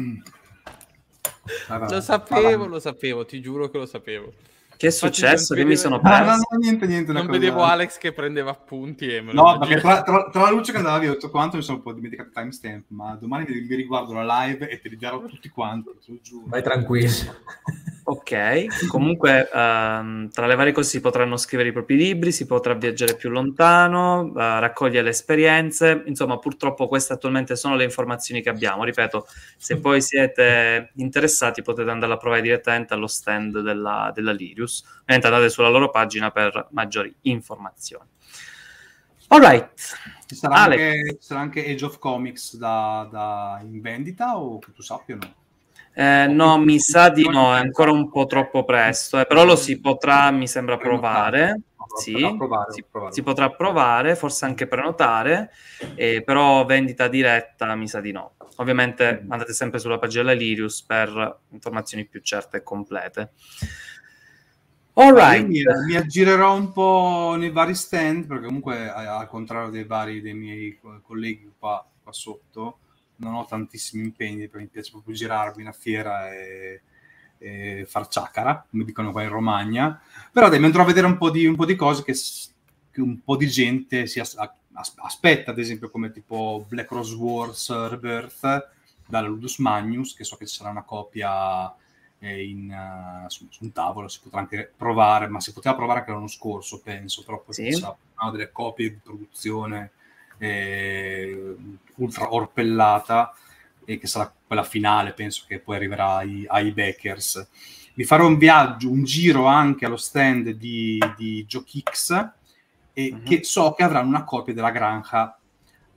Eh, lo sapevo, lo sapevo, ti giuro che lo sapevo. Che è successo? Che vedevo... mi sono perso? Ah, no, no, niente, niente. Non cosa... vedevo Alex che prendeva appunti e me lo No, perché tra, tra, tra la luce che andava via tutto quanto mi sono un po' dimenticato timestamp, ma domani mi, mi riguardo la live e te li darò tutti quanti, te lo giuro. Vai tranquillo. Ok, comunque um, tra le varie cose si potranno scrivere i propri libri, si potrà viaggiare più lontano, uh, raccogliere le esperienze, insomma purtroppo queste attualmente sono le informazioni che abbiamo, ripeto, se poi siete interessati potete andare a provare direttamente allo stand della, della Lirius, ovviamente andate sulla loro pagina per maggiori informazioni. All right. Ci sarà, anche, sarà anche Age of Comics da, da in vendita o che tu sappia o no? Eh, no, mi sa di no, è ancora un po' troppo presto, eh, però lo si potrà, mi sembra, provare. Sì, si, si potrà provare, forse anche prenotare, eh, però vendita diretta mi sa di no. Ovviamente andate sempre sulla pagina della Lirius per informazioni più certe e complete. All right. Mi, mi aggirerò un po' nei vari stand, perché comunque al contrario dei vari dei miei colleghi qua, qua sotto, non ho tantissimi impegni, perché mi piace proprio girarmi in fiera e, e far ciacara, come dicono qua in Romagna. Però dai, mi andrò a vedere un po' di, un po' di cose che, che un po' di gente si as- aspetta, ad esempio come tipo Black Rose Wars Rebirth dalla Ludus Magnus, che so che ci sarà una copia in, uh, su, su un tavolo, si potrà anche provare, ma si poteva provare anche l'anno scorso, penso, però poi sì. Sarà delle copie di produzione eh, ultra orpellata, e che sarà quella finale, penso che poi arriverà ai, ai backers. Vi farò un viaggio, un giro anche allo stand di, di GioKix, e uh-huh. che so che avranno una copia della Granja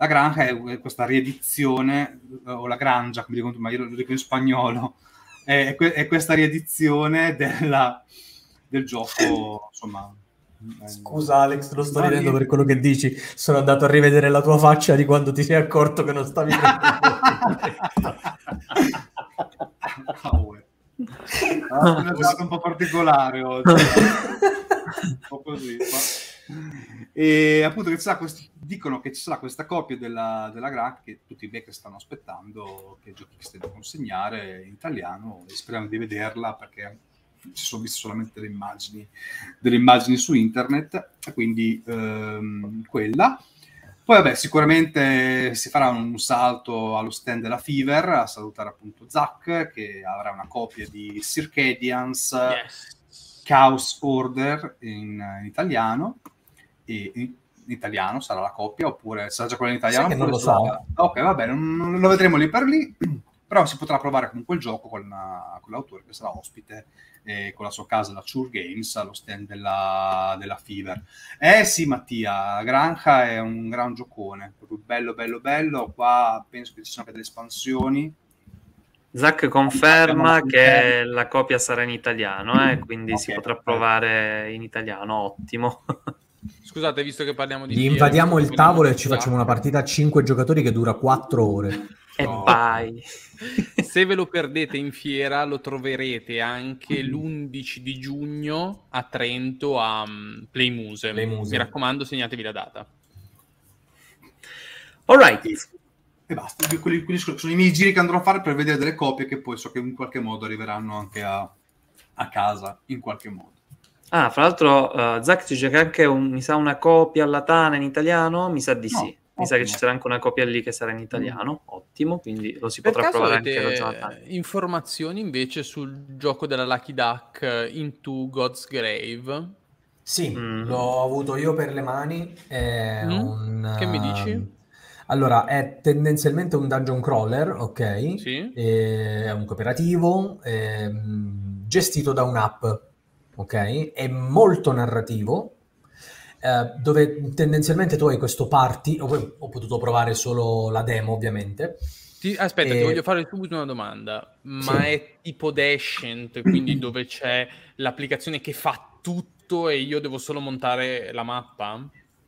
la granja è questa riedizione, o la granja, come dico, ma io lo dico in spagnolo, è, è questa riedizione della, del gioco, insomma. Scusa Alex, non sto ridendo per quello che dici, sono andato a rivedere la tua faccia di quando ti sei accorto che non stavi ah, è stato un po' particolare oggi. Un po' così, ma... e appunto che ci sarà quest... dicono che ci sarà questa copia della, della Granja che tutti i backer stanno aspettando, che giochi che stiano a consegnare in italiano, e speriamo di vederla perché ci sono viste solamente delle immagini, delle immagini su internet, quindi ehm, quella. Poi vabbè, sicuramente si farà un salto allo stand della Fever a salutare appunto Zach, che avrà una copia di Circadians, yes. Chaos Order in, in italiano, e in, in italiano sarà la copia, oppure sarà già quella in italiano? Sai che non lo sarà... so. Ok, vabbè, non, non lo vedremo lì per lì, però si potrà provare comunque il gioco con, una, con l'autore che sarà ospite eh, con la sua casa, la Chur Games, allo stand della, della Fever. Eh sì, Mattia, Granja è un gran giocone, proprio bello, bello, bello. Qua penso che ci siano anche delle espansioni. Zach conferma che la copia sarà in italiano, eh, quindi okay, si potrà provare in italiano, ottimo. Scusate, visto che parliamo di... Gli invadiamo il tavolo e ci facciamo una partita a cinque giocatori che dura quattro ore. E oh. Vai! Se ve lo perdete in fiera, lo troverete anche l'undici di giugno a Trento a um, Playmuse. Mi raccomando, segnatevi la data. All right. E basta. Quelli, quelli sono i miei giri che andrò a fare per vedere delle copie che poi so che in qualche modo arriveranno anche a, a casa, in qualche modo. Ah, fra l'altro, uh, Zach dice che anche un, mi sa una copia alla Tana in italiano, mi sa di no, sì. Mi ottimo. Sa che ci sarà anche una copia lì che sarà in italiano, mm. ottimo, quindi lo si per potrà provare avete anche da Jonathan. Informazioni invece sul gioco della Lucky Duck Into God's Grave? Sì, mm. l'ho avuto io per le mani. È mm. un, che mi dici? Allora, è tendenzialmente un dungeon crawler, ok? Sì. È un cooperativo, è gestito da un'app, ok? È molto narrativo, eh, dove tendenzialmente tu hai questo party, ho, ho potuto provare solo la demo ovviamente. Ti, aspetta, e... ti voglio fare subito una domanda, ma sì. È tipo Descent, quindi dove c'è l'applicazione che fa tutto e io devo solo montare la mappa?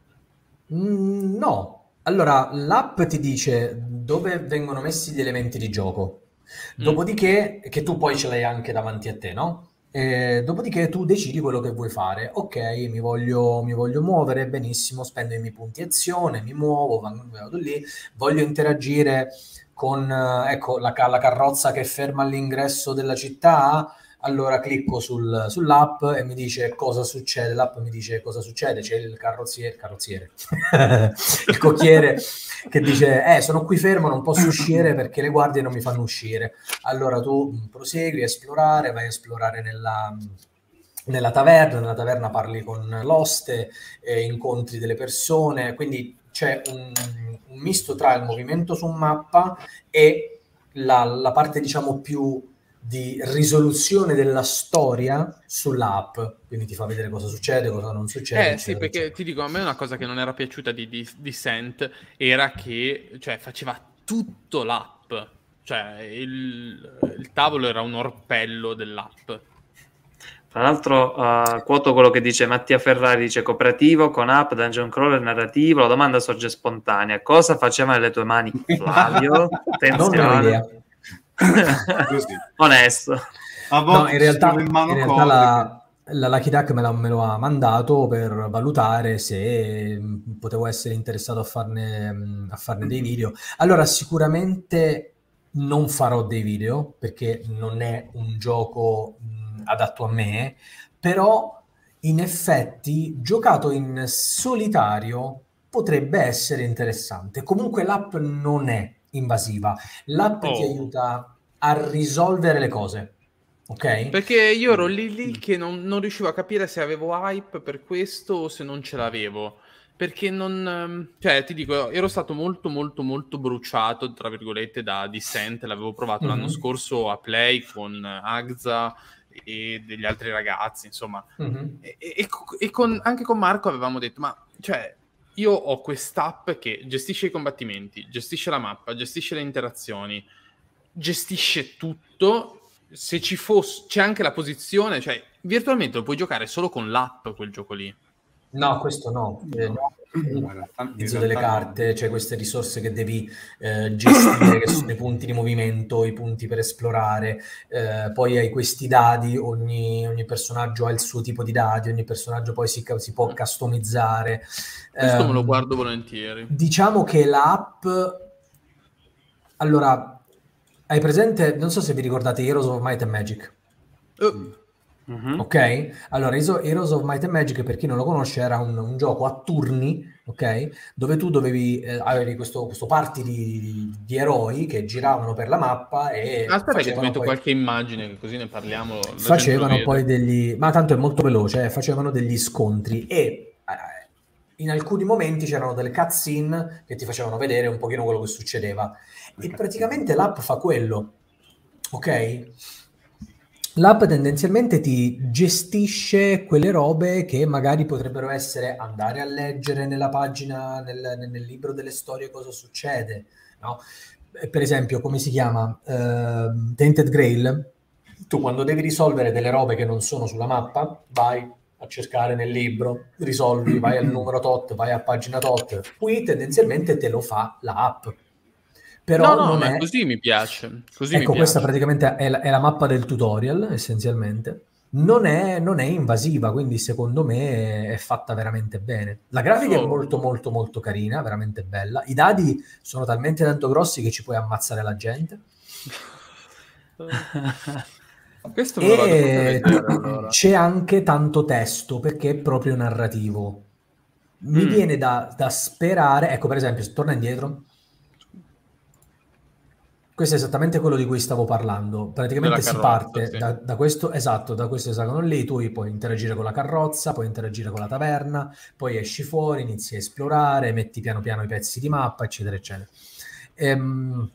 Mm, no. Allora, l'app ti dice dove vengono messi gli elementi di gioco, mm. dopodiché, che tu poi ce l'hai anche davanti a te, no? E dopodiché tu decidi quello che vuoi fare. Ok, mi voglio, mi voglio muovere, benissimo, spendo i miei punti azione, mi muovo, vado lì, voglio interagire con, ecco, la, la carrozza che è ferma all'ingresso della città. Allora clicco sul, sull'app e mi dice cosa succede, l'app mi dice cosa succede, c'è il carrozziere, carrozziere. il cocchiere che dice eh sono qui fermo, non posso uscire perché le guardie non mi fanno uscire. Allora tu prosegui a esplorare, vai a esplorare nella, nella taverna, nella taverna parli con l'oste, eh, incontri delle persone, quindi c'è un, un misto tra il movimento su mappa e la, la parte diciamo più di risoluzione della storia sull'app, quindi ti fa vedere cosa succede, cosa non succede. Eh sì, perché eccetera. Ti dico, a me una cosa che non era piaciuta di, di, di Sent era che, cioè, faceva tutto l'app, cioè il, il tavolo era un orpello dell'app. Tra l'altro uh, quoto quello che dice Mattia Ferrari, dice cooperativo, con app, dungeon crawler, narrativo, la domanda sorge spontanea, cosa faceva nelle tue mani Flavio? Attenzione. Non ho idea. Così. Onesto. No, in realtà, in in realtà la, la Lucky Duck me, la, me lo ha mandato per valutare se potevo essere interessato a farne, a farne dei video. Allora sicuramente non farò dei video perché non è un gioco mh, adatto a me, però in effetti giocato in solitario potrebbe essere interessante. Comunque l'app non è invasiva, l'app oh. ti aiuta a risolvere le cose, ok? Perché io ero lì lì che non, non riuscivo a capire se avevo hype per questo o se non ce l'avevo, perché non, cioè ti dico, ero stato molto molto molto bruciato tra virgolette da Descent, l'avevo provato mm-hmm. l'anno scorso a Play con Agza e degli altri ragazzi, insomma, mm-hmm. e, e, e con, anche con Marco avevamo detto, ma cioè io ho quest'app che gestisce i combattimenti, gestisce la mappa, gestisce le interazioni, gestisce tutto. Se ci fosse, c'è anche la posizione, cioè virtualmente lo puoi giocare solo con l'app quel gioco lì. No, questo no. Eh, no. L'utilizzo delle carte, cioè queste risorse che devi eh, gestire, che sono i punti di movimento, i punti per esplorare, eh, poi hai questi dadi, ogni, ogni personaggio ha il suo tipo di dadi, ogni personaggio poi si, si può customizzare. Questo um, me lo guardo volentieri. Diciamo che l'app, allora, hai presente, non so se vi ricordate Heroes of Might and Magic. Uh. Mm-hmm. Ok, allora Heroes of Might and Magic, per chi non lo conosce, era un, un gioco a turni, ok, dove tu dovevi eh, avevi questo, questo party di, di eroi che giravano per la mappa e aspetta che ti metto poi, qualche immagine così ne parliamo. Facevano poi degli, ma tanto è molto veloce, eh, facevano degli scontri e eh, in alcuni momenti c'erano delle cutscene che ti facevano vedere un pochino quello che succedeva e praticamente l'app fa quello, ok? L'app tendenzialmente ti gestisce quelle robe che magari potrebbero essere andare a leggere nella pagina, nel, nel libro delle storie cosa succede, no? Per esempio, come si chiama? Uh, Tainted Grail. Tu quando devi risolvere delle robe che non sono sulla mappa, vai a cercare nel libro, risolvi, vai al numero tot, vai a pagina tot. Qui tendenzialmente te lo fa l'app. Però no, no, non ma è... così mi piace. Così ecco, mi questa piace. praticamente è la, è la mappa del tutorial, essenzialmente. Non è, non è invasiva, quindi secondo me è fatta veramente bene. La grafica oh. è molto, molto, molto carina, veramente bella. I dadi sono talmente tanto grossi che ci puoi ammazzare la gente. Questo me lo vado proprio a vedere, allora. C'è anche tanto testo, perché è proprio narrativo. Mi mm. viene da, da sperare... Ecco, per esempio, se torna indietro... Questo è esattamente quello di cui stavo parlando. Praticamente si parte sì. da, da questo, esatto, da questo esagono lì, tu puoi interagire con la carrozza, puoi interagire con la taverna, poi esci fuori, inizi a esplorare, metti piano piano i pezzi di mappa, eccetera, eccetera. Ehm,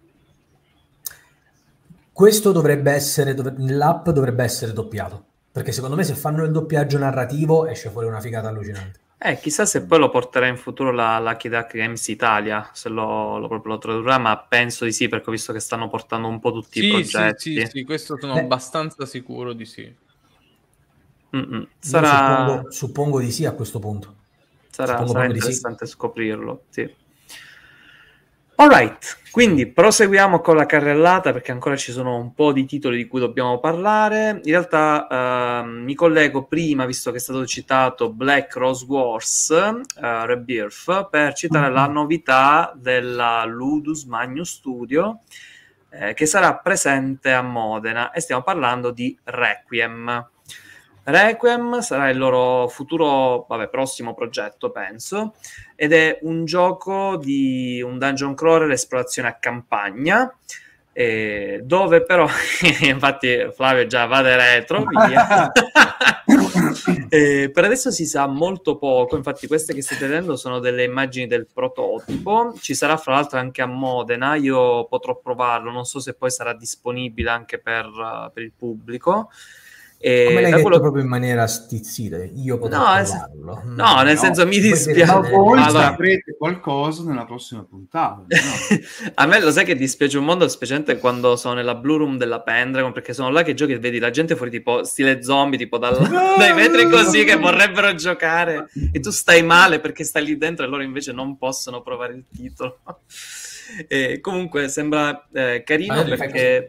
questo dovrebbe essere, dov- l'app dovrebbe essere doppiato, perché secondo me se fanno il doppiaggio narrativo esce fuori una figata allucinante. Eh, chissà se poi lo porterà in futuro la Lucky Duck Games Italia, se lo, lo proprio lo tradurrà, ma penso di sì, perché ho visto che stanno portando un po' tutti sì, i progetti. Sì, sì, sì, questo sono Beh. abbastanza sicuro di sì. Mm-mm. Sarà... Suppongo, suppongo di sì a questo punto. Sarà, sarà interessante sì. scoprirlo, sì. Alright, quindi proseguiamo con la carrellata perché ancora ci sono un po' di titoli di cui dobbiamo parlare. In realtà uh, mi collego prima, visto che è stato citato Black Rose Wars uh, Rebirth, per citare mm-hmm. la novità della Ludus Magnus Studio eh, che sarà presente a Modena e stiamo parlando di Requiem. Requiem sarà il loro futuro, vabbè, prossimo progetto, penso, ed è un gioco di un dungeon crawler, esplorazione a campagna, eh, dove però, infatti Flavio già va de retro, via. eh, per adesso si sa molto poco, infatti queste che state vedendo sono delle immagini del prototipo, ci sarà fra l'altro anche a Modena, io potrò provarlo, non so se poi sarà disponibile anche per, uh, per il pubblico. E come l'hai detto quello... proprio in maniera stizzita, io potrò no, provarlo. Es... No, nel no, senso mi dispiace. Ma voi allora... saprete qualcosa nella prossima puntata. No? A me lo sai che dispiace un mondo, specialmente quando sono nella Blue Room della Pendragon, perché sono là che giochi e vedi la gente fuori tipo stile zombie, tipo dal... dai vetri così che vorrebbero giocare e tu stai male perché stai lì dentro e loro invece non possono provare il titolo. E comunque sembra eh, carino ah, perché...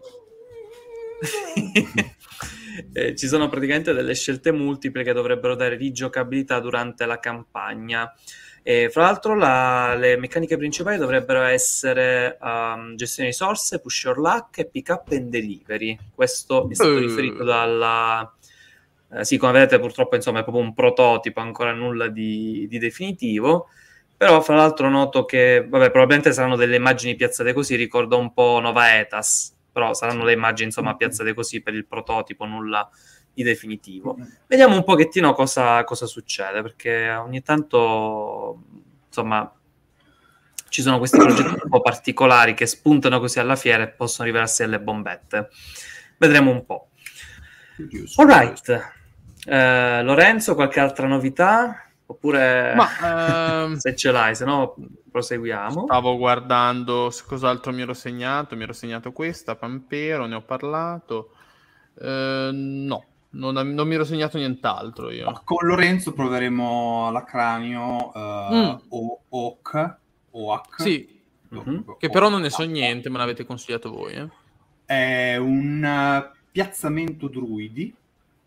Eh, ci sono praticamente delle scelte multiple che dovrebbero dare rigiocabilità durante la campagna. E fra l'altro la, le meccaniche principali dovrebbero essere um, gestione di risorse, push your luck e pick up and delivery. Questo è stato uh. riferito dalla... Eh, sì, come vedete purtroppo insomma è proprio un prototipo, ancora nulla di, di definitivo. Però fra l'altro noto che, vabbè, probabilmente saranno delle immagini piazzate così, ricorda un po' Nova Etas, però saranno le immagini insomma piazzate così per il prototipo, nulla di definitivo. Vediamo un pochettino cosa, cosa succede, perché ogni tanto insomma ci sono questi progetti un po' particolari che spuntano così alla fiera e possono rivelarsi delle bombette. Vedremo un po'. All right. Uh, Lorenzo, qualche altra novità? Oppure Ma, ehm, se ce l'hai, se no proseguiamo. Stavo guardando se cos'altro mi ero segnato. Mi ero segnato questa, Pampero, ne ho parlato. Eh, no, non, non mi ero segnato nient'altro io. Con Lorenzo proveremo la cranio uh, Mm. o Oak, Oak. Sì, Mm-hmm. che però non ne so niente, me l'avete consigliato voi. Eh? È un uh, piazzamento druidi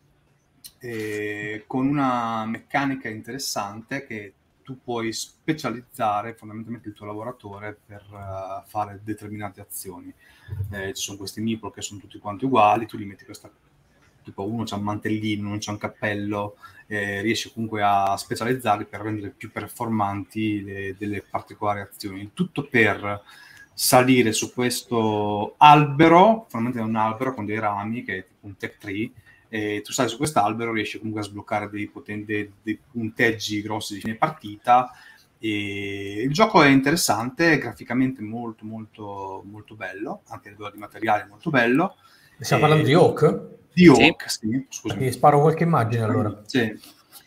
eh, con una meccanica interessante che tu puoi specializzare fondamentalmente il tuo lavoratore per uh, fare determinate azioni. Eh, ci sono questi meeple che sono tutti quanti uguali, tu li metti questa, tipo uno c'ha un mantellino, uno c'ha un cappello, eh, riesci comunque a specializzarli per rendere più performanti le, delle particolari azioni. Il tutto per salire su questo albero, fondamentalmente è un albero con dei rami che è tipo un tech tree, e tu sali su quest'albero, riesci comunque a sbloccare dei, poten- dei, dei punteggi grossi di fine partita. E il gioco è interessante, graficamente molto molto molto bello, anche a livello di materiale molto bello. Stiamo parlando di Oak? Di Oak, sì, sì, scusami. Ti sparo qualche immagine allora. Sì.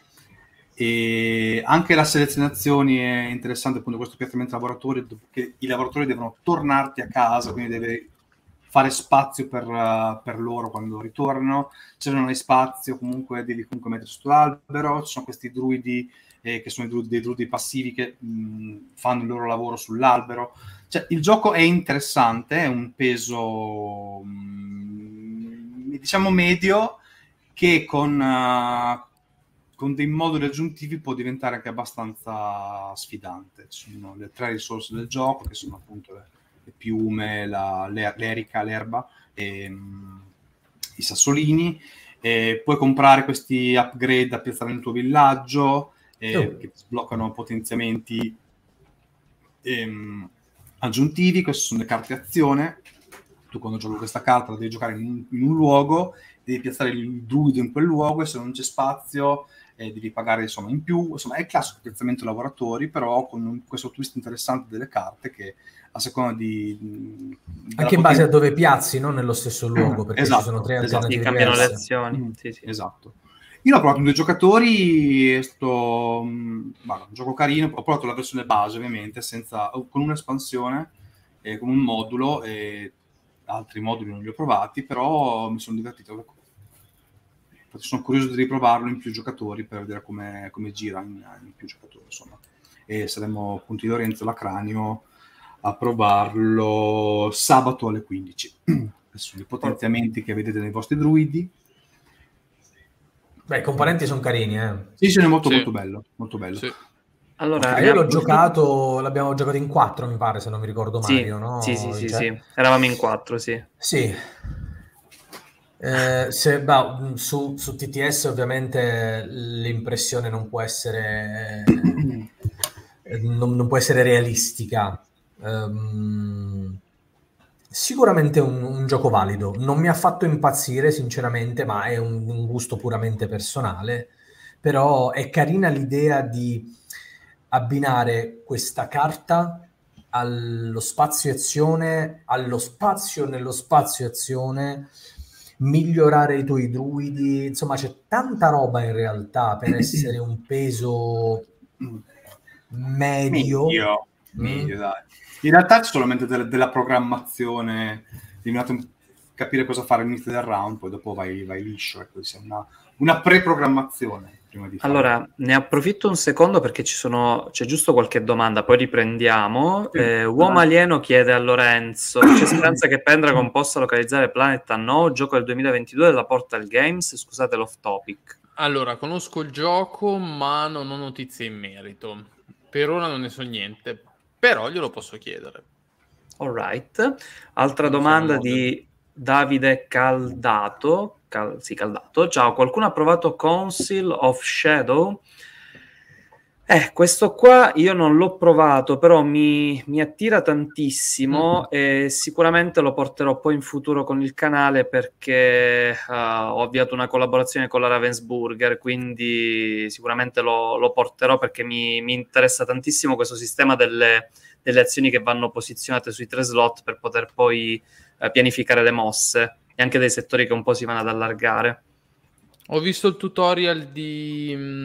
E anche la selezionazione è interessante, appunto questo piazzamento lavoratori, che i lavoratori devono tornarti a casa, quindi deve fare spazio per, uh, per loro quando ritornano. Se non hai spazio comunque devi comunque mettere sotto l'albero. Ci sono questi druidi eh, che sono i druidi, dei druidi passivi che mh, fanno il loro lavoro sull'albero. Cioè, il gioco è interessante, è un peso mh, diciamo medio, che con, uh, con dei moduli aggiuntivi può diventare anche abbastanza sfidante. Ci sono le tre risorse del gioco, che sono appunto le, le piume, la, l'erica, l'erba e um, i sassolini. E puoi comprare questi upgrade da piazzare nel tuo villaggio, eh, oh. che sbloccano potenziamenti ehm, aggiuntivi. Queste sono le carte azione. Tu quando giochi questa carta la devi giocare in un, in un luogo, devi piazzare il druido in quel luogo, e se non c'è spazio eh, devi pagare insomma in più. Insomma è il classico piazzamento lavoratori, però con un, questo twist interessante delle carte che a seconda di... di anche in base a dove piazzi, non nello stesso luogo, perché esatto, ci sono tre esatto. alternative sì, cambiano diverse. le azioni. Mm, sì, sì. Esatto. Io l'ho provato con due giocatori, è stato mh, un gioco carino. Ho provato la versione base ovviamente, senza, con un'espansione, eh, con un modulo, e altri moduli non li ho provati, però mi sono divertito. Sono curioso di riprovarlo in più giocatori per vedere come, come gira in, in più giocatori, insomma. E saremo appunto io, Lorenzo, la Cranio a provarlo sabato alle quindici. Sono i potenziamenti che vedete nei vostri druidi. Beh, i componenti sono carini, eh. Sì, sì, è molto sì. molto bello, molto bello. Sì. Allora, okay, io l'ho giocato, l'abbiamo giocato in quattro, mi pare, se non mi ricordo sì, Mario, no? Sì, sì, sì, cioè... sì, eravamo in quattro, sì. Sì. Eh, se, bah, su, su T T S ovviamente l'impressione non può essere non, non può essere realistica. Um, sicuramente un, un gioco valido. Non mi ha fatto impazzire sinceramente, ma è un, un gusto puramente personale. Però è carina l'idea di abbinare questa carta allo spazio azione, allo spazio nello spazio azione, migliorare i tuoi druidi, insomma c'è tanta roba in realtà per essere un peso medio. Medio, mm. medio dai. In realtà c'è solamente de- della programmazione, devi capire cosa fare all'inizio del round, poi dopo vai, vai liscio, ecco, c'è una, una pre-programmazione. Prima di allora, ne approfitto un secondo perché ci sono, c'è giusto qualche domanda, poi riprendiamo. Eh, Uomo Alieno chiede a Lorenzo: c'è speranza che Pendragon possa localizzare Planet Unknown, gioco del duemilaventidue della Portal Games? Scusate l'off topic. Allora, conosco il gioco, ma non ho notizie in merito. Per ora non ne so niente, però glielo posso chiedere. All right. Altra domanda di Davide Caldato. Cal- sì, Caldato. Ciao, qualcuno ha provato Council of Shadow? Eh, questo qua io non l'ho provato, però mi, mi attira tantissimo mm-hmm. e sicuramente lo porterò poi in futuro con il canale, perché uh, ho avviato una collaborazione con la Ravensburger, quindi sicuramente lo, lo porterò perché mi, mi interessa tantissimo questo sistema delle, delle azioni che vanno posizionate sui tre slot per poter poi uh, pianificare le mosse, e anche dei settori che un po' si vanno ad allargare. Ho visto il tutorial di...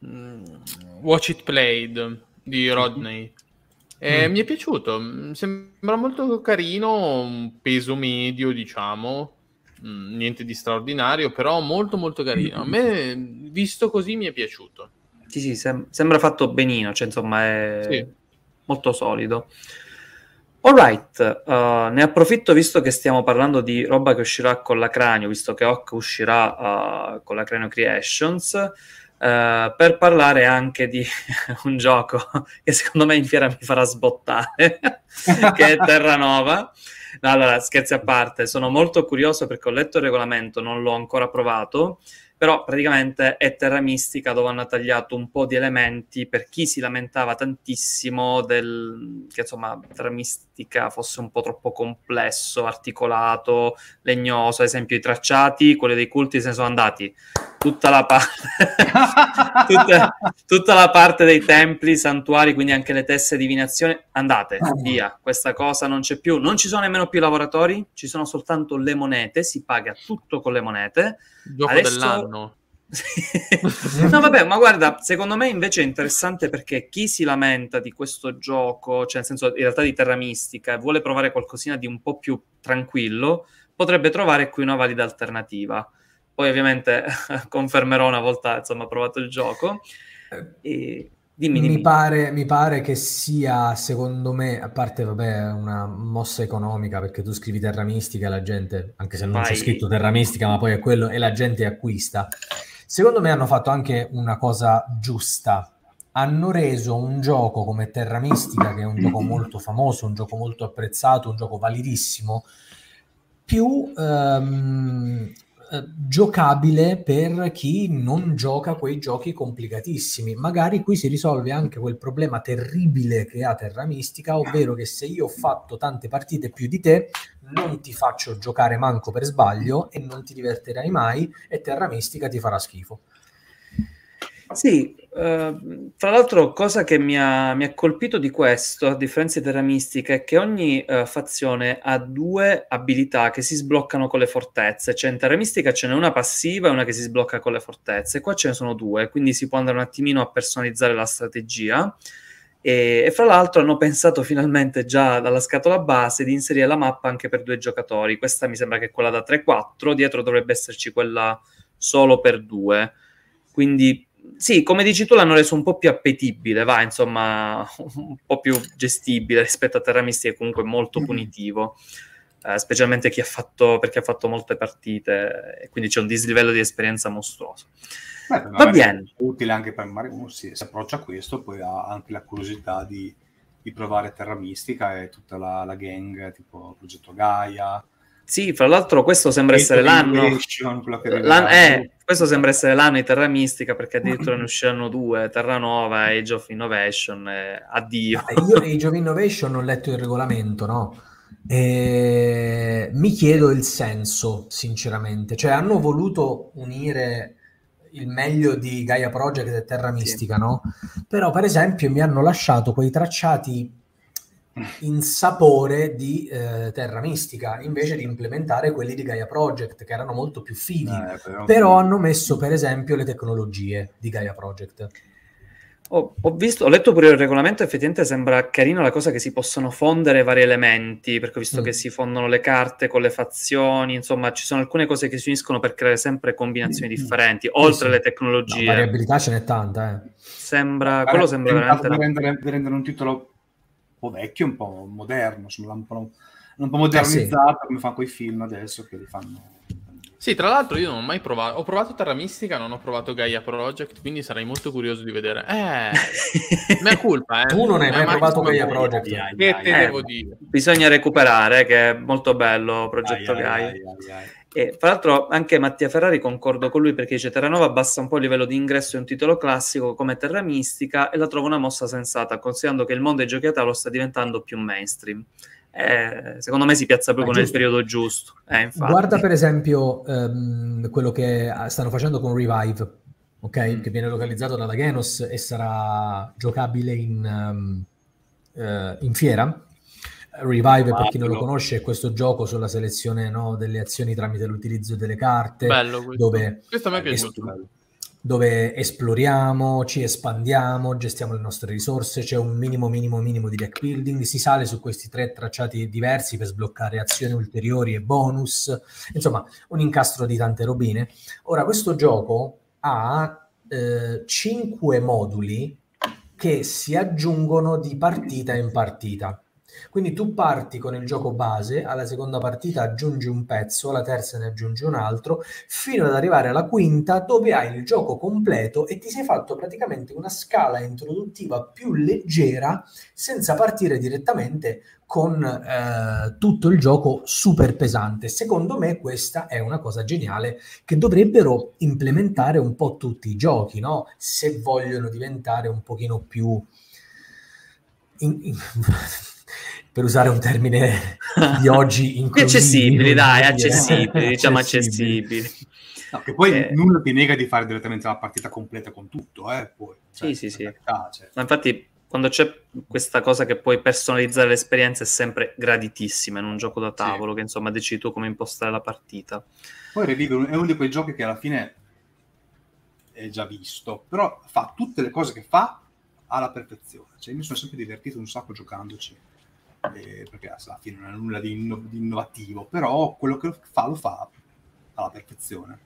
Watch It Played di Rodney. E mm. mi è piaciuto, sembra molto carino, un peso medio, diciamo, niente di straordinario, però molto molto carino. A me, visto così, mi è piaciuto. Sì, sì, sem- sembra fatto benino, cioè insomma è sì. molto solido. Alright, uh, ne approfitto visto che stiamo parlando di roba che uscirà con la Cranio, visto che Hawk uscirà uh, con la Cranio Creations, Uh, per parlare anche di un gioco che secondo me in fiera mi farà sbottare, che è Terranova. No, allora, scherzi a parte, sono molto curioso perché ho letto il regolamento, non l'ho ancora provato, però praticamente è Terra Mistica dove hanno tagliato un po' di elementi per chi si lamentava tantissimo del che insomma Terra Mistica fosse un po' troppo complesso, articolato, legnoso. Ad esempio i tracciati, quelli dei culti se ne sono andati, tutta la parte tutta, tutta la parte dei templi, santuari, quindi anche le teste di divinazione, andate via, questa cosa non c'è più, non ci sono nemmeno più lavoratori, ci sono soltanto le monete, si paga tutto con le monete. Gioco Adesso... dell'anno. No vabbè, ma guarda, secondo me invece è interessante perché chi si lamenta di questo gioco, cioè nel senso in realtà di Terra Mistica, e vuole provare qualcosina di un po' più tranquillo, potrebbe trovare qui una valida alternativa. Poi ovviamente confermerò una volta insomma provato il gioco. E... Dimmi, dimmi. Mi pare, mi pare che sia, secondo me, a parte vabbè una mossa economica, perché tu scrivi Terra Mistica e la gente, anche se non Vai. c'è scritto Terra Mistica, ma poi è quello, e la gente acquista. Secondo me hanno fatto anche una cosa giusta. Hanno reso un gioco come Terra Mistica, che è un gioco molto famoso, un gioco molto apprezzato, un gioco validissimo, più... Um, giocabile per chi non gioca quei giochi complicatissimi. Magari qui si risolve anche quel problema terribile che ha Terra Mistica, ovvero che se io ho fatto tante partite più di te non ti faccio giocare manco per sbaglio e non ti divertirai mai e Terra Mistica ti farà schifo. Sì, uh, tra l'altro cosa che mi ha, mi ha colpito di questo, a differenza di Terra Mistica, è che ogni uh, fazione ha due abilità che si sbloccano con le fortezze. Cioè in Terra Mistica ce n'è una passiva e una che si sblocca con le fortezze, qua ce ne sono due, quindi si può andare un attimino a personalizzare la strategia. E, e fra l'altro hanno pensato finalmente già dalla scatola base di inserire la mappa anche per due giocatori. Questa mi sembra che è quella da tre quattro, dietro dovrebbe esserci quella solo per due, quindi sì, come dici tu l'hanno reso un po' più appetibile, va, insomma, un po' più gestibile rispetto a Terra Mistica, che comunque è molto punitivo, eh, specialmente chi ha fatto, perché ha fatto molte partite e quindi c'è un dislivello di esperienza mostruoso. Beh, va bene. È utile anche per magari uno si, si approccia a questo, poi ha anche la curiosità di, di provare Terra Mistica e tutta la, la gang, tipo Progetto Gaia. Sì, fra l'altro questo sembra essere l'anno, l'anno eh, questo sembra essere l'anno di Terra Mistica, perché addirittura ne usciranno due, Terranova e Age of Innovation, eh, addio. Io Age of Innovation ho letto il regolamento, no? E mi chiedo il senso, sinceramente. Cioè hanno voluto unire il meglio di Gaia Project e Terra Mistica, sì. No? Però per esempio mi hanno lasciato quei tracciati in sapore di eh, Terra Mistica invece di implementare quelli di Gaia Project, che erano molto più fighi, eh, però, però hanno messo per esempio le tecnologie di Gaia Project. Ho, ho visto, ho letto pure il regolamento, effettivamente sembra carino la cosa che si possono fondere vari elementi, perché ho visto mm. che si fondono le carte con le fazioni, insomma ci sono alcune cose che si uniscono per creare sempre combinazioni mm. differenti, oltre alle tecnologie. La variabilità ce n'è tanta, eh. Sembra, eh, quello sembra veramente... Per rendere, per rendere un titolo un po' vecchio, un po' moderno, insomma, un po', un po' modernizzato, eh sì. Come fanno quei film adesso che li fanno. Sì, tra l'altro io non ho mai provato, ho provato Terra Mistica, non ho provato Gaia Project, quindi sarei molto curioso di vedere. Eh, mea colpa, eh. Tu non hai mai provato Gaia Project? Che te eh, devo dire? Bisogna recuperare, che è molto bello Progetto ai, Gaia. Ai, ai, ai. E tra l'altro anche Mattia Ferrari, concordo con lui, perché dice Terranova abbassa un po' il livello di ingresso di un titolo classico come Terra Mistica e la trovo una mossa sensata, considerando che il mondo dei giochi a tavolo sta diventando più mainstream. Eh, secondo me si piazza proprio nel periodo giusto. Eh, infatti. Guarda per esempio um, quello che stanno facendo con Revive, ok? Mm. Che viene localizzato dalla Genos e sarà giocabile in, um, uh, in fiera. Revive, ah, per chi non lo conosce, è questo gioco sulla selezione, no, delle azioni tramite l'utilizzo delle carte. Bello questo. Dove questo a me è piaciuto. Est- dove esploriamo, ci espandiamo, gestiamo le nostre risorse, c'è un minimo, minimo, minimo di deck building, si sale su questi tre tracciati diversi per sbloccare azioni ulteriori e bonus, insomma, un incastro di tante robine. Ora, questo gioco ha eh, cinque moduli che si aggiungono di partita in partita. Quindi tu parti con il gioco base, alla seconda partita aggiungi un pezzo, alla terza ne aggiungi un altro, fino ad arrivare alla quinta dove hai il gioco completo e ti sei fatto praticamente una scala introduttiva più leggera senza partire direttamente con eh, tutto il gioco super pesante. Secondo me questa è una cosa geniale che dovrebbero implementare un po' tutti i giochi, no? Se vogliono diventare un pochino più... In, in... per usare un termine di oggi accessibili, dai, accessibili, diciamo accessibili. No, che poi eh. nulla ti nega di fare direttamente la partita completa con tutto, eh, poi. Cioè, sì, sì, sì. Realtà, cioè. Ma infatti quando c'è questa cosa che puoi personalizzare l'esperienza è sempre graditissima in un gioco da tavolo, sì. Che insomma decidi tu come impostare la partita. Poi Revive è uno di quei giochi che alla fine è già visto, però fa tutte le cose che fa alla perfezione. Cioè, io mi sono sempre divertito un sacco giocandoci. Eh, perché alla fine non è nulla di, inno- di innovativo, però quello che fa lo fa alla perfezione.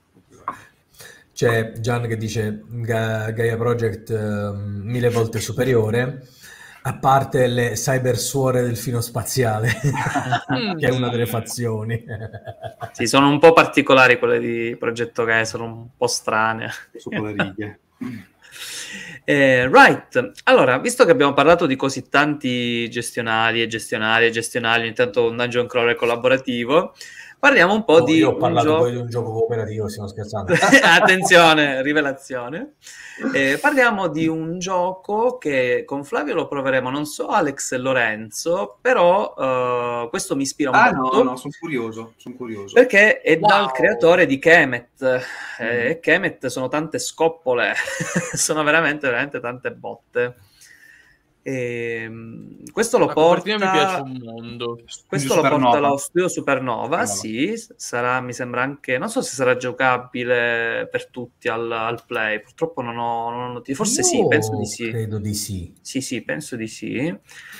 C'è Gian che dice Ga- Gaia Project uh, mille volte superiore, a parte le cyber suore del filo spaziale che è una delle fazioni. Sì, sono un po' particolari quelle di Progetto Gaia, sono un po' strane sotto le righe. Eh, right, allora, visto che abbiamo parlato di così tanti gestionali e gestionali e gestionali, intanto un dungeon crawler collaborativo, parliamo un po' oh, di io ho parlato gioco... poi di un gioco cooperativo, stiamo scherzando. Attenzione, rivelazione. Eh, parliamo di un gioco che con Flavio lo proveremo, non so Alex e Lorenzo, però uh, questo mi ispira un ah, botto. no, no, sono curioso, sono curioso. Perché è wow. dal creatore di Kemet, mm. eh, e Kemet sono tante scoppole, sono veramente, veramente tante botte. E, questo lo la porta... mi piace un mondo. Questo lo porta lo studio Supernova, Supernova, sì, sarà, mi sembra anche, non so se sarà giocabile per tutti al, al Play, purtroppo non ho, non ho notizie, forse Io sì, penso di sì. credo di sì. Sì, sì, penso di sì.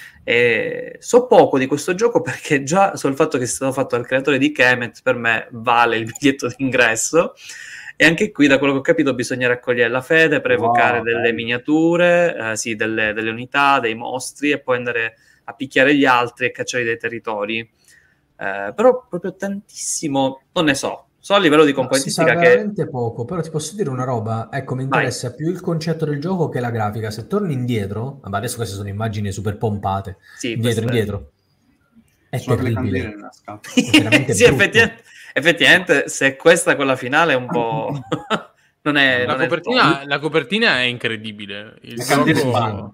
E so poco di questo gioco perché già sul fatto che sia stato fatto dal creatore di Kemet per me vale il biglietto d'ingresso. E anche qui, da quello che ho capito, bisogna raccogliere la fede per evocare wow, delle bello. miniature, eh, sì, delle, delle unità, dei mostri, e poi andare a picchiare gli altri e cacciare dei territori. Eh, però proprio tantissimo, non ne so. So a livello di componentistica no, che... veramente poco, però ti posso dire una roba, ecco, mi interessa Vai. più il concetto del gioco che la grafica. Se torni indietro, vabbè, adesso queste sono immagini super pompate, sì, indietro, indietro, è, è terribile. È veramente sì, effettivamente, effettivamente, se questa è quella finale è un po'... non è, la, non copertina, è la copertina è incredibile. Il la gioco...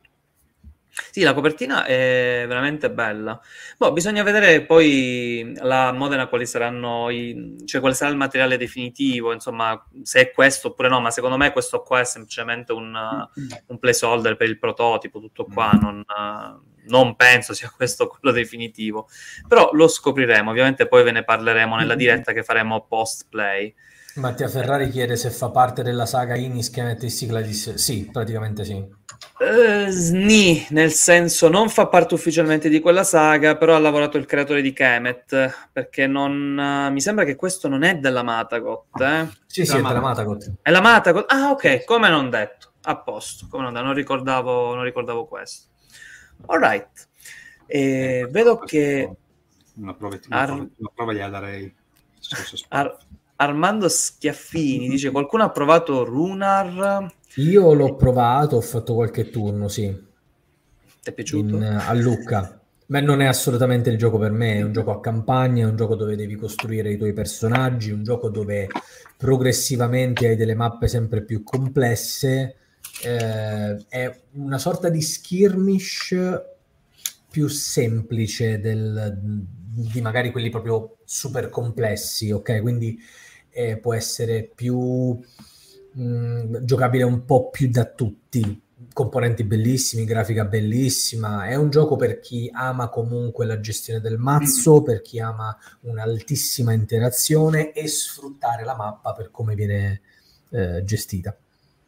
Sì, la copertina è veramente bella. Boh, bisogna vedere poi la Modena quali saranno i, cioè quale sarà il materiale definitivo, insomma, se è questo oppure no, ma secondo me questo qua è semplicemente un, un placeholder per il prototipo, tutto qua, non, non penso sia questo quello definitivo. Però lo scopriremo, ovviamente poi ve ne parleremo nella diretta che faremo post-play. Mattia Ferrari chiede se fa parte della saga Inis, Kemet e Cyclades. Sì, praticamente sì. Uh, sni, nel senso non fa parte ufficialmente di quella saga, però ha lavorato il creatore di Kemet, perché non uh, mi sembra che questo non è della Matagot, eh? Sì, sì, è della Matagot. È la Matagot? Ah, ok, come non detto. A posto, come non detto, non ricordavo, non ricordavo questo. All right. E eh, vedo che... Una prova, una Ar... prova, una prova gliela darei. Ar... Armando Schiaffini dice: qualcuno ha provato Runar? Io l'ho provato, ho fatto qualche turno, sì. Ti è piaciuto? In, a Lucca. Ma non è assolutamente il gioco per me, è un gioco a campagna, è un gioco dove devi costruire i tuoi personaggi, un gioco dove progressivamente hai delle mappe sempre più complesse, eh, è una sorta di skirmish più semplice del, di magari quelli proprio super complessi, ok? Quindi eh, può essere più mh, giocabile un po' più da tutti, componenti bellissimi, grafica bellissima. È un gioco per chi ama comunque la gestione del mazzo, per chi ama un'altissima interazione e sfruttare la mappa per come viene eh, gestita.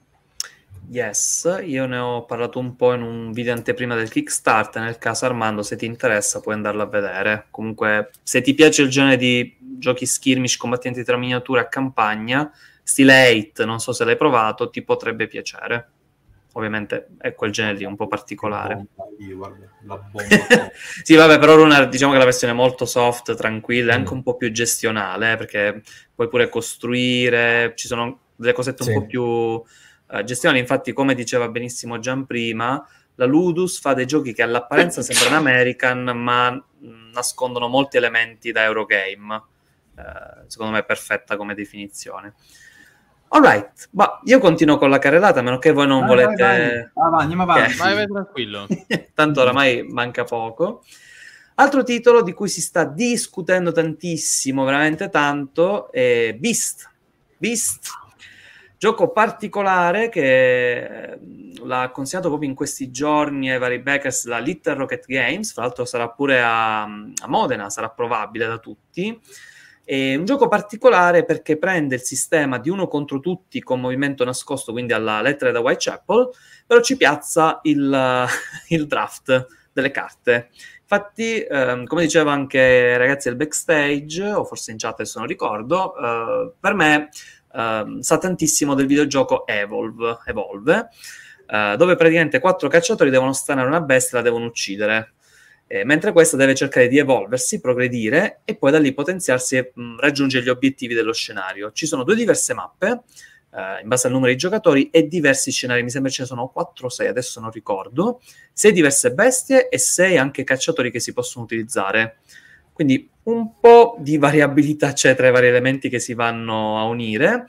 Yes, io ne ho parlato un po' in un video anteprima del Kickstarter, nel caso Armando, se ti interessa puoi andarlo a vedere. Comunque, se ti piace il genere di giochi skirmish, combattenti tra miniature a campagna, stile Eight, non so se l'hai provato, ti potrebbe piacere. Ovviamente è quel genere lì un po' particolare. Guarda, la bomba. Sì, vabbè, però una, diciamo che la versione è molto soft, tranquilla, e anche un po' più gestionale, eh, perché puoi pure costruire, ci sono delle cosette un Sì. po' più uh, gestionali. Infatti, come diceva benissimo Gian prima, la Ludus fa dei giochi che all'apparenza sembrano American, ma mh, nascondono molti elementi da Eurogame. Uh, secondo me è perfetta come definizione. Alright, ma io continuo con la carrellata, a meno che voi non Vai, volete... vai, vai. Ah, vai, andiamo avanti. Okay. Vai, vai tranquillo. Tanto oramai manca poco. Altro titolo di cui si sta discutendo tantissimo, veramente tanto, è Beast. Beast, gioco particolare che l'ha consigliato proprio in questi giorni ai vari backers la Little Rocket Games, fra l'altro sarà pure a, a Modena, sarà provabile da tutti. È un gioco particolare perché prende il sistema di uno contro tutti con movimento nascosto, quindi alla lettera da Whitechapel, però ci piazza il, il draft delle carte. Infatti, ehm, come diceva anche i ragazzi del backstage, o forse in chat adesso non ricordo, eh, per me eh, sa tantissimo del videogioco Evolve, Evolve eh, dove praticamente quattro cacciatori devono stanare una bestia e la devono uccidere. Eh, mentre questa deve cercare di evolversi, progredire e poi da lì potenziarsi e mh, raggiungere gli obiettivi dello scenario. Ci sono due diverse mappe eh, in base al numero di giocatori e diversi scenari, mi sembra ce ne sono quattro o sei, adesso non ricordo, sei diverse bestie e sei anche cacciatori che si possono utilizzare. Quindi un po' di variabilità c'è tra i vari elementi che si vanno a unire.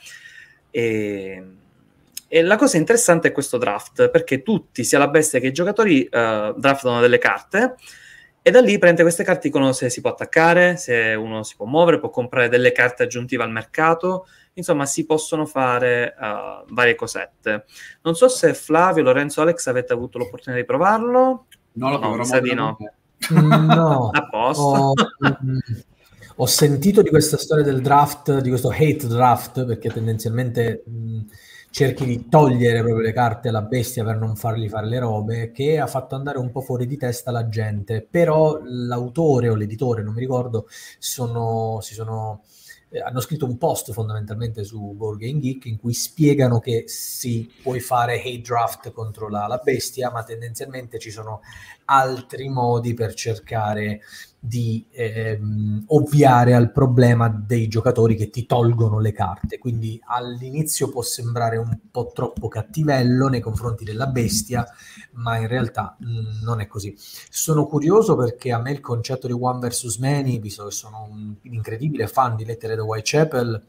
E... E la cosa interessante è questo draft, perché tutti, sia la bestia che i giocatori, eh, draftano delle carte, e da lì prende queste carte, dicono se si può attaccare, se uno si può muovere, può comprare delle carte aggiuntive al mercato, insomma si possono fare uh, varie cosette. Non so se Flavio, Lorenzo, Alex avete avuto l'opportunità di provarlo. No, lo no, mi sa di no. No. A posto. Ho, ho sentito di questa storia del draft, di questo hate draft, perché tendenzialmente mh, cerchi di togliere proprio le carte alla bestia per non fargli fare le robe, che ha fatto andare un po' fuori di testa la gente. Però l'autore o l'editore, non mi ricordo, sono, si sono... Eh, hanno scritto un post fondamentalmente su Board Game Geek in cui spiegano che sì, puoi fare hate draft contro la, la bestia, ma tendenzialmente ci sono altri modi per cercare di ehm, ovviare al problema dei giocatori che ti tolgono le carte. Quindi all'inizio può sembrare un po' troppo cattivello nei confronti della bestia, ma in realtà mh, non è così. Sono curioso perché a me il concetto di One versus Many, visto che sono un incredibile fan di Lettere da Whitechapel,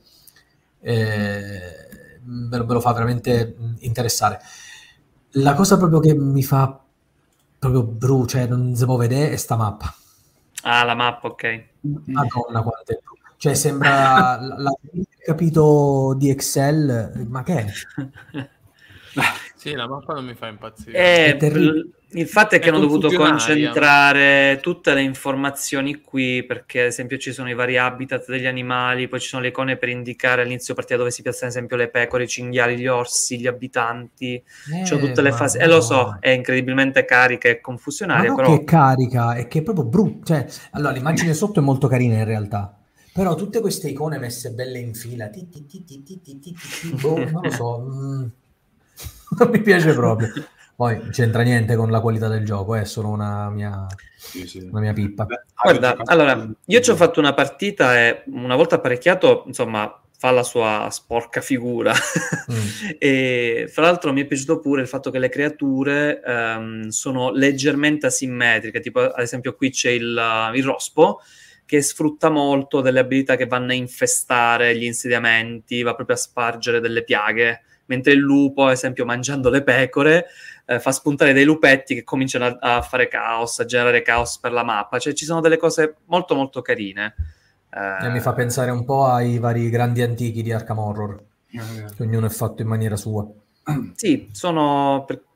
eh, me, lo, me lo fa veramente interessare. La cosa proprio che mi fa proprio bru, cioè non si può vedere, è sta mappa. Ah, la mappa, ok. Madonna quanto è bru. Cioè sembra la, la capito di Excel, ma che è? Sì, la mappa non mi fa impazzire. È È terribile. il fatto è che È hanno dovuto confusionaria. concentrare tutte le informazioni qui, perché ad esempio ci sono i vari habitat degli animali, poi ci sono le icone per indicare all'inizio partita dove si piazzano ad esempio le pecore, i cinghiali, gli orsi, gli abitanti, Eh, ci sono tutte le ma fasi, e lo so, Madonna. è incredibilmente carica e Ma confusionaria, non però che carica, è che è proprio brutto. Cioè, allora, l'immagine sotto è molto carina in realtà, però tutte queste icone messe belle in fila, ti, ti, ti, ti, ti, ti, ti, ti, boh, non lo so, mm, non mi piace proprio. Poi non c'entra niente con la qualità del gioco, è solo una mia, Sì, sì. una mia pippa. Beh, Guarda, giocato- allora, io ci ho fatto una partita e una volta apparecchiato, insomma, fa la sua sporca figura. Mm. E fra l'altro mi è piaciuto pure il fatto che le creature ehm, sono leggermente asimmetriche, tipo ad esempio qui c'è il, uh, il rospo che sfrutta molto delle abilità che vanno a infestare gli insediamenti, va proprio a spargere delle piaghe, mentre il lupo, ad esempio, mangiando le pecore, eh, fa spuntare dei lupetti che cominciano a, a fare caos, a generare caos per la mappa. Cioè ci sono delle cose molto molto carine. Eh, E mi fa pensare un po' ai vari grandi antichi di Arkham Horror, che ognuno è fatto in maniera sua. Sì, sono per,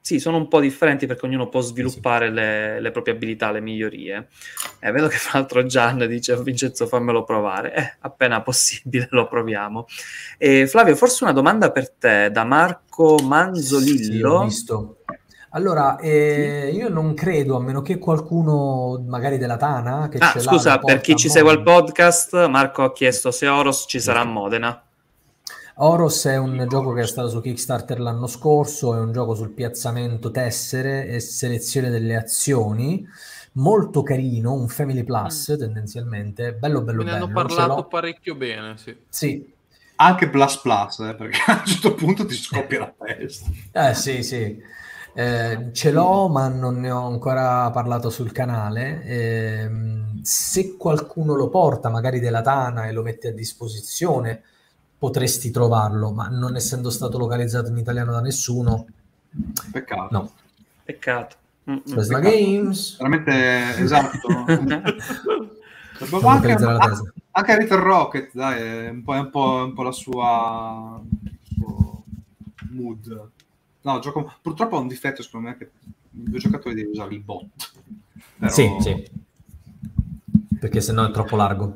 sì, sono un po' differenti perché ognuno può sviluppare sì, sì. Le, le proprie abilità, le migliorie. Eh, vedo che fra l'altro Gian dice Vincenzo fammelo provare. Eh, appena possibile lo proviamo. E, Flavio, forse una domanda per te da Marco Manzolillo. Sì, ho visto. Allora, eh, io non credo, a meno che qualcuno magari della Tana che ah, ce scusa, l'ha, per chi ci segue al podcast, Marco ha chiesto se Oros ci sarà a Modena. Oros è un gioco che è stato su Kickstarter l'anno scorso, è un gioco sul piazzamento tessere e selezione delle azioni, molto carino, un Family Plus mm. tendenzialmente, bello bello Me ne bello. hanno parlato parecchio bene, sì. Sì. Anche Plus Plus, eh, perché a un certo punto ti scoppia la testa. Eh sì, sì. Eh, ce l'ho, ma non ne ho ancora parlato sul canale. Eh, se qualcuno lo porta, magari della Tana, e lo mette a disposizione, potresti trovarlo, ma non essendo stato localizzato in italiano da nessuno, peccato. No. Peccato. Tesla Games. Veramente esatto. anche, anche, anche Little Rocket, dai, è un po', è un po', è un po' la sua, suo mood. No, gioco, purtroppo ha un difetto secondo me che i due giocatori devono usare il bot. Però... Sì, sì. Perché sennò è troppo largo.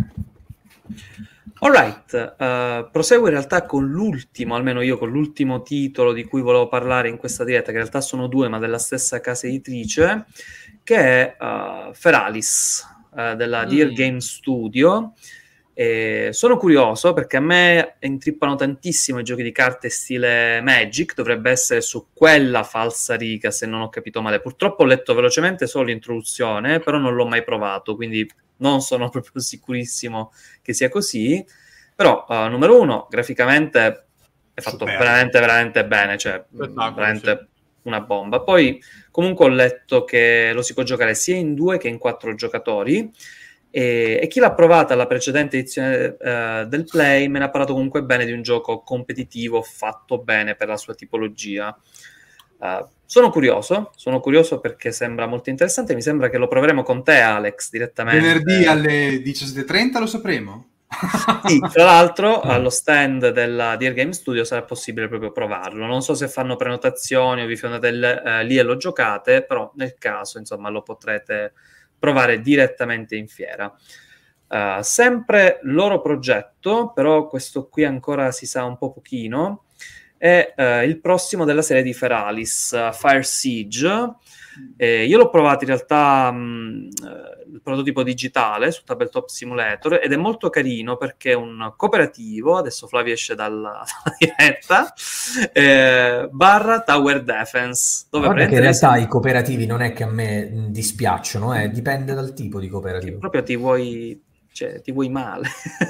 Alright, uh, proseguo in realtà con l'ultimo, almeno io con l'ultimo titolo di cui volevo parlare in questa diretta, che in realtà sono due ma della stessa casa editrice, che è uh, Feralis, uh, della mm. Dear Game Studio. E sono curioso perché a me intrippano tantissimo i giochi di carte stile Magic, dovrebbe essere su quella falsa riga se non ho capito male. Purtroppo ho letto velocemente solo l'introduzione, però non l'ho mai provato, quindi non sono proprio sicurissimo che sia così. Però uh, numero uno, graficamente è fatto Super. veramente veramente bene, cioè veramente sì. una bomba. Poi comunque ho letto che lo si può giocare sia in due che in quattro giocatori. E, e chi l'ha provata alla precedente edizione uh, del Play me ne ha parlato comunque bene di un gioco competitivo fatto bene per la sua tipologia. Uh, sono curioso, sono curioso perché sembra molto interessante. Mi sembra che lo proveremo con te, Alex, direttamente. Venerdì alle diciassette e trenta lo sapremo? Sì, tra l'altro allo stand della Dear Game Studio sarà possibile proprio provarlo. Non so se fanno prenotazioni o vi fondate il, uh, lì e lo giocate, però nel caso, insomma, lo potrete provare direttamente in fiera. Uh, sempre loro progetto, però questo qui ancora si sa un po' pochino, è uh, il prossimo della serie di Feralis, uh, Fire Siege. Eh, io l'ho provato in realtà mh, il prototipo digitale su Tabletop Simulator ed è molto carino perché è un cooperativo, adesso Flavio esce dalla, dalla diretta, eh, barra Tower Defense. Dove Guarda che in realtà sempre... i cooperativi non è che a me dispiacciono, eh, dipende dal tipo di cooperativo. Che proprio ti vuoi, cioè, ti vuoi male.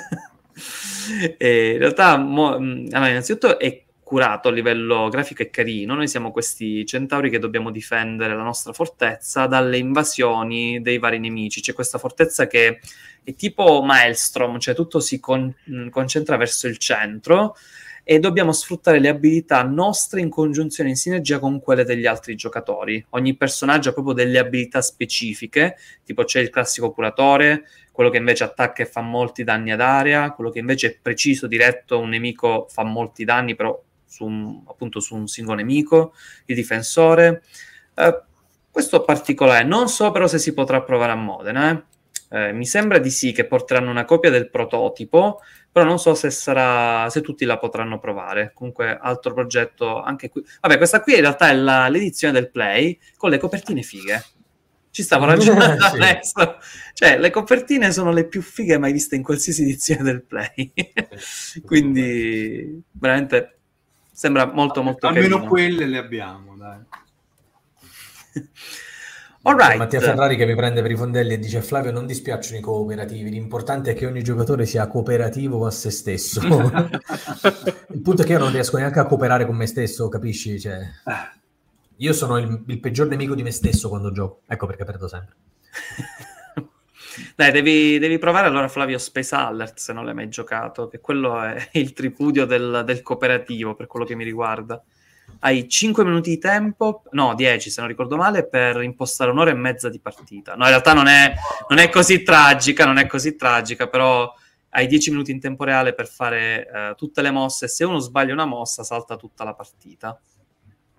E in realtà, mo, allora, innanzitutto è curato a livello grafico e carino. Noi siamo questi centauri che dobbiamo difendere la nostra fortezza dalle invasioni dei vari nemici. C'è questa fortezza che è tipo Maelstrom, cioè tutto si con- concentra verso il centro e dobbiamo sfruttare le abilità nostre in congiunzione, in sinergia con quelle degli altri giocatori. Ogni personaggio ha proprio delle abilità specifiche, tipo c'è il classico curatore, quello che invece attacca e fa molti danni ad area, quello che invece è preciso, diretto, un nemico fa molti danni, però su un, appunto su un singolo nemico, il difensore. Eh, questo particolare, non so però se si potrà provare a Modena, eh. Eh, mi sembra di sì, che porteranno una copia del prototipo, però non so se sarà, se tutti la potranno provare. Comunque altro progetto anche qui. Vabbè, questa qui in realtà è la, l'edizione del Play con le copertine fighe. Ci stavo ragionando sì. adesso. Cioè, le copertine sono le più fighe mai viste in qualsiasi edizione del Play. Quindi veramente sembra molto molto almeno carino. Quelle le abbiamo, dai. All right. Mattia Ferrari che mi prende per i fondelli e dice: Flavio, non dispiacciono i cooperativi, l'importante è che ogni giocatore sia cooperativo a se stesso. Il punto è che io non riesco neanche a cooperare con me stesso, capisci? Cioè, io sono il, il peggior nemico di me stesso quando gioco, ecco perché perdo sempre. Dai, devi, devi provare allora Flavio Space Alert se non l'hai mai giocato, che quello è il tripudio del, del cooperativo per quello che mi riguarda. Hai cinque minuti di tempo, no dieci se non ricordo male, per impostare un'ora e mezza di partita. No, in realtà non è, non è così tragica, non è così tragica, però hai dieci minuti in tempo reale per fare uh, tutte le mosse. Se uno sbaglia una mossa salta tutta la partita.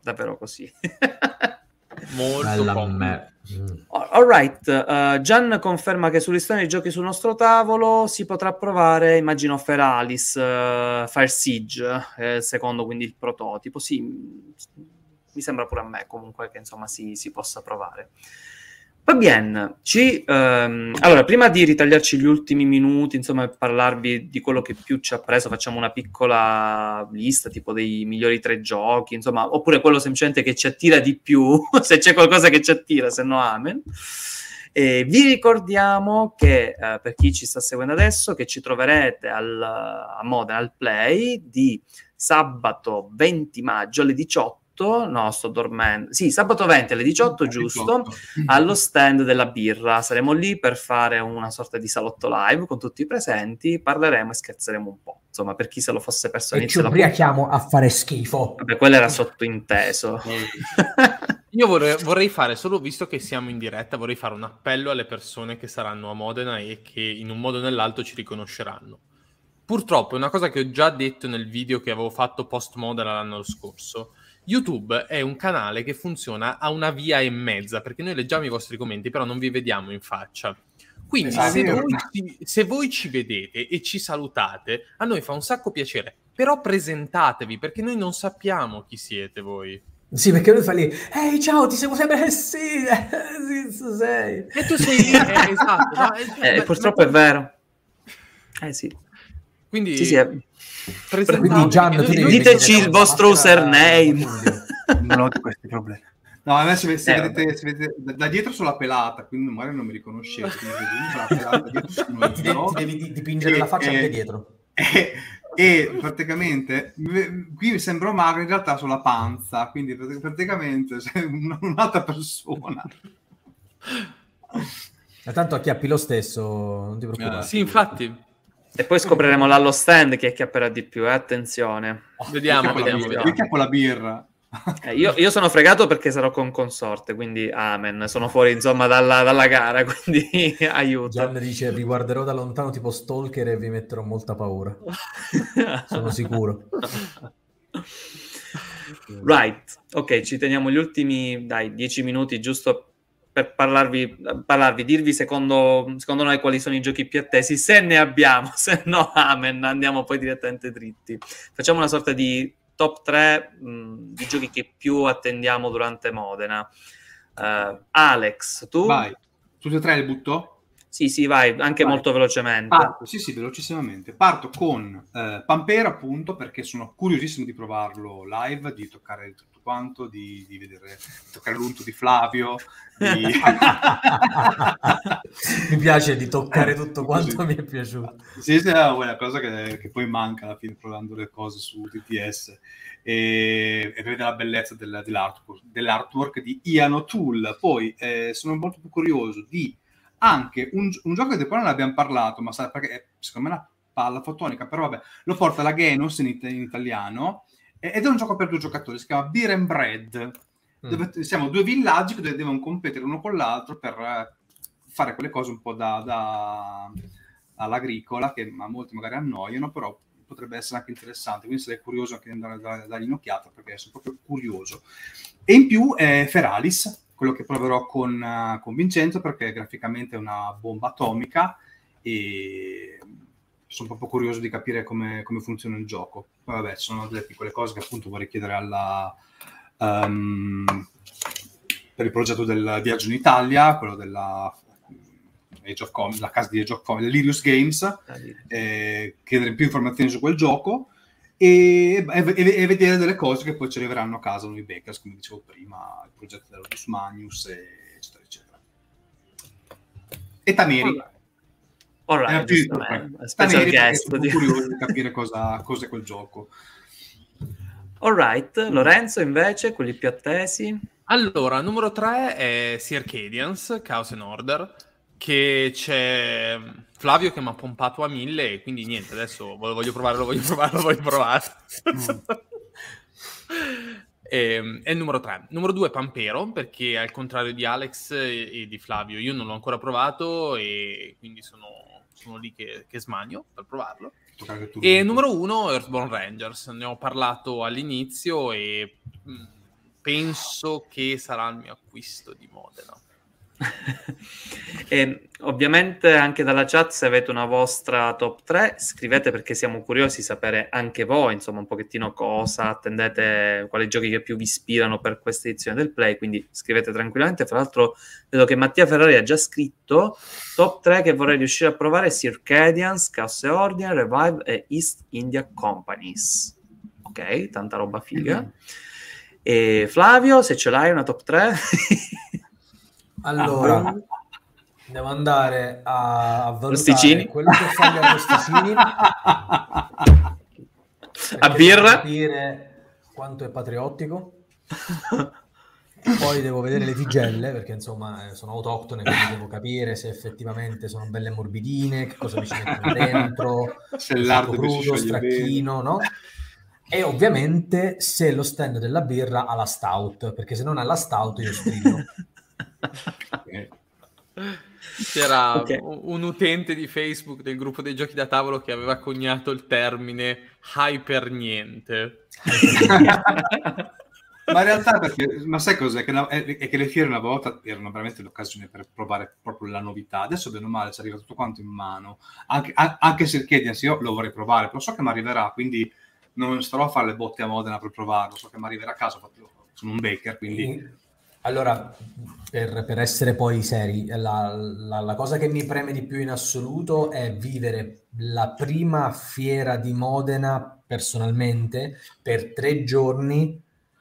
davvero così. Molto comodo. All right, uh, Gian conferma che sul listone di giochi sul nostro tavolo si potrà provare, immagino, Feralis, uh, Fire Siege, eh, secondo quindi il prototipo. Sì, mi sembra pure a me comunque che insomma si, si possa provare. Va bene, ci, um, allora prima di ritagliarci gli ultimi minuti, insomma, per parlarvi di quello che più ci ha preso, facciamo una piccola lista tipo dei migliori tre giochi, insomma, oppure quello semplicemente che ci attira di più, se c'è qualcosa che ci attira, se no amen. E vi ricordiamo che, eh, per chi ci sta seguendo adesso, che ci troverete al, a Modena, al Play, di sabato venti maggio alle diciotto. No, sto dormendo. Sì, sabato venti alle diciotto, giusto, allo stand della birra. Saremo lì per fare una sorta di salotto live con tutti i presenti, parleremo e scherzeremo un po'. Insomma, per chi se lo fosse perso e ci ubriachiamo a fare schifo. Vabbè, quello era sottointeso. Io vorrei, vorrei fare, solo visto che siamo in diretta, vorrei fare un appello alle persone che saranno a Modena e che in un modo o nell'altro ci riconosceranno. Purtroppo è una cosa che ho già detto nel video che avevo fatto post Modena l'anno scorso. YouTube è un canale che funziona a una via e mezza, perché noi leggiamo i vostri commenti, però non vi vediamo in faccia. Quindi esatto. se, voi ci, se voi ci vedete e ci salutate, a noi fa un sacco piacere, però presentatevi, perché noi non sappiamo chi siete voi. Sì, perché lui fa lì, ehi ciao, ti seguo sempre, eh sì, eh, sì, tu sei. E tu sei lì, eh, esatto. No? Eh, ma, purtroppo ma... è vero. Eh sì. Quindi... Sì, sì, è... Quindi Gian, tu diteci il vostro username. Non ho questi problemi. No, a me se, se, eh, vedete, se vedete da dietro sulla pelata, quindi magari non mi riconoscete. Ti devi dipingere e, la faccia e, anche dietro. E, e praticamente qui mi sembra magro, in realtà sulla panza, quindi praticamente sei un'altra persona. Ma tanto acchiappi lo stesso, non ti preoccupare. Eh, sì, infatti. E poi scopriremo l'allo stand chi acchiapperà di più, eh? Attenzione. Vediamo, vediamo, vediamo. Io acchiappo la birra. Eh, io, io sono fregato perché sarò con consorte, quindi amen, sono fuori insomma dalla, dalla gara, quindi aiuto. Gian dice, vi guarderò da lontano tipo stalker e vi metterò molta paura. Sono sicuro. Right, ok, ci teniamo gli ultimi, dai, dieci minuti giusto per parlarvi, parlarvi dirvi secondo, secondo noi quali sono i giochi più attesi, se ne abbiamo, se no amen, andiamo poi direttamente dritti. Facciamo una sorta di top tre mh, di giochi che più attendiamo durante Modena. Uh, Alex, tu? Vai, tutti e tre li butto? Sì, sì, vai, anche vai. Molto velocemente. Parto, sì, sì, velocissimamente. Parto con eh, Pampera, appunto, perché sono curiosissimo di provarlo live, di toccare tutto quanto, di, di vedere, di toccare l'unto di Flavio. Di... mi piace di toccare tutto quanto, sì. Mi è piaciuto. Sì, sì, è una cosa che, che poi manca alla fine provando le cose su T T S. E, e vedere la bellezza del, dell'artwork, dell'artwork di Ian O'Toole. Poi eh, sono molto più curioso di anche un, un gioco che poi non abbiamo parlato, ma sai, perché è, secondo me è una palla fotonica, però vabbè, lo porta la Genos in, it- in italiano, ed è un gioco per due giocatori, si chiama Beer and Bread, mm. dove siamo due villaggi che devono competere uno con l'altro per uh, fare quelle cose un po' da, da all'agricola, che a molti magari annoiano, però potrebbe essere anche interessante, quindi sarei curioso anche di andare a dargli un'occhiata, perché sono proprio curioso. E in più è Feralis, quello che proverò con, uh, con Vincenzo, perché graficamente è una bomba atomica e sono proprio curioso di capire come, come funziona il gioco. Poi vabbè, ci sono delle piccole cose che appunto vorrei chiedere alla um, per il progetto del viaggio in Italia, quello della Age of Com- la casa di Age of Com- Delirious Games, eh, chiedere più informazioni su quel gioco e, e, e vedere delle cose che poi ci arriveranno a casa noi Bakers, come dicevo prima, il progetto dell'Odus Magnus, e eccetera, eccetera. E Tameri. All right, special guest. Sono curioso di capire cosa, cosa è quel gioco. All right, Lorenzo invece, quelli più attesi? Allora, numero tre è Sea Arcadians, Chaos and Order, che c'è Flavio che mi ha pompato a mille e quindi niente, adesso lo voglio provare, lo voglio provare, lo voglio provare. Mm. e, è il numero tre. Numero due Pampero, perché al contrario di Alex e, e di Flavio, io non l'ho ancora provato e quindi sono, sono lì che, che smanio per provarlo. E numero uno Earthborn Rangers, ne ho parlato all'inizio e... Mh, penso che sarà il mio acquisto di Modena. E ovviamente anche dalla chat, se avete una vostra top tre, scrivete, perché siamo curiosi di sapere anche voi, insomma, un pochettino cosa attendete, quali giochi che più vi ispirano per questa edizione del Play, quindi scrivete tranquillamente. Fra l'altro vedo che Mattia Ferrari ha già scritto top tre che vorrei riuscire a provare: Circadians, Chaos Eordian, Revive e East India Companies. Ok, tanta roba figa. E Flavio, se ce l'hai una top tre? Allora, ah, devo andare a, a valutare Rosticini. quello che fa gli arrosticini a birra, capire quanto è patriottico. Poi devo vedere le tigelle, perché insomma sono autoctone, quindi devo capire se effettivamente sono belle morbidine, che cosa mi ci mettono dentro, se l'ardo crudo, stracchino, no? E ovviamente se lo stand della birra ha la stout, perché se non ha la stout io strillo. Okay. C'era okay. un utente di Facebook del gruppo dei giochi da tavolo che aveva coniato il termine hyper niente. Ma in realtà perché, ma sai cos'è? Che, è, è che le fiere una volta erano veramente l'occasione per provare proprio la novità. Adesso bene o male ci arriva tutto quanto in mano, anche, a, anche se il Circadians io lo vorrei provare, però so che mi arriverà, quindi non starò a fare le botte a Modena per provarlo, so che mi arriverà a casa, sono un baker, quindi... Allora, per, per essere poi seri, la, la, la cosa che mi preme di più in assoluto è vivere la prima fiera di Modena personalmente per tre giorni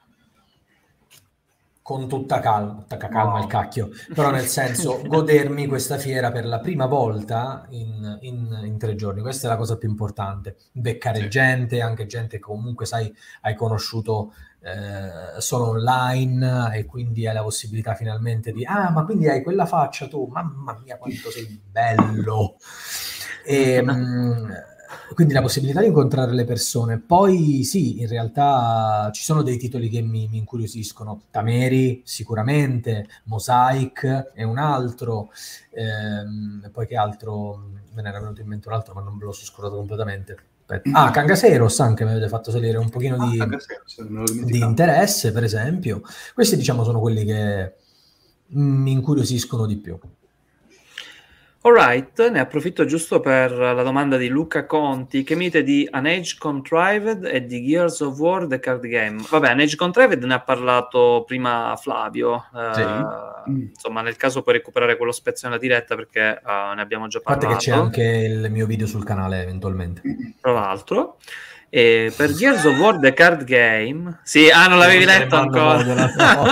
con tutta calma, tutta calma no. il cacchio, però nel senso godermi questa fiera per la prima volta in, in, in tre giorni. Questa è la cosa più importante, beccare sì. gente, anche gente che comunque sai hai conosciuto eh, solo online, e quindi hai la possibilità finalmente di ah ma quindi hai quella faccia tu, mamma mia quanto sei bello, e mh, quindi la possibilità di incontrare le persone. Poi sì, in realtà ci sono dei titoli che mi, mi incuriosiscono. Tameri sicuramente, Mosaic è un altro, ehm, poi che altro me ne era venuto in mente un altro ma non me lo sono scordato completamente. Ah, Kangaseros anche mi avete fatto salire un pochino di, ah, di interesse, per esempio. Questi diciamo sono quelli che mi incuriosiscono di più. Alright, ne approfitto giusto per la domanda di Luca Conti, che mi dite di An Age Contrived e di Gears of War The Card Game. Vabbè, An Age Contrived ne ha parlato prima Flavio, sì. uh, mm. insomma nel caso puoi recuperare quello spezzo nella diretta perché uh, ne abbiamo già parlato. A parte che c'è anche il mio video sul canale eventualmente. Tra l'altro. E per Gears of War The Card Game... Sì, ah non l'avevi non letto ancora?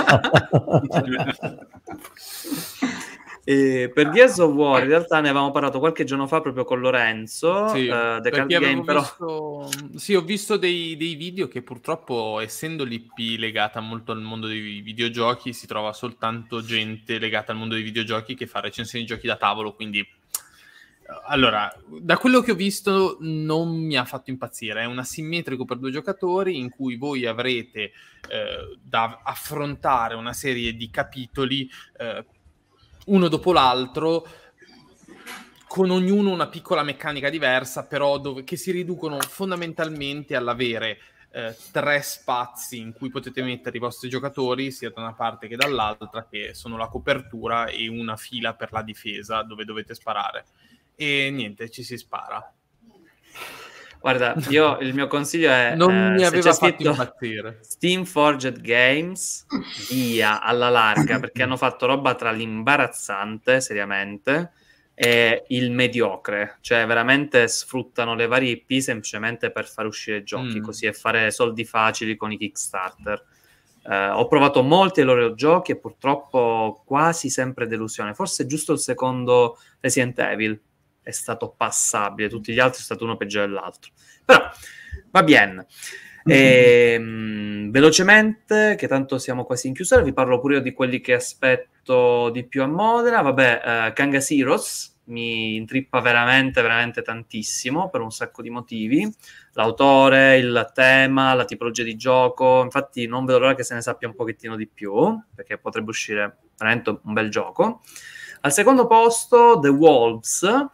E per Gears of War in realtà ne avevamo parlato qualche giorno fa proprio con Lorenzo, sì, uh, The Card Game, però... visto, sì, ho visto dei, dei video che purtroppo, essendo l'I P legata molto al mondo dei videogiochi, si trova soltanto gente legata al mondo dei videogiochi che fa recensioni di giochi da tavolo, quindi allora, da quello che ho visto non mi ha fatto impazzire. È un asimmetrico per due giocatori in cui voi avrete eh, da affrontare una serie di capitoli eh, uno dopo l'altro, con ognuno una piccola meccanica diversa, però dove, che si riducono fondamentalmente all'avere eh, tre spazi in cui potete mettere i vostri giocatori, sia da una parte che dall'altra, che sono la copertura, e una fila per la difesa dove dovete sparare. E niente, ci si spara. Guarda, io il mio consiglio è non eh, mi aveva se fatto impazzire Steam Forged Games, via alla larga, perché hanno fatto roba tra l'imbarazzante seriamente e il mediocre, cioè veramente sfruttano le varie I P semplicemente per far uscire giochi mm. così, e fare soldi facili con i Kickstarter. Eh, ho provato molti dei loro giochi e purtroppo quasi sempre delusione. Forse giusto il secondo Resident Evil è stato passabile, tutti gli altri è stato uno peggio dell'altro, però va bene. E, mh, velocemente, che tanto siamo quasi in chiusura, vi parlo pure io di quelli che aspetto di più a Modena. Vabbè, uh, Kangaseros mi intrippa veramente veramente tantissimo per un sacco di motivi, l'autore, il tema, la tipologia di gioco. Infatti non vedo l'ora che se ne sappia un pochettino di più, perché potrebbe uscire veramente un bel gioco. Al secondo posto The Wolves,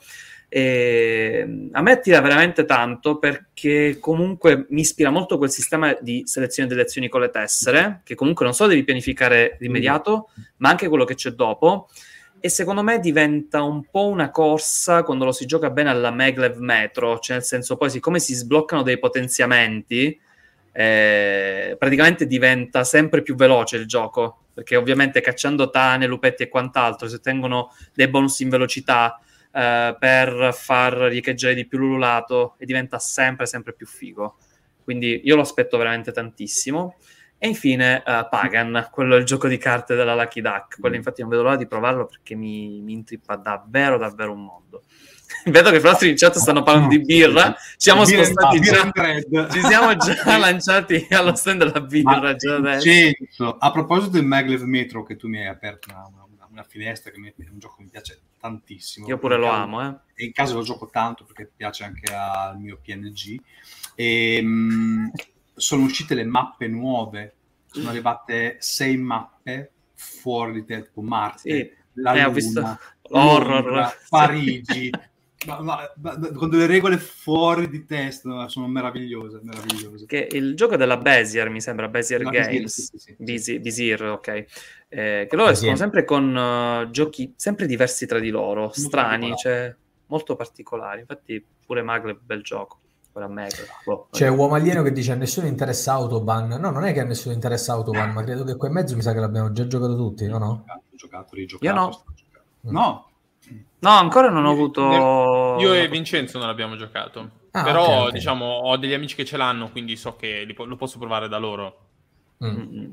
E a me attira veramente tanto perché comunque mi ispira molto quel sistema di selezione delle azioni con le tessere, che comunque non solo devi pianificare l'immediato, ma anche quello che c'è dopo, e secondo me diventa un po' una corsa quando lo si gioca bene alla Maglev Metro, cioè nel senso poi siccome si sbloccano dei potenziamenti, eh, praticamente diventa sempre più veloce il gioco, perché ovviamente cacciando tane, lupetti e quant'altro si ottengono dei bonus in velocità Uh, per far riecheggiare di più l'ululato e diventa sempre sempre più figo, quindi io lo aspetto veramente tantissimo. E infine uh, Pagan, quello è il gioco di carte della Lucky Duck, quello infatti non vedo l'ora di provarlo perché mi, mi intrippa davvero davvero un mondo. Vedo che i nostri in chat stanno parlando di birra, ci siamo spostati già, ci siamo già lanciati allo stand della birra già adesso. A proposito del Maglev Metro, che tu mi hai aperto una, una, una finestra, che mi, è un gioco che mi piace tantissimo. Io pure lo caso, amo, eh. E in caso lo gioco tanto perché piace anche al mio P N G. E, mh, sono uscite le mappe nuove, sono arrivate sei mappe fuori di te, tipo Marte, sì. la eh, Luna, ho visto Londra, Parigi. Ma, ma, ma, con delle regole fuori di testa, sono meravigliose, meravigliose. Che il gioco della Bezier, mi sembra, Bezier no, Games, sì, sì, sì. Bezier, Bezier, ok, eh, che loro escono sempre con uh, giochi sempre diversi tra di loro, molto strani, cioè molto particolari. Infatti pure Maglev, bel gioco. Oh, c'è Uomo Alieno che dice a nessuno interessa Autobahn. No, non è che a nessuno interessa Autobahn, ma credo che qua in mezzo mi sa che l'abbiamo già giocato tutti, no? no? Ho giocato, rigiocato, io no. No. No, ancora non ho avuto... Io e Vincenzo non l'abbiamo giocato. Ah, però, okay, okay. diciamo, ho degli amici che ce l'hanno, quindi so che li po- lo posso provare da loro. Mm.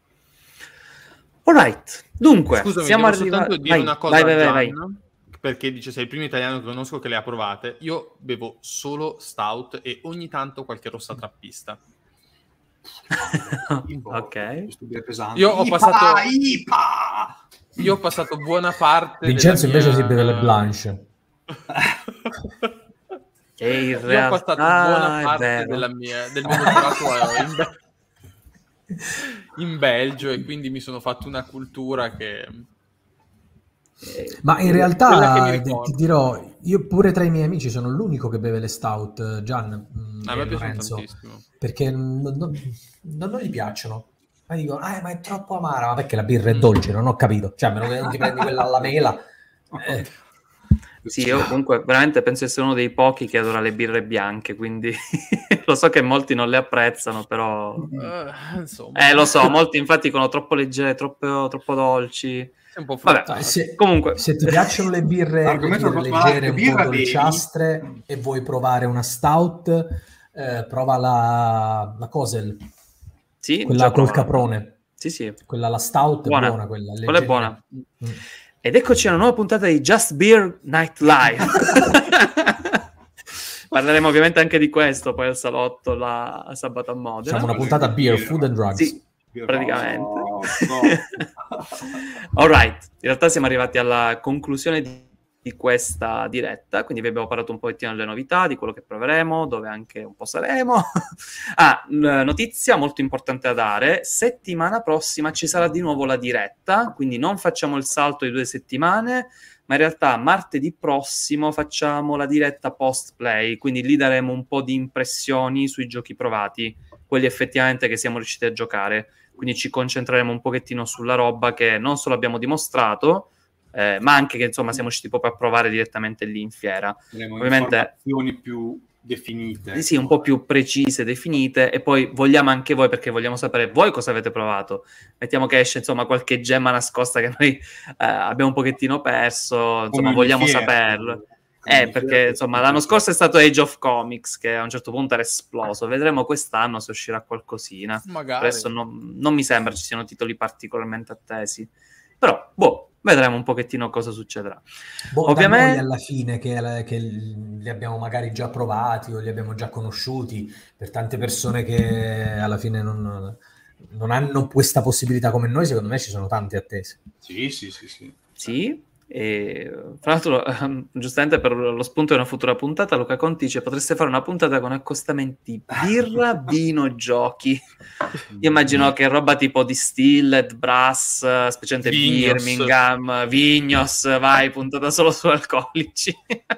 Alright, dunque, scusami, siamo devo arrivati... soltanto dire vai, una cosa vai, a vai, Gian, vai. perché dice sei il primo italiano che conosco che le ha provate. Io bevo solo stout e ogni tanto qualche rossa trappista. Ok. Io ho passato... Ipa! Io ho passato buona parte Vincenzo della mia... invece si beve le Blanche. Che in Io realtà ho passato buona parte della mia, del mio dottorato in, Be- in Belgio e quindi mi sono fatto una cultura che... Ma in realtà ti, ti dirò, io pure tra i miei amici sono l'unico che beve le stout, Gian. A me piace tantissimo. Perché non, non, non, non gli piacciono. Ma dico, ah, ma è troppo amara, ma perché la birra è dolce, non ho capito. Cioè, meno che non ti prendi quella alla mela. Eh. Sì, io comunque veramente penso essere uno dei pochi che adora le birre bianche, quindi lo so che molti non le apprezzano, però... Uh, insomma. Eh, lo so, molti infatti dicono troppo leggere, troppo, troppo dolci. È un po' Vabbè, se, comunque... se ti piacciono le birre, le birre leggere, un po' dolciastre bevi. E vuoi provare una stout, eh, prova la, la Cosel. Sì, quella col caprone. Sì, sì. Quella, la stout buona. è buona. Quella, quella è buona. Mm. Ed eccoci a una nuova puntata di Just Beer Night Live. Parleremo ovviamente anche di questo poi al salotto la, a sabato a Modena. Siamo una puntata beer, food and drugs. Sì, praticamente. Oh, no. All right. In realtà siamo arrivati alla conclusione di di questa diretta, quindi vi abbiamo parlato un pochettino delle novità, di quello che proveremo, dove anche un po' saremo. Ah, notizia molto importante da dare, settimana prossima ci sarà di nuovo la diretta, quindi non facciamo il salto di due settimane, ma in realtà martedì prossimo facciamo la diretta post-play, quindi lì daremo un po' di impressioni sui giochi provati, quelli effettivamente che siamo riusciti a giocare, quindi ci concentreremo un pochettino sulla roba che non solo abbiamo dimostrato, Eh, ma anche che insomma siamo riusciti proprio a provare direttamente lì in fiera. Avremo ovviamente informazioni più definite, sì, un po' più precise, definite, e poi vogliamo anche voi, perché vogliamo sapere voi cosa avete provato. Mettiamo che esce insomma qualche gemma nascosta che noi eh, abbiamo un pochettino perso, insomma vogliamo fiera, saperlo eh, perché fiera, insomma l'anno scorso è stato Age of Comics che a un certo punto era esploso, vedremo quest'anno se uscirà qualcosina. Magari. Adesso non, non mi sembra ci siano titoli particolarmente attesi, però boh, vedremo un pochettino cosa succederà. Boh, ovviamente noi alla fine che, che li abbiamo magari già provati o li abbiamo già conosciuti, per tante persone che alla fine non, non hanno questa possibilità come noi, secondo me ci sono tante attese. Sì, sì, sì, sì. Sì, E, fra l'altro, um, giustamente per lo spunto di una futura puntata, Luca Conti dice: potreste fare una puntata con accostamenti birra, vino, giochi. Io immagino che roba tipo Distilled, Brass, specialmente Vignos. Birmingham, Vignos, vai, puntata solo su alcolici.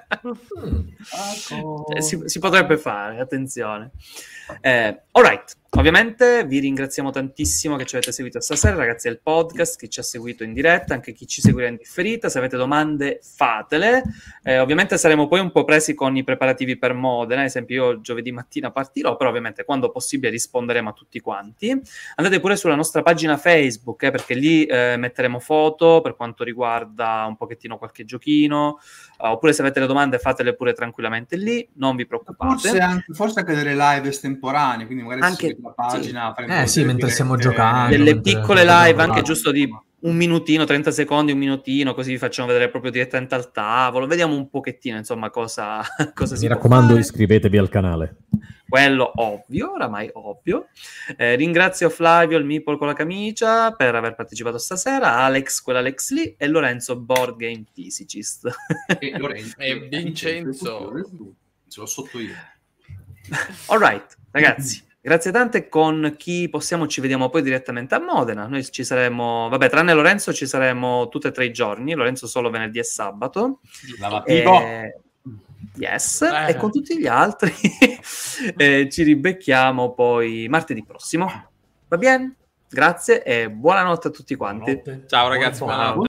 eh, si, si potrebbe fare, attenzione. Eh, alright, ovviamente vi ringraziamo tantissimo che ci avete seguito stasera, ragazzi del podcast, chi ci ha seguito in diretta, anche chi ci seguirà in differita. Se avete domande fatele, eh, ovviamente saremo poi un po' presi con i preparativi per Modena, ad esempio io giovedì mattina partirò, però ovviamente quando possibile risponderemo a tutti quanti. Andate pure sulla nostra pagina Facebook, eh, perché lì eh, metteremo foto per quanto riguarda un pochettino qualche giochino, uh, oppure se avete le domande fatele pure tranquillamente lì, non vi preoccupate. Forse anche, forse anche delle live estemporanee, quindi magari anche la pagina sì. eh sì, mentre stiamo giocando, delle mentre piccole live anche giocando. giusto di un minutino, trenta secondi, un minutino, così vi facciamo vedere proprio direttamente al tavolo, vediamo un pochettino insomma cosa, cosa Mi si raccomando, può fare. iscrivetevi al canale. Quello ovvio, oramai ovvio. Eh, ringrazio Flavio, il Meeple con la camicia, per aver partecipato stasera, Alex, quell'Alex lì, e Lorenzo, Board Game Physicist. E Lorenzo E Vincenzo. ce l'ho sotto io. All right, ragazzi, grazie tante. Con chi possiamo ci vediamo poi direttamente a Modena. Noi ci saremo, vabbè, tranne Lorenzo ci saremo tutti e tre i giorni, Lorenzo solo venerdì e sabato. Lavativo. E... Yes, Eh. e con tutti gli altri eh, ci ribecchiamo poi martedì prossimo. Va bene? Grazie e buonanotte a tutti quanti. Buonanotte. Ciao ragazzi, Buona- buonanotte.